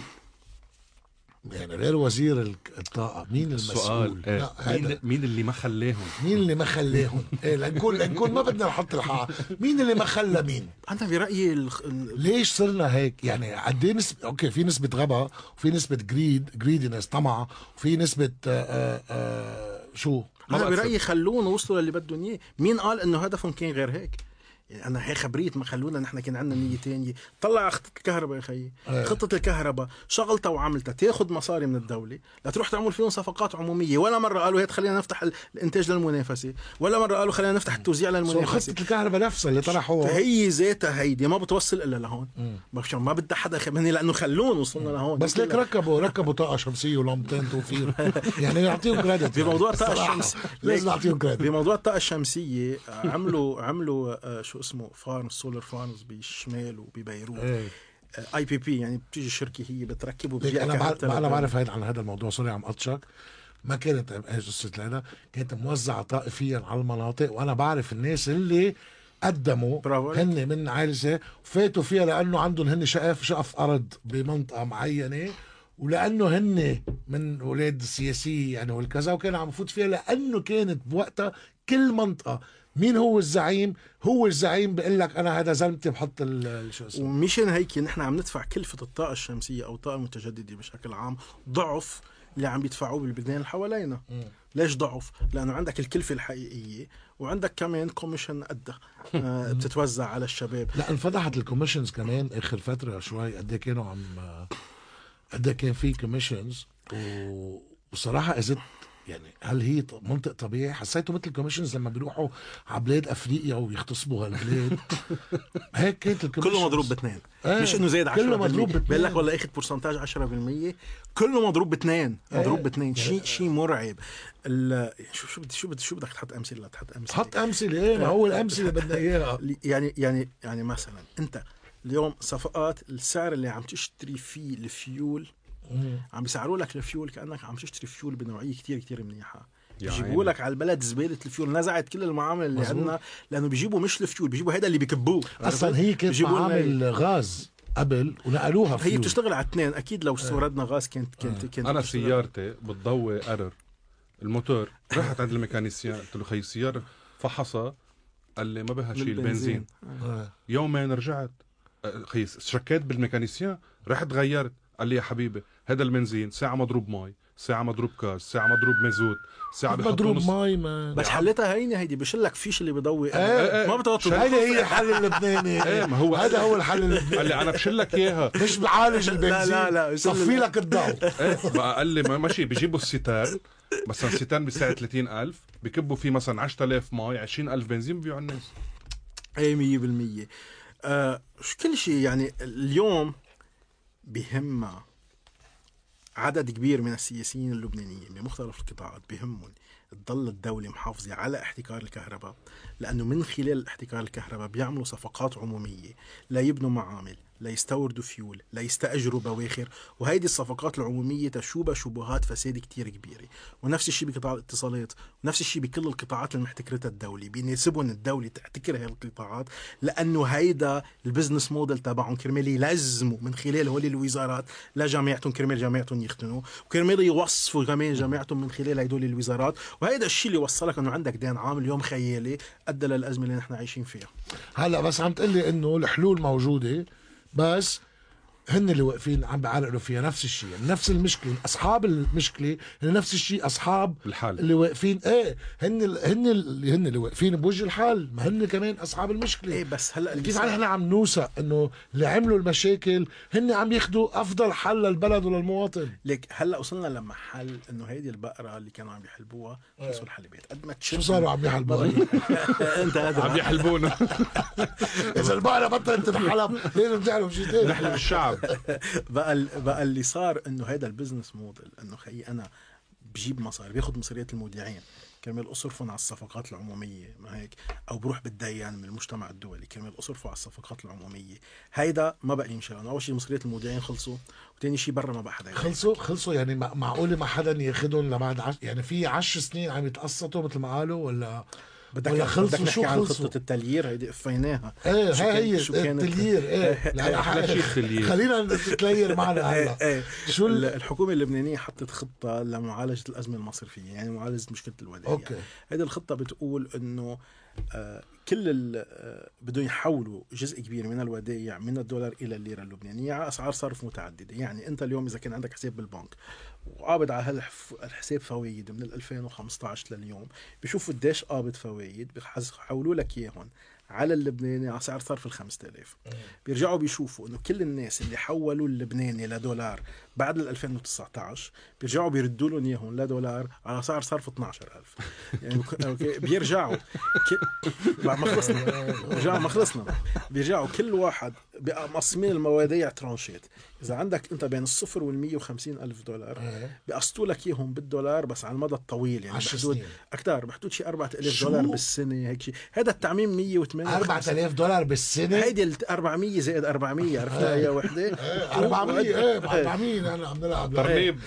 يعني غير وزير الطاقة مين المسؤول؟ السؤال إيه؟ مين, مين اللي ما خلاهم؟ مين اللي ما خلاهم؟ إيه لنكون لنكون ما بدنا نحط الحق، مين اللي ما خلى مين؟ أنا برأيي الخ... ليش صرنا هيك؟ يعني قد ايه نسبة، اوكي في نسبة غباء وفي نسبة جريد جريدنس طمع وفي نسبة آآ آآ شو؟ أنا برأيي خلونا وصلوا للي بدهم إياه. مين قال إنه هدفهم كان غير هيك؟ يعني أنا هيك خبريت، ما خلونا نحن كان عندنا نية تانية. طلع خطة الكهرباء يا خيي، أيه. خطة الكهرباء شغلتها وعملتها تاخد مصاري من الدولة لتروح تعمل فيهم صفقات عمومية. ولا مرة قالوا هيك خلينا نفتح الإنتاج للمنافسة، ولا مرة قالوا خلينا نفتح التوزيع للمنافسة. خطة الكهرباء نفسها اللي طرحوها هي ذاتها هيدي ما بتوصل إلا لهون. ما بدها حدا يخبرني لأنه خلون وصلنا لهون. بس ليك ركبوا ركبوا طاقة شمسية ولمبتين توفير يعني نعطيهم كريدت بموضوع الطاقة الشمسية. لازم نعطيهم كريدت بموضوع الطاقة الشمسية عملوا عملوا شو اسمه فارم سولار فارمز بالشمال وببيروت. ايه. اي بي بي يعني بتيجي شركه هي بتركب وبتبيع. انا بعرف انا بعرف هيدا عن هذا الموضوع. سوري عم قطشك، ما كانت قصه لنا، كانت موزعه طائفيا على المناطق، وانا بعرف الناس اللي قدموا هن من عائله فاتوا فيها لانه عندهم هن شقف شقف ارض بمنطقه معينه، ولانه هن من اولاد السياسيه يعني والكذا، وكان عم يفوت فيها لانه كانت بوقتها كل منطقه مين هو الزعيم، هو الزعيم بيقول لك انا هذا زلمتي بحط الشو اسمه. ومشان هيك نحن عم ندفع كلفه الطاقه الشمسيه او الطاقه المتجدده بشكل عام ضعف اللي عم بيدفعوه بالبلدان اللي حوالينا. م. ليش ضعف؟ لانه عندك الكلفه الحقيقيه وعندك كمان كوميشن قدها آه بتتوزع على الشباب. لا انفضحت الكوميشنز كمان اخر فتره شوي، قد ايه كانوا عم قد ايه كان في كوميشنز، وصراحه اذا يعني هل هي منطق طبيعي؟ حسيته مثل الكوميشنز لما بيروحوا على بلاد افريقيا ويغتصبوا هالبلاد هيك كانت الكوميشنز كله مضروب باثنين. ايه. مش انه زايد عشرة بالمية، كله مضروب باثنين، بيقول لك والله اخذ بورسنتاج عشرة بالمية، كله مضروب باثنين. مضروب باثنين شيء شيء مرعب. شو شو بدي شو بدي شو بدك تحط امثله؟ تحط امثله تحط امثله ايه؟ ما هو الامثله بدنا اياها. يعني يعني يعني مثلا انت اليوم صفقات السعر اللي عم تشتري فيه الفيول، عم بيسعروا لك الفيول كأنك عم تشتري فيول بنوعية كتير كتير منيحة. بيجيبوا لك على البلد زبالة الفيول، نزعت كل المعامل اللي عندنا، لأنه بيجيبوا مش الفيول، بيجيبوا هيدا اللي بيكبوه. أصلا هي كانت معامل غاز قبل ونقلوها فيول. هي بتشتغل على اثنين أكيد. لو استوردنا غاز كانت كانت كانت أنا سيارتي بتضوي قرر الموتور، رحت عند الميكانيسيان قلت له خي السيارة فحصها، قال لي ما بها شيء البنزين. يومين رجعت خي شكيت بالميكانيسيان، رحت غيرت، قال لي يا حبيبي هذا البنزين ساعة مضروب مي، ساعة مضروب كاز، ساعة مضروب مازوت، ساعة مضروب مي. ما بس حلتها هيني هيدي بشلك فيش اللي بضوي. ايه ايه ما بتغطي. هيدا هي الحل اللبناني. ايه ما هو هذا هو الحل اللبناني. قال لي انا بشلك اياها مش بعالج البنزين. لا لا لا صفي لك الضوء. ايه قال لي ماشي بيجيبوا الستان مثلا ستان بسعة ثلاثين ألف، بيكبوا فيه مثلا عشرة آلاف مي، عشرين ألف بنزين، بيبيعوا الناس. ايه مية بالمية. آه كل شيء يعني اليوم بهم عدد كبير من السياسيين اللبنانيين بمختلف القطاعات بهمهم تضل الدولة محافظة على احتكار الكهرباء، لأنه من خلال احتكار الكهرباء بيعملوا صفقات عمومية لا يبنوا معامل، لا يستوردوا فيول، لا يستأجروا بواخر، وهيدي الصفقات العمومية تشوبها شبهات فساد كتير كبيرة. ونفس الشيء بقطاع الاتصالات، ونفس الشيء بكل القطاعات اللي محتكرتها الدولة. بيناسبهم الدولة تحتكر هاي القطاعات لأنه هيدا البزنس موديل تبعهم، كرمال يلزموا من خلال هول الوزارات لجامعتهم، كرمال جامعتهم يختنوا، وكرمال يوصفوا كمان جامعتهم من خلال هدول الوزارات. وهيدا الشيء اللي وصلك انه عندك دين عام اليوم خيالي ادى للازمه اللي نحن عايشين فيها. هلا بس عم تقلي انه الحلول موجوده، بس هن اللي واقفين عم بيعرقلوا فيها نفس الشيء، يعني نفس المشكله، اصحاب المشكله هن نفس الشيء اصحاب الحل اللي واقفين. ايه هن ال... هن اللي هن اللي واقفين بوجه الحل، ما هن كمان اصحاب المشكله. ايه بس هلا كيف احنا عم نوثق انه اللي عملوا المشاكل هن عم ياخذوا افضل حل للبلد وللمواطن؟ ليك هلا وصلنا لمحل انه هيدي البقره اللي كانوا عم يحلبوها خلصوا الحلبات قد ما تشد. شو صاروا عم يحلبوها؟ انت قادر عم يحلبونا. اذا البقره بطلت تنحلب لازم تعرف شيء ثاني. نحلب الشعب. بقى بقى اللي صار انه هيدا البزنس موديل، انه خيي انا بجيب مصاري، باخذ مصاريات المودعين كرمال اصرفهم على الصفقات العموميه، ما هيك، او بروح بتدين من المجتمع الدولي كرمال اصرفه على الصفقات العموميه. هيدا ما بقى يمشي، لانه اول شيء مصاريات المودعين خلصوا، وثاني شيء برا ما بقى حدا خلصوا خلصوا يعني معقوله ما حدا ياخذهم لبعد عش... يعني في عشر سنين عم يتقسطوا مثل ما قالوا، ولا بدك ولا خلصوا بدك شو نحكي عن خلصوا؟ خطة التليير هيدي قفيناها. ايه شو هاي هي كان- شو كانت- التليير. ايه لا أحلى شيء التليير. خلينا نتلير معنا هلا. إيه. شو ال- الحكومة اللبنانية حطت خطة لمعالجة الأزمة المصرفية، يعني معالجة مشكلة الودائع. اوكي هذه الخطة بتقول إنه آه كل ال- آه بدهم يحولوا جزء كبير من الودائع من الدولار إلى الليرة اللبنانية على أسعار صرف متعددة. يعني أنت اليوم إذا كان عندك حساب بالبنك وقابض على هالحساب فوايد من ألفين وخمسة عشر لليوم، بيشوفوا قديش قابض فوايد، بيحولوا لك إياهم على اللبناني على سعر صرف الخمسة آلاف. بيرجعوا بيشوفوا انه كل الناس اللي حولوا اللبناني لدولار بعد ال ألفين وتسعة عشر بيرجعوا بيردوا لهم اياهم لدولار على سعر صرف اثني عشر ألف. يعني اوكي بيرجعوا ك... بعد ما خلصنا بيرجعوا ما خلصنا بيرجعوا كل واحد مقسمين المواضيع ترانشات. اذا عندك انت بين الصفر والمية وخمسين الف دولار بيقسطوا لك اياهم بالدولار بس على المدى الطويل، يعني بحدود اكثر بحدود شي أربعة آلاف دولار بالسنه هيك شيء. هذا التعميم مية وثمانية أربعة آلاف دولار بالسنة. هيدي ال أربعمية زائد أربعمية عرفتها هي وحده أربعمية. ايه أربعمية انا عم نلعب ترنيب.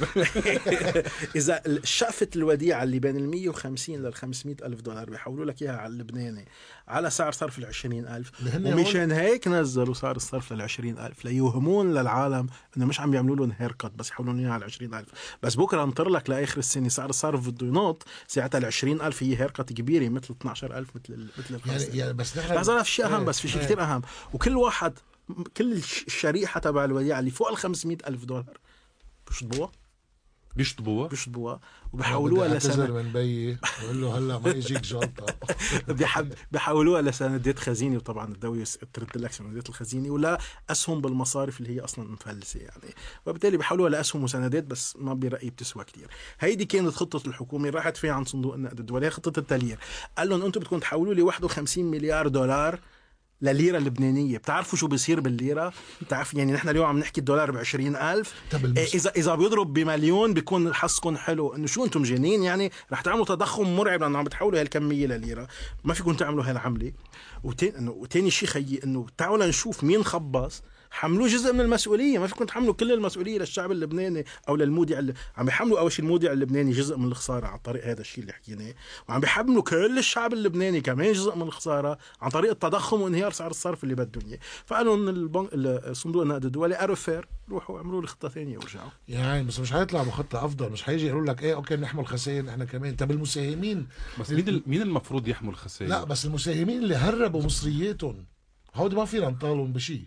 اذا شقفه الوديعه اللي بين ال مية وخمسين لل خمسمية الف دولار بيحولوا لك اياها على اللبناني على سعر صرف ال عشرين ألف، ومشان هيك نزلوا سعر الصرف لل عشرين ألف ليوهمون للعالم انه مش عم يعملوا لهم هير كات بس يحولون اياها على عشرين ألف. بس بكره انطر لك لاخر السنه سعر الصرف بده ينط، ساعتها ال عشرين ألف هي هير كات كبيره مثل اثني عشر ألف مثل مثل يعني, يعني بس نحن هذا في شيء اهم. بس في شيء كثير اهم، وكل واحد كل الشريحه تبع الوديعه اللي فوق ال خمسمية ألف دولار بيشطبوها بيشطبوها بيشطبوها وبحولوها لسنة من بيي بقول له هلا ما يجيك جلطه. بيحب بحولوها لسندات خزينه، وطبعا الدوله ترد لك سندات الخزينه ولا اسهم بالمصارف اللي هي اصلا مفلسه يعني، وبالتالي بحولوها لاسهم وسندات بس ما برايي بتسوى كثير. هيدي كانت خطه الحكومه راحت فيها عن صندوق النقد الدولي، خطه التليير. قال لهم انتم بدكم تحولوا لي واحد وخمسين مليار دولار لليرة اللبنانية. بتعرفوا شو بيصير بالليرة؟ بتعرف يعني نحن اليوم عم نحكي الدولار بعشرين ألف، إذا إذا بيضرب بمليون بيكون حسكم حلو. إنه شو أنتم جنين يعني؟ رح تعملوا تضخم مرعب لأنه عم بتحولوا هالكمية لليرة، ما فيكم تعملوا هالعملة. وتاني إنه وتاني شيء خيي إنه تعالوا نشوف مين خبص، حملوا جزء من المسؤولية. ما فيكم تحملوا كل المسؤولية للشعب اللبناني أو للمودع اللي عم بيحملوا أول شيء المودع اللبناني جزء من الخسارة عن طريق هذا الشيء اللي حكيناه، وعم بيحملوا كل الشعب اللبناني كمان جزء من الخسارة عن طريق التضخم وانهيار سعر الصرف اللي بدهم اياه. فقالوا ان البنك الصندوق النقد الدولي ارفير روحوا اعملوا لي خطة ثانية ورجعوا. يعني بس مش هيطلع بخطة افضل، مش هيجي يقولوا لك ايه اوكي نحمل خسائر احنا كمان. طب المساهمين بس مين مين المفروض يحمل خسائر؟ لا بس المساهمين اللي هربوا مصرياتهم هودي ما فينا نطالهم بشيء.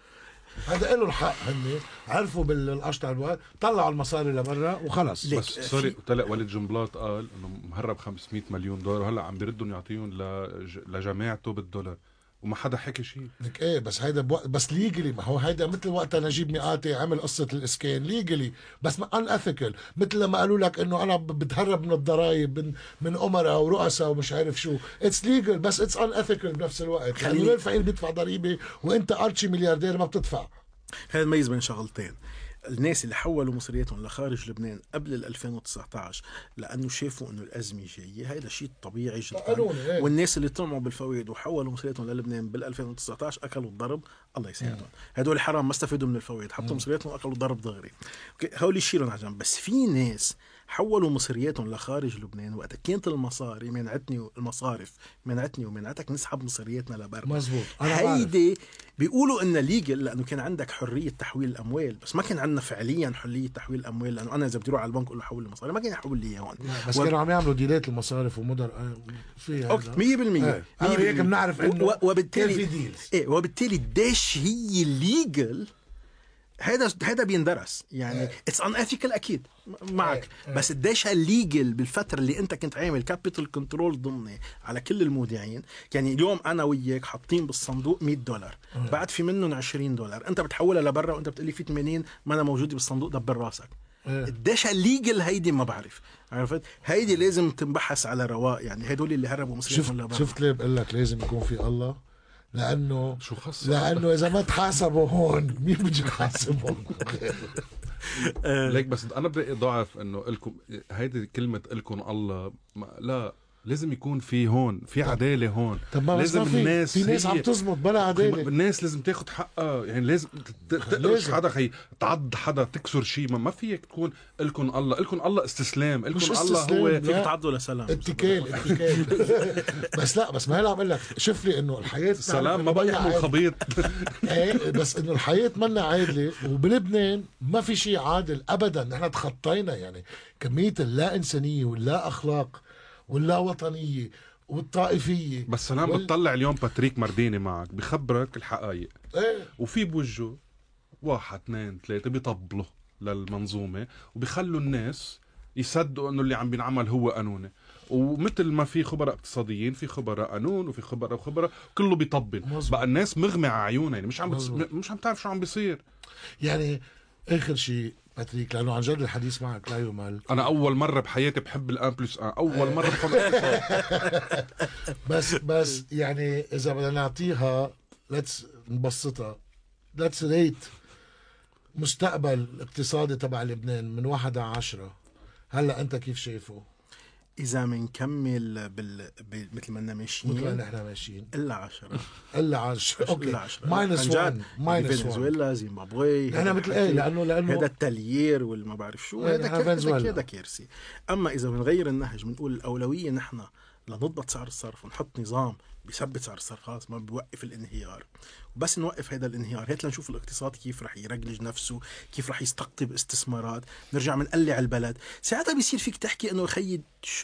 هذا له الحق، هن عرفوا بالقشطة طلعوا المصاري لبرا وخلص. بس سوري طلع وليد جنبلاط قال انه مهرب خمسمية مليون دولار وهلا عم بيردهم يعطيهم لج... لجماعته بالدولار وما حدا حكى شيء. لك ايه بس هيدا بو... بس ليجلي، ما هو هيدا مثل وقتها نجيب مئاتي عمل قصة الاسكان ليجلي بس ان اثيكال، مثل لما قالوا لك انه انا بتهرب من الضرائب من من امراء ورؤساء ومش عارف شو. اتس ليجل بس اتس ان اثيكال بنفس الوقت. خليني يعني الفقير بيدفع ضريبة وانت ارشي ملياردير ما بتدفع. هذا ميز بين شغلتين. الناس اللي حولوا مصرياتهم لخارج لبنان قبل ال ألفين وتسعة عشر لانه شافوا انه الازمه جايه، هذا شيء طبيعي جدا. والناس اللي طمعوا بالفوائد وحولوا مصرياتهم للبنان بال ألفين وتسعة عشر اكلوا الضرب الله يساعدهم. هدول حرام ما استفادوا من الفوائد، حطوا مصرياتهم اكلوا الضرب دغري. هول يشيلون على جنب. بس في ناس حولوا مصرياتهم لخارج لبنان وقت كانت المصاري منعتني المصارف منعتني ومنعتك نسحب مصرياتنا لبرا. مزبوط. هيدي بيقولوا انه ليجل لانه كان عندك حريه تحويل الاموال، بس ما كان عندنا فعليا حريه تحويل الاموال، لانه انا اذا بدي اروح على البنك اقول له حول المصاري ما كان يحول لي اياهم. بس و... كانوا عم يعملوا ديلات المصارف ومدر في هذا مية بالمية. هيك بنعرف انه و... وبالتالي في ديلز. ايه وبالتالي قديش هي الليجل هذا هذا بيندرس يعني اتس ان اثيكال اكيد معك. ايه. بس قديش الليجل بالفتره اللي انت كنت عامل كابيتال كنترول ضمني على كل المودعين. يعني اليوم انا وياك حاطين بالصندوق مية دولار ايه. بعد في منهم عشرين دولار انت بتحولها لبرا وانت بتقول لي في ثمانين ما انا موجوده بالصندوق دبر راسك. قديش ايه. الليجل هيدي ما بعرف. عرفت هيدي لازم تنبحث على رواق. يعني هدول اللي هربوا مصرياتهم لبرا. شفت ليه بقول لك لازم يكون في الله؟ لانه شو خص لانه اذا ما تحاسبوا هون مين بيجي يحاسبهم؟ ليك بس انا بدي اضاعف انه لكم هيدي كلمه لكم الله ما لا لازم يكون في هون في عداله هون. طب ما لازم في الناس في ناس عم تزمط بلا عداله. الناس لازم تاخد حقها، يعني لازم تقرش حدا خي تعض حدا تكسر شيء. ما, ما فيك تكون الكم الله الكم الله استسلام الكم الله هو فيك تعضوا لسلام اتكال اتكال. بس لا بس ما هلا عم اقول لك شوف لي انه الحياه سلام ما بقى يحمل خبيط. ايه بس انه الحياه منا عادله، وبلبنان ما في شيء عادل ابدا. نحن تخطينا يعني كميه اللا انسانيه واللا اخلاق واللا وطنيه والطائفيه. بس سلام وال... بتطلع اليوم باتريك مرديني معك بخبرك الحقائق. ايه وفي بوجهه واحد اثنين ثلاثة بيطبلوا للمنظومة وبيخلوا الناس يصدقوا انه اللي عم بينعمل هو قانوني. ومثل ما في خبراء اقتصاديين في خبراء قانون وفي خبراء وخبراء كله بيطبل. مزبط. بقى الناس مغمى على عيونها، يعني مش عم بتص... مش عم تعرف شو عم بيصير. يعني اخر شيء باتريك، لانه عن جد الحديث معك لا يمل. انا اول مره بحياتي بحب الان بلس آن. اول مره بفهم بس بس يعني اذا بدنا نعطيها لتس نبسطها لتس ريت مستقبل الاقتصادي تبع لبنان من واحد على عشرة، هلا انت كيف شايفه؟ اذا منكمل بال... ب... مثل ما احنا ماشيين مثل ما نحن ماشيين الا عشرة الا عشرة اوكي عشرة. ماينس واحد ماينس فنزويلا زيمبابوي نحن مثل ايه لانه لانه هذا التليير والما بعرف شو هذا هذا كارثه. اما اذا بنغير النهج بنقول الاولويه نحن لنضبط سعر الصرف ونحط نظام بيثبت سعر الصرف خلاص ما بيوقف الانهيار، وبس نوقف هذا الانهيار هيك لنشوف الاقتصاد كيف رح يرجلج نفسه، كيف رح يستقطب استثمارات، نرجع منقلع البلد. ساعتها بيصير فيك تحكي انه خيي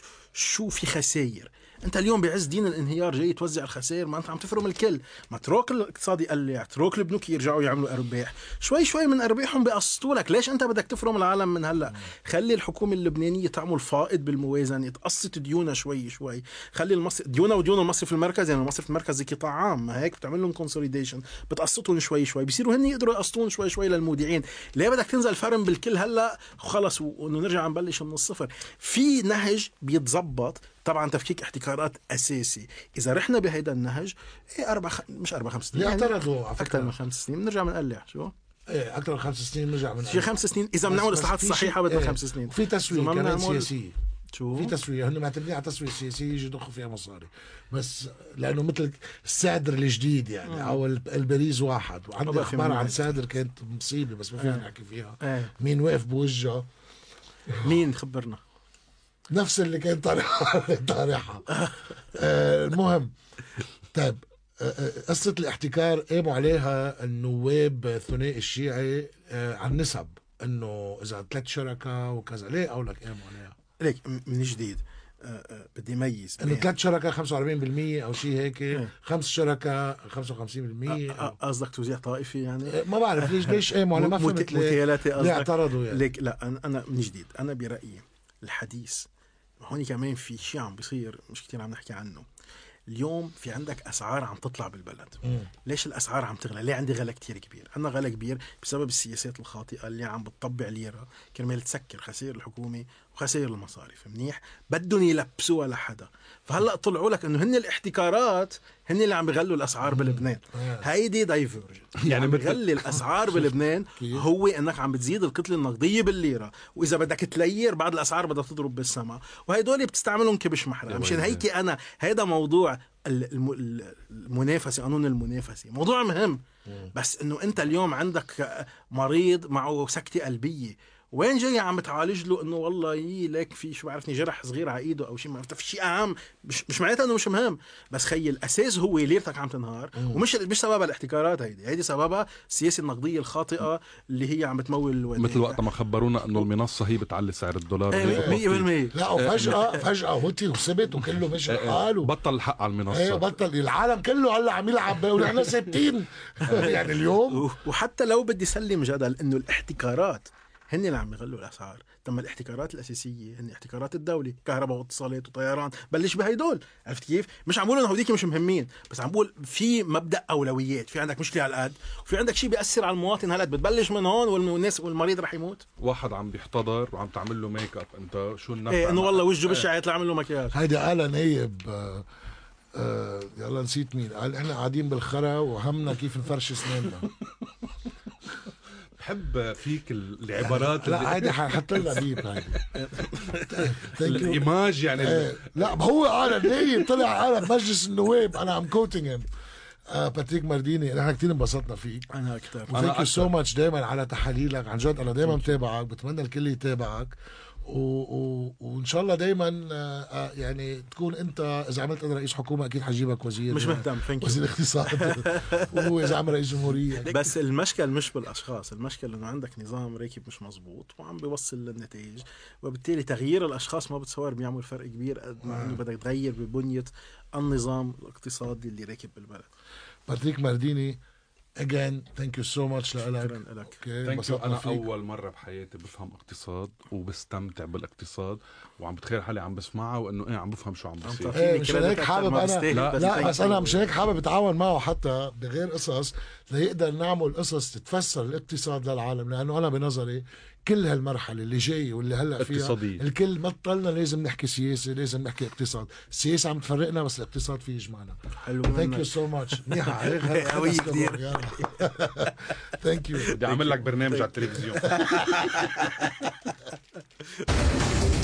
شو في خسائر. انت اليوم بعز دين الانهيار جاي توزع الخسائر، ما انت عم تفرم الكل. ما تروك الاقتصاد يقلع، تروك البنوك يرجعوا يعملوا ارباح، شوي شوي من ارباحهم بيقسطوا لك. ليش انت بدك تفرم العالم من هلا؟ خلي الحكومه اللبنانيه تعمل فائض بالموازنه، تقسط ديونها شوي شوي. خلي المصرف ديونها وديون المصرف المركزي، يعني المصرف المركزي قطاع عام، ما هيك بتعمل لهم كونسوليديشن، بتقسطهم شوي شوي، بيصيروا هن يقدروا يقسطون شوي شوي للمودعين. ليه بدك تنزل فرم بالكل هلا خلص وانه نرجع نبلش من الصفر؟ في نهج بيتزبط. طبعا تفكيك احتكارات اساسي. اذا رحنا بهيدا النهج ايه اربع خ... مش اربع خمس سنين يعني اعترضوا اكثر من خمس سنين بنرجع بنقلع. شو ايه اكثر من خمس سنين بنرجع بنقلع شي خمس سنين اذا بنعمل الاصلاحات الصحيحه بدنا ايه خمس سنين. في تسويه كمان سياسيه. شو في تسويه هن معتمدين على التسويه السياسيه يجي يضخوا فيها مصاري، بس لانه مثل السادر الجديد يعني مم. او البريز واحد. وعندي اخبار عن سادر كانت مصيبه بس ما فينا اه. نحكي فيها اه. مين واقف بوجهه؟ مين خبرنا؟ نفس اللي كان طارحها طارحها. آه المهم طيب قصة الاحتكار قاموا عليها النواب الثنائي الشيعي آه عن نسب انه اذا ثلاث شركاء وكذا. ليه اقولك قاموا عليها؟ ليك من جديد أه أه بدي ميز انه ثلاث شركاء خمسة وأربعين بالمية او شيء هيك اه. خمس شركاء خمسة وخمسين بالمية. قصدك توزيع طائفي يعني؟ اه ما بعرف ليش ليش قاموا على ما فهمت ليه ليه اعترضوا يعني. ليك لا انا انا من جديد انا برايي الحديث هون كمان في شيء عم بيصير مش كتير عم نحكي عنه. اليوم في عندك أسعار عم تطلع بالبلد. م. ليش الأسعار عم تغلى؟ ليه عندي غلا كتير كبير؟ عندنا غلا كبير بسبب السياسات الخاطئة اللي عم بتطبع ليرة كرمال تسكر خسائر الحكومة وخسائر المصارف. منيح بدهم يلبسوها لحدا. فهلأ طلعوا لك إنه هن الاحتكارات هن اللي عم بيغلوا الأسعار بلبنان. هيدي دايفيرجن يعني بغلي الأسعار بلبنان هو إنك عم بتزيد الكتلة النقدية بالليرة، وإذا بدك تلير بعد الأسعار بدها تضرب بالسماء، وهيدول بتستعملهم كبش محرقة. مشان هيك أنا هيدا موضوع المنافسة، قانون المنافسة موضوع مهم. بس إنه أنت اليوم عندك مريض معه سكتة قلبية، وين جاي عم تعالج له انه والله يي لك في شو بعرفني جرح صغير على ايده او شيء، ما في شيء اهم. مش مش معناتها انه مش مهم، بس خي الاساس هو ليرتك عم تنهار. مم. ومش مش سببها الاحتكارات، هيدي هيدي سببها السياسه النقديه الخاطئه اللي هي عم بتمول الولايات. مثل وقت ما خبرونا انه المنصه هي بتعلي سعر الدولار مية بالمية. لا وفجاه فجاه هوتي وثبت وكله مش حاله، بطل الحق على المنصه. ايه بطل. العالم كله هلا عم يلعب ونحن ثابتين يعني اليوم. وحتى لو بدي سلم جدل انه الاحتكارات هن اللي عم يغلوا الأسعار، تم الاحتكارات الأساسية هن احتكارات الدولة، كهرباء واتصالات وطيران. بلش بهيدول، عرفت كيف؟ مش عم بقول إنه هوديك مش مهمين، بس عم بقول في مبدأ أولويات. في عندك مشكلة على القد وفي عندك شيء بيأثر على المواطن هالقد، بتبلش من هون والناس والمريض رح يموت. واحد عم بيحتضر وعم تعمل له ميك اب، أنت شو النفع؟ إيه إنه والله وجهه بشع يطلع عمل له مكياج. هيدا قال نايب آه آه يلا نسيت مين قال إحنا قاعدين بالخرا وهمنا كيف نفرش سناننا. بحب فيك العبارات لا اللي- عادي حط لنا بيب عادي. Thank you. الايماج يعني إيه، لا ما هو قال ليه طلع قال بمجلس النواب انا عم كوتينج آه باتريك مارديني نحن كثير انبسطنا فيك. انا اكثر. ثانك يو سو ماتش دائما على تحاليلك عن جد انا دائما متابعك بتمنى الكل يتابعك و... و... وان شاء الله دائما آه يعني تكون انت اذا عملت انا رئيس حكومه اكيد حجيبك وزير مش مهتم ثانك وزير اقتصاد وهو اذا عمل رئيس جمهوريه. بس المشكل مش بالاشخاص، المشكل انه عندك نظام راكب مش مزبوط وعم بيوصل للنتائج، وبالتالي تغيير الاشخاص ما بتصور بيعمل فرق كبير قد ما انه بدك تغير ببنيه النظام الاقتصادي اللي راكب بالبلد. باتريك مارديني again thank you so much لك. شكرا لك. ثانك يو. انا اول مره بحياتي بفهم اقتصاد وبستمتع بالاقتصاد وعم بتخيل حالي عم بسمعها وانه ايه عم بفهم شو عم بصير. ايه مش هيك حابب انا لا, لا بس انا مش هيك حابب اتعاون معه حتى بغير قصص ليقدر نعمل قصص تتفسر الاقتصاد للعالم، لانه انا بنظري كل هالمرحله اللي جاي واللي هلا فيها اقتصادية. الكل ما طلنا لازم نحكي سياسه لازم نحكي اقتصاد. السياسه عم تفرقنا بس الاقتصاد فيه يجمعنا. حلو ثانك يو سو ماتش. منيحه عليك قوي كثير. ثانك يو. بدي اعمل لك برنامج على التلفزيون.